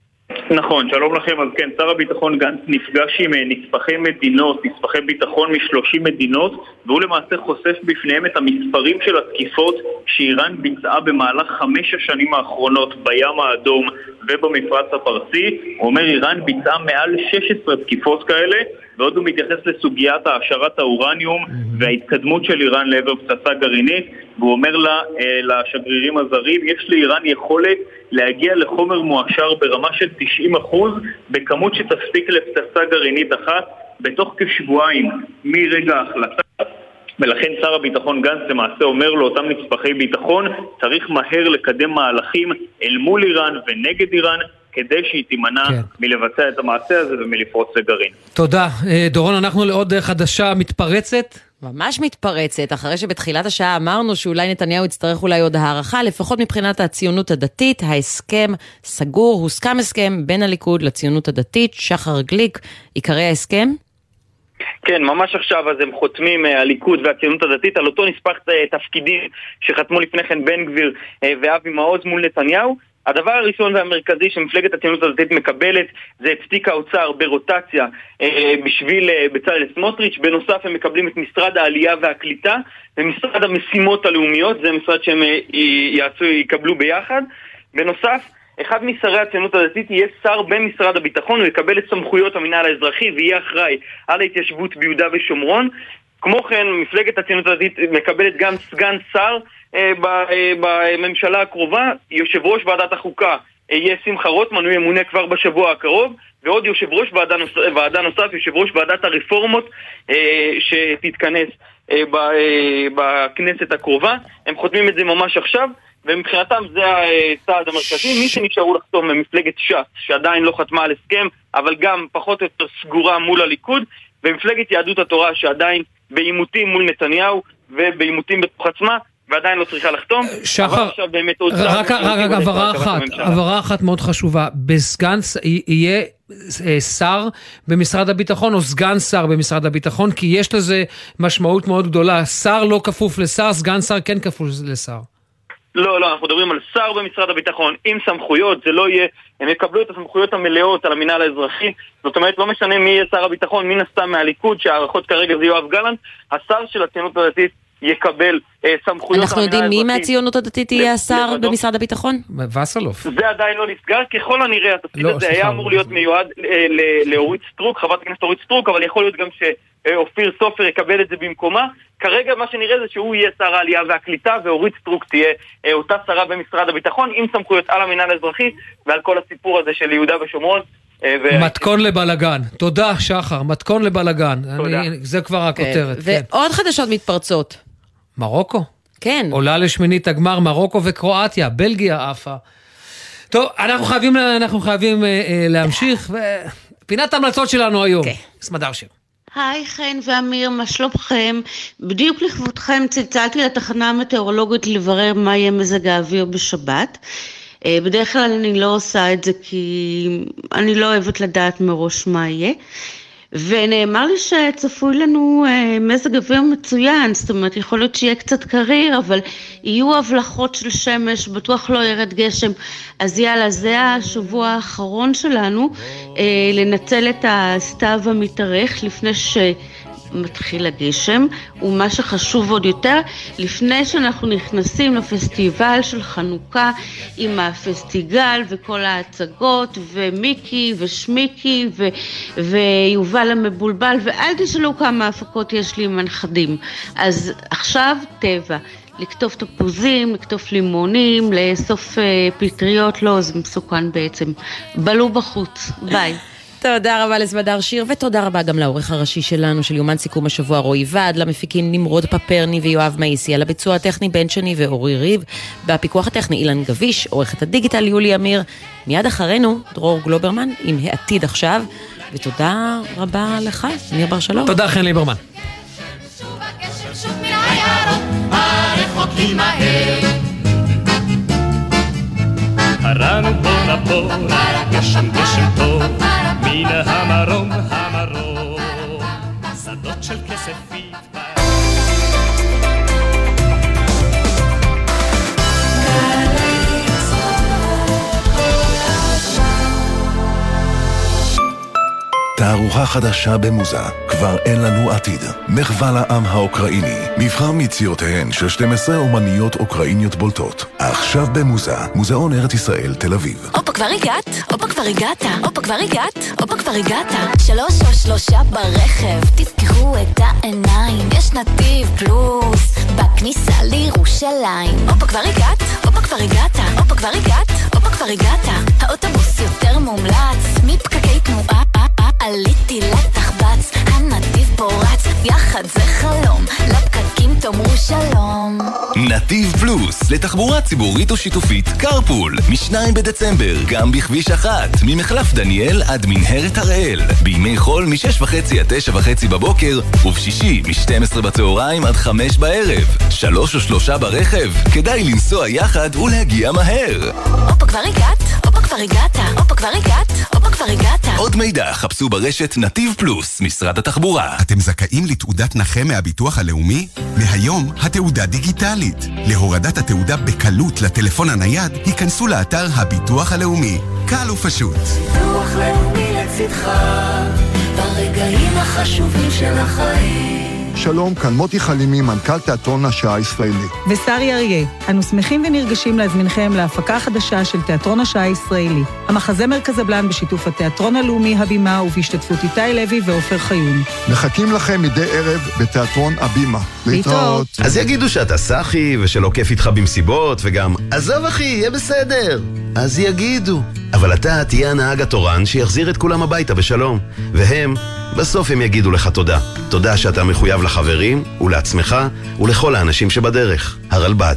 נכון, שלום לכם. אז כן, שר הביטחון גנץ נפגש עם נספחי מדינות, נספחי ביטחון מ-30 מדינות, והוא למעשה חושף בפניהם את המספרים של התקיפות שאיראן ביצעה במהלך 5 השנים האחרונות בים האדום ובמפרץ הפרסי. הוא אומר איראן ביצעה מעל 16 תקיפות כאלה, ועוד הוא מתייחס לסוגיית העשרת האורניום וההתקדמות של איראן לעבר פצצה גרעינית, והוא אומר לשגרירים הזרים, יש לאיראן יכולת להגיע לחומר מועשר ברמה של 90% בכמות שתספיק לפצצה גרעינית אחת בתוך כשבועיים מרגע ההחלטה. ולכן שר הביטחון גנץ למעשה אומר לאותם נספחי ביטחון, צריך מהר לקדם מהלכים אל מול איראן ונגד איראן, כדי שהיא תימנע מלבצע את המעשה הזה ומלפרוץ לגרעין. תודה. דורון, אנחנו לעוד חדשה מתפרצת. ממש מתפרצת, אחרי שבתחילת השעה אמרנו שאולי נתניהו יצטרך אולי עוד הערכה, לפחות מבחינת הציונות הדתית, ההסכם סגור, הוסכם הסכם בין הליכוד לציונות הדתית. שחר גליק, עיקרי ההסכם? כן, ממש עכשיו אז הם חותמים הליכוד והציונות הדתית על אותו נספח תפקידים שחתמו לפני כן בן גביר ואבי מעוז מול נתניהו. הדבר הראשון והמרכזי שמפלגת הציונות הדתית מקבלת זה את תיק האוצר ברוטציה בשביל בצלאל סמוטריץ'. בנוסף הם מקבלים את משרד העלייה והקליטה ומשרד המשימות הלאומיות, זה משרד שהם יקבלו ביחד. בנוסף, אחד משרי הציונות הדתית יהיה שר במשרד הביטחון, הוא יקבל את סמכויות המינהל האזרחי ויהיה אחראי על ההתיישבות ביהודה ושומרון. כמו כן, מפלגת הציונות הדתית מקבלת גם סגן שר בממשלה הקרובה. יושב ראש ועדת החוקה יהיה שמחה רוטמן, הוא ימונה כבר בשבוע הקרוב, ועוד יושב ראש ועדה נוסף, יושב ראש ועדת הרפורמות שתתכנס בכנסת הקרובה. הם חותמים את זה ממש עכשיו, ומבחינתם זה הצעד המרכזי. מי שנשארו לחתום ממפלגת ש"ס, שעדיין לא חתמה על הסכם, אבל גם פחות או יותר סגורה מול הליכוד, ומפלגת יהדות התורה שעדיין בעימותים מול נתניהו ובעימותים בתוך עצמה, ועדיין לא צריכה לחתום. שחר, רק הבהרה אחת מאוד חשובה. בסגן יהיה שר במשרד הביטחון או סגן שר במשרד הביטחון, כי יש לזה משמעות מאוד גדולה. שר לא כפוף לשר, סגן שר כן כפוף לשר. לא, אנחנו מדברים על שר במשרד הביטחון עם סמכויות, זה לא יהיה, הם יקבלו את הסמכויות המלאות על המינהל האזרחי, זאת אומרת לא משנה מי יהיה שר הביטחון, מן הסתם מהליכוד, שהערכות כרגע זה יואב גלנט, השר של הציונות הדתית יקבל סמכויות. אנחנו יודעים מי מהציונות הדתית יהיה השר במשרד הביטחון? וסלוף. זה עדיין לא נסגר, ככל הנראה התפקיד הזה היה אמור להיות מיועד לאורית סטרוק, חברת הכנסת אורית סטרוק, אבל יכול להיות גם שאופיר סופר יקבל את זה במקומה. כרגע מה שנראה זה שהוא יהיה שר העלייה והקליטה, ואורית סטרוק תהיה אותה שרה במשרד הביטחון, עם סמכויות על המינהל האזרחי ועל כל הסיפור הזה של יהודה ושומרון. מתכון לבלגן. תודה שחר, מתכון לבלגן. זה כבר הכותרת. ועוד חדשות מתפרצות. מרוקו? כן. עולה לשמינית הגמר מרוקו וקרואטיה, בלגיה עפה. טוב, אנחנו חייבים להמשיך, פינת המלצות שלנו היום. סמדר שיר. היי חן ואמיר, מה שלומכם? בדיוק לכבודכם צלצלתי לתחנה המטאורולוגית לברר מה יהיה מזג האוויר בשבת. בדרך כלל אני לא עושה את זה כי אני לא אוהבת לדעת מראש מה יהיה. ונאמר לי שצפוי לנו מזג אוויר מצוין, זאת אומרת יכול להיות שיהיה קצת קריר, אבל יהיו הבלחות של שמש, בטוח לא ירד גשם. אז יאללה, זה השבוע האחרון שלנו, לנצל את הסתיו המתארך לפני מתחיל הגשם, ומה שחשוב עוד יותר, לפני שאנחנו נכנסים לפסטיבל של חנוכה עם הפסטיגל וכל ההצגות ומיקי ושמיקי ויובל המבולבל, ואל תשאלו כמה הפקות יש לי עם הנכדים. אז עכשיו טבע, לקטוף תפוזים, לקטוף לימונים, לאסוף פטריות, לא, זה מסוכן בעצם. בלו בחוץ, ביי. תודה רבה לסמדר שיר, ותודה רבה גם לעורך הראשי שלנו של יומן סיכום השבוע רועי ועד, למפיקים נמרוד פפרני ויואב מאיסי, על הביצוע הטכני בן שני ואורי ריב, והפיקוח הטכני אילן גביש, עורכת הדיגיטל יולי אמיר. מיד אחרינו דרור גלוברמן עם העתיד עכשיו, ותודה רבה לך אמיר בר שלום. תודה חן ליברמן. הרנו בונה בונה, גשם גשם טוב, מן המרום המרום, שדות של כספית. תערוכה חדשה במוזה, כבר אין לנו עתיד. מחווה לעם האוקראיני, מבחר מיצירותיהן של 12 אומניות אוקראיניות בולטות. עכשיו במוזה, מוזיאון ארץ ישראל, תל אביב. אופה כבר הגעת, אופה כבר הגעת, אופה כבר הגעת, אופה כבר הגעת. 3 או 3 ברכב, תפקחו את העיניים, יש נתיב פלוס, בכניסה לירושלים. אופה כבר הגעת, אופה כבר הגעת, אופה כבר הגעת, אופה כבר הגעת. האוטובוס יותר מומלץ, מפקקי תנועה, עליתי לתחבץ, הנתיב פורץ, יחד זה חלום, לפקקים תאמרו שלום. נתיב פלוס, לתחבורה ציבורית או שיתופית, קרפול, מ-2 בדצמבר, גם בכביש 1, ממחלף דניאל עד מנהרת הראל, בימי חול מ-6:30 עד 9:30 בבוקר, ובשישי מ-12 בצהריים עד 5 בערב. 3 או 3 ברכב, כדאי לנסוע יחד ולהגיע מהר. אופה כבר הגעת, אופה כבר הגעת, אופה כבר הגעת, אופה כבר הגעת. עוד מידע חפשו ברשת נתיב פלוס, משרד התחבורה. אתם זכאים לתעודת נכה מהביטוח הלאומי? מהיום התעודה דיגיטלית. להורדת התעודה בקלות לטלפון הנייד, היכנסו לאתר הביטוח הלאומי. קל ופשוט. ביטוח לאומי לצדך, ברגעים החשובים של החיים. שלום, כאן מוטי חלימי, מנכ"ל תיאטרון השעה הישראלי. ושרי אריה, אנו שמחים ונרגשים להזמינכם להפקה חדשה של תיאטרון השעה הישראלי. המחזמר קזבלן בשיתוף התיאטרון הלאומי הבימה ובהשתתפות איתי לוי ועופר חיון. מחכים לכם מדי ערב בתיאטרון הבימה. להתראות. אז יגידו שאתה סחי ושלא כיף איתך במסיבות וגם עזוב אחי, יהיה בסדר. אז יגידו. אבל אתה תהיה הנהג התורן שיחזיר את כולם הביתה בשלום. והם, בסוף הם יגידו לך תודה. תודה שאתה מחויב לחברים ולעצמך ולכל האנשים שבדרך. הרלב"ד.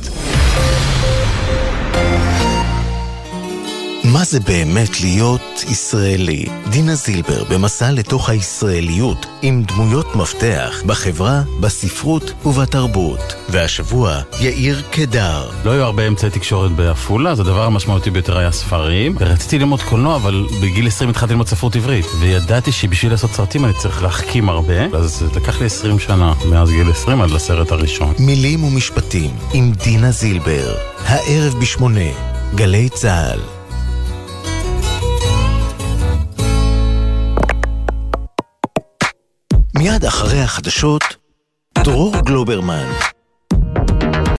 מה זה באמת להיות ישראלי? דינה זילבר במסע לתוך הישראליות עם דמויות מפתח בחברה, בספרות ובתרבות. והשבוע יאיר קדר. לא היו הרבה אמצעי תקשורת בעפולה, זה הדבר המשמעותי ביותר היה ספרים. רציתי ללמוד קולנוע, אבל בגיל 20 התחלתי ללמוד ספרות עברית. וידעתי שבשביל לעשות סרטים אני צריך להחכים הרבה, אז לקח לי 20 שנה מאז גיל 20 עד לסרט הראשון. מילים ומשפטים עם דינה זילבר. הערב ב8, גלי צהל. מיד אחרי החדשות, דרור גלוברמן.